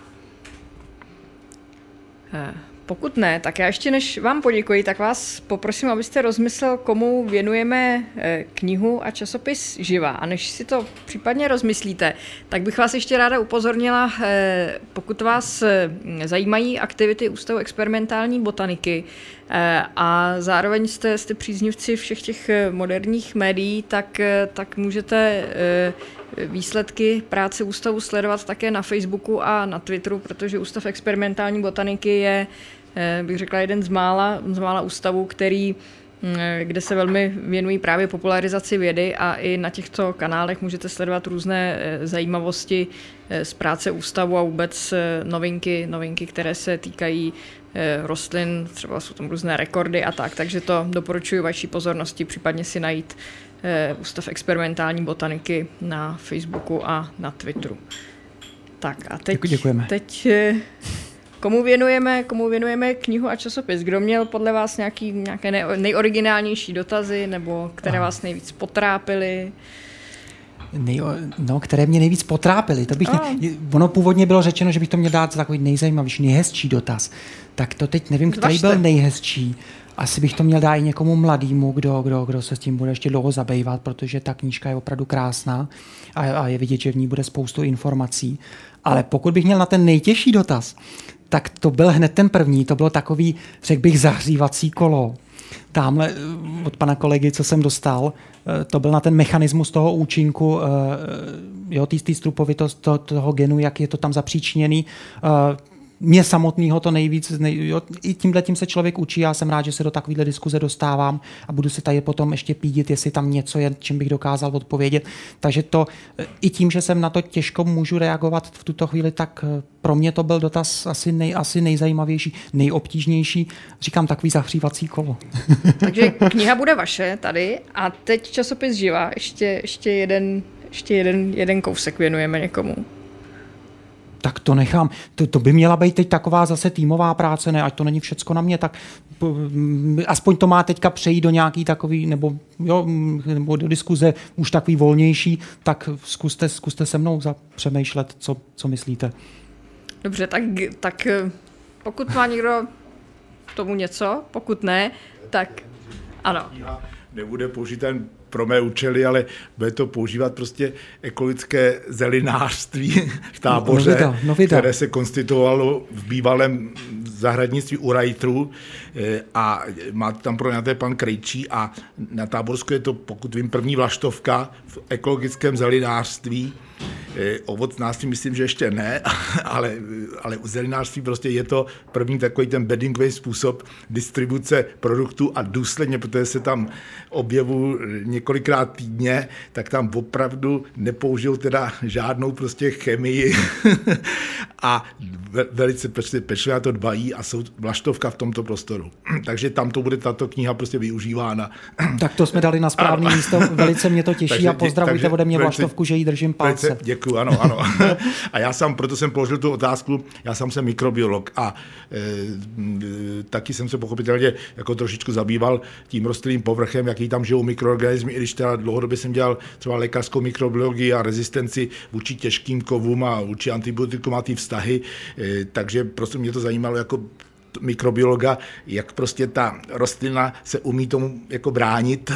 Pokud ne, tak já ještě než vám poděkuji, tak vás poprosím, abyste rozmyslel, komu věnujeme knihu a časopis Živa. A než si to případně rozmyslíte, tak bych vás ještě ráda upozornila, pokud vás zajímají aktivity Ústavu experimentální botaniky a zároveň jste příznivci všech těch moderních médií, tak můžete výsledky práce ústavu sledovat také na Facebooku a na Twitteru, protože Ústav experimentální botaniky je, bych řekla, jeden z mála ústavů, který kde se velmi věnují právě popularizaci vědy a i na těchto kanálech můžete sledovat různé zajímavosti z práce ústavu a vůbec novinky, které se týkají rostlin, třeba jsou tam různé rekordy a tak, takže to doporučuji vaší pozornosti, případně si najít Ústav experimentální botaniky na Facebooku a na Twitteru. Tak a Děkujeme. Teď komu věnujeme knihu a časopis? Kdo měl podle vás nějaké nejoriginálnější dotazy, nebo které vás nejvíc potrápily? Které mě nejvíc potrápily. Ono původně bylo řečeno, že bych to měl dát za takový nejzajímavější, nejhezčí dotaz. Tak to teď nevím, který byl nejhezčí. Asi bych to měl dát i někomu mladému, kdo se s tím bude ještě dlouho zabývat, protože ta knížka je opravdu krásná a je vidět, že v ní bude spoustu informací. Ale pokud bych měl na ten nejtěžší dotaz, tak to byl hned ten první, to bylo takový, řekl bych, zahřívací kolo. Tamhle od pana kolegy, co jsem dostal, to byl na ten mechanismus toho účinku, té strupovitost toho genu, jak je to tam zapříčněný. Mě samotného to nejvíc, i tímhletím se člověk učí, já jsem rád, že se do takovéhle diskuze dostávám a budu se tady potom ještě pídit, jestli tam něco je, čím bych dokázal odpovědět. Takže to, i tím, že jsem na to těžko můžu reagovat v tuto chvíli, tak pro mě to byl dotaz asi nejzajímavější, nejobtížnější, říkám takový zahřívací kolo. Takže kniha bude vaše tady a teď časopis Živa, ještě jeden kousek věnujeme někomu. Tak to nechám. To by měla být teď taková zase týmová práce, ne? Ať to není všecko na mě, tak aspoň to má teďka přejít do nějaký takový, nebo do diskuze už takový volnější, tak zkuste se mnou zapřemýšlet, co myslíte. Dobře, tak pokud má někdo tomu něco, pokud ne, tak ano. Nebude použít ten pro mé účely, ale bude to používat prostě ekologické zelinářství v Táboře, které se konstituovalo v bývalém zahradnictví u Reiterů a má tam pronajaté pan Krejčí a na Táborsku je to, pokud vím, první vlaštovka v ekologickém zelinářství. Ovocnářství myslím, že ještě ne, ale u zelinářství prostě je to první takový ten beddingový způsob distribuce produktů a důsledně, protože se tam objevu několikrát týdně, tak tam opravdu nepoužil teda žádnou prostě chemii a velice pečlivě to dbají a jsou vlaštovka v tomto prostoru. Takže tam to bude tato kniha prostě využívána. Tak to jsme dali na správné místo, velice mě to těší a pozdravujte ode mě vlaštovku, že jí držím palce. Děkuju, ano. A proto jsem položil tu otázku, já sám jsem mikrobiolog a taky jsem se pochopitelně jako trošičku zabýval tím rostlinným povrchem, jaký tam žijou mikroorganismy, i když teda dlouhodobě jsem dělal třeba lékařskou mikrobiologii a rezistenci vůči těžkým kovům a vůči antibiotikům a ty vztahy, takže prostě mě to zajímalo jako mikrobiologa, jak prostě ta rostlina se umí tomu jako bránit.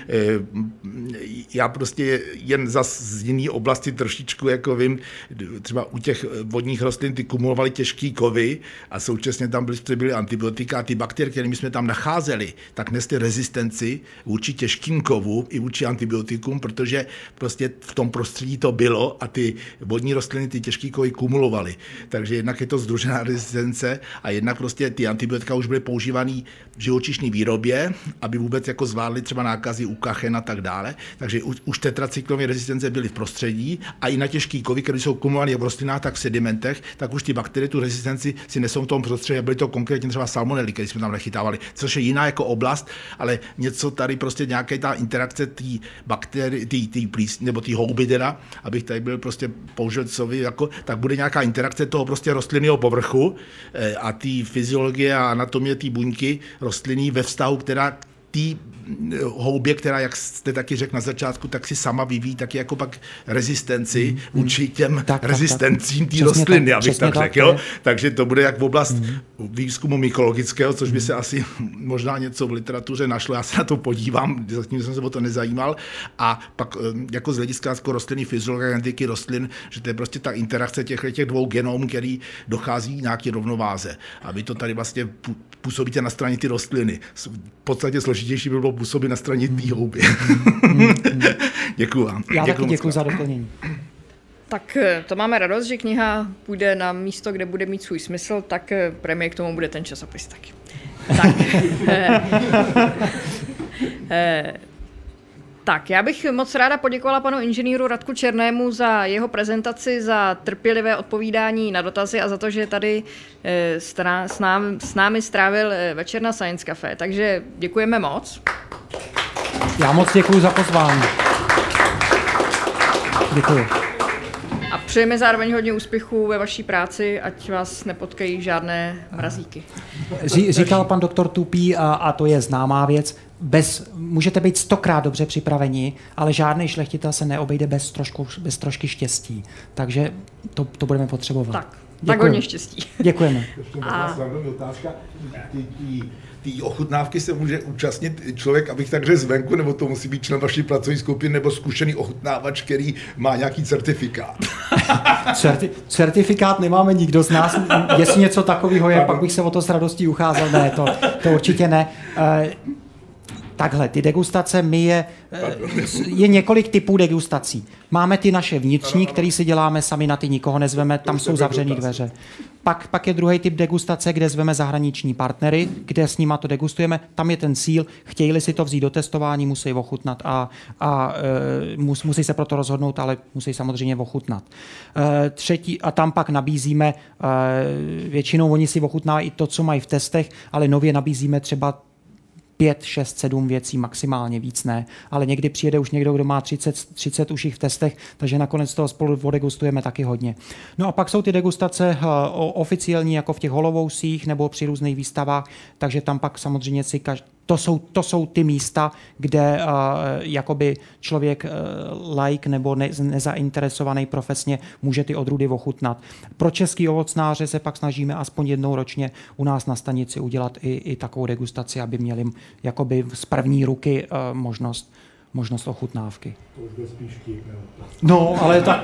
Já prostě jen z jiné oblasti trošičku jako vím, třeba u těch vodních rostlin ty kumulovaly těžký kovy a současně tam byly antibiotika a ty bakterie, které my jsme tam nacházeli, tak nesly rezistenci vůči těžkým kovům i vůči antibiotikům, protože prostě v tom prostředí to bylo a ty vodní rostliny ty těžký kovy kumulovaly. Takže jednak je to sdružená rezistence a jednak prostě ty antibiotika už byly používané v živočišné výrobě, aby vůbec jako zvládly třeba nákazy u kachen a tak dále. Takže už tetracyklové rezistence byly v prostředí a i na těžký kovy, které jsou kumulované v rostlinách, tak v sedimentech, tak už ty bakterie tu rezistenci si nesou v tom prostředí a byly to konkrétně třeba salmonely, které jsme tam nechytávali, což je jiná jako oblast, ale něco tady prostě nějaká ta interakce té bakterie, nebo té houby teda, abych tady byl prostě použil jako, tak bude nějaká interakce toho prostě rostlinného povrchu a té fyziologie a anatomie té buňky rostlinný ve vztahu, která té houbě, která, jak jste taky řekl na začátku, tak si sama vyvíjí taky jako pak rezistenci vůči těm rezistencím té rostliny, abych tak řekl. Jo? Takže to bude jak v oblast výzkumu mykologického, což by se asi možná něco v literatuře našlo, já se na to podívám, zatím jsem se o to nezajímal. A pak jako z hlediska jako rostlinný fyziologie, genetiky rostlin, že to je prostě ta interakce těch dvou genomů, který dochází nějaké rovnováze. A vy to tady vlastně působíte na straně ty rostliny. V podstatě složitější by bylo působit na straně té houby. Děkuju vám. Já taky děkuji za doplnění. Tak to máme radost, že kniha půjde na místo, kde bude mít svůj smysl, tak premiér k tomu bude ten časopis taky. Tak. Tak, já bych moc ráda poděkovala panu inženýru Radku Černému za jeho prezentaci, za trpělivé odpovídání na dotazy a za to, že tady s námi strávil večer na Science Café. Takže děkujeme moc. Já moc děkuji za pozvání. Děkuji. A přejeme zároveň hodně úspěchů ve vaší práci, ať vás nepotkají žádné mrazíky. Říkal pan doktor Tupý, a to je známá věc, můžete být 100krát dobře připraveni, ale žádný šlechtitel se neobejde bez trošky štěstí. Takže to budeme potřebovat. Tak hodně štěstí. Děkujeme. Otázka. Ty ochutnávky se může účastnit člověk, abych tak řekl, zvenku, nebo to musí být člen vaší pracovní skupiny, nebo zkušený ochutnávač, který má nějaký certifikát? Certifikát nemáme nikdo z nás. Jestli něco takového je, pak bych se o to s radostí ucházel. Ne, to určitě ne. Takhle, ty degustace, je několik typů degustací. Máme ty naše vnitřní, které si děláme sami, na ty nikoho nezveme, tam jsou zavřený dveře. Pak je druhý typ degustace, kde zveme zahraniční partnery, kde s nima to degustujeme, tam je ten cíl, chtějí si to vzít do testování, musí ochutnat a musí se proto rozhodnout, ale musí samozřejmě ochutnat. Třetí, a tam pak nabízíme, většinou oni si ochutnávají i to, co mají v testech, ale nově nabízíme třeba 5, 6, 7 věcí, maximálně víc ne, ale někdy přijede už někdo, kdo má 30 už jich v testech, takže nakonec toho spolu odegustujeme taky hodně. No a pak jsou ty degustace oficiální, jako v těch holovousích nebo při různých výstavách, takže tam pak samozřejmě to jsou ty místa, kde jakoby člověk like nebo nezainteresovaný profesně může ty odrůdy ochutnat. Pro český ovocnáře se pak snažíme aspoň jednou ročně u nás na stanici udělat i takovou degustaci, aby měli jakoby z první ruky možnost ochutnávky. To už byl spíš vtip, no, ale tak...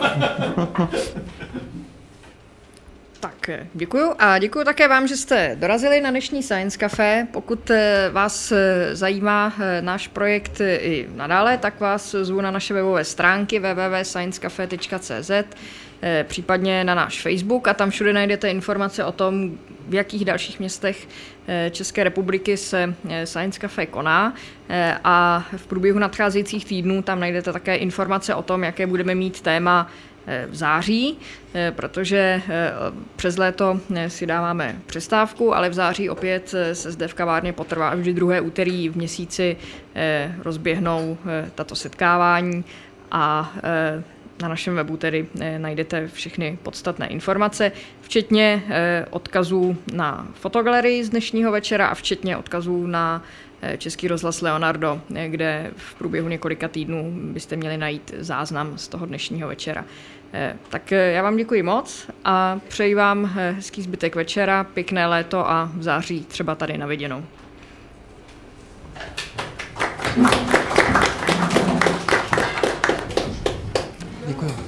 Tak děkuju a děkuju také vám, že jste dorazili na dnešní Science Café. Pokud vás zajímá náš projekt i nadále, tak vás zvu na naše webové stránky www.sciencecafe.cz, případně na náš Facebook a tam všude najdete informace o tom, v jakých dalších městech České republiky se Science Café koná a v průběhu nadcházejících týdnů tam najdete také informace o tom, jaké budeme mít téma v září, protože přes léto si dáváme přestávku, ale v září opět se zde v kavárně Potrvá vždy druhé úterý v měsíci rozběhnou tato setkávání a na našem webu tedy najdete všechny podstatné informace, včetně odkazů na fotogalerii z dnešního večera a včetně odkazů na Český rozhlas Leonardo, kde v průběhu několika týdnů byste měli najít záznam z toho dnešního večera. Tak já vám děkuji moc a přeji vám hezký zbytek večera, pěkné léto a v září třeba tady na viděnou. Děkuji.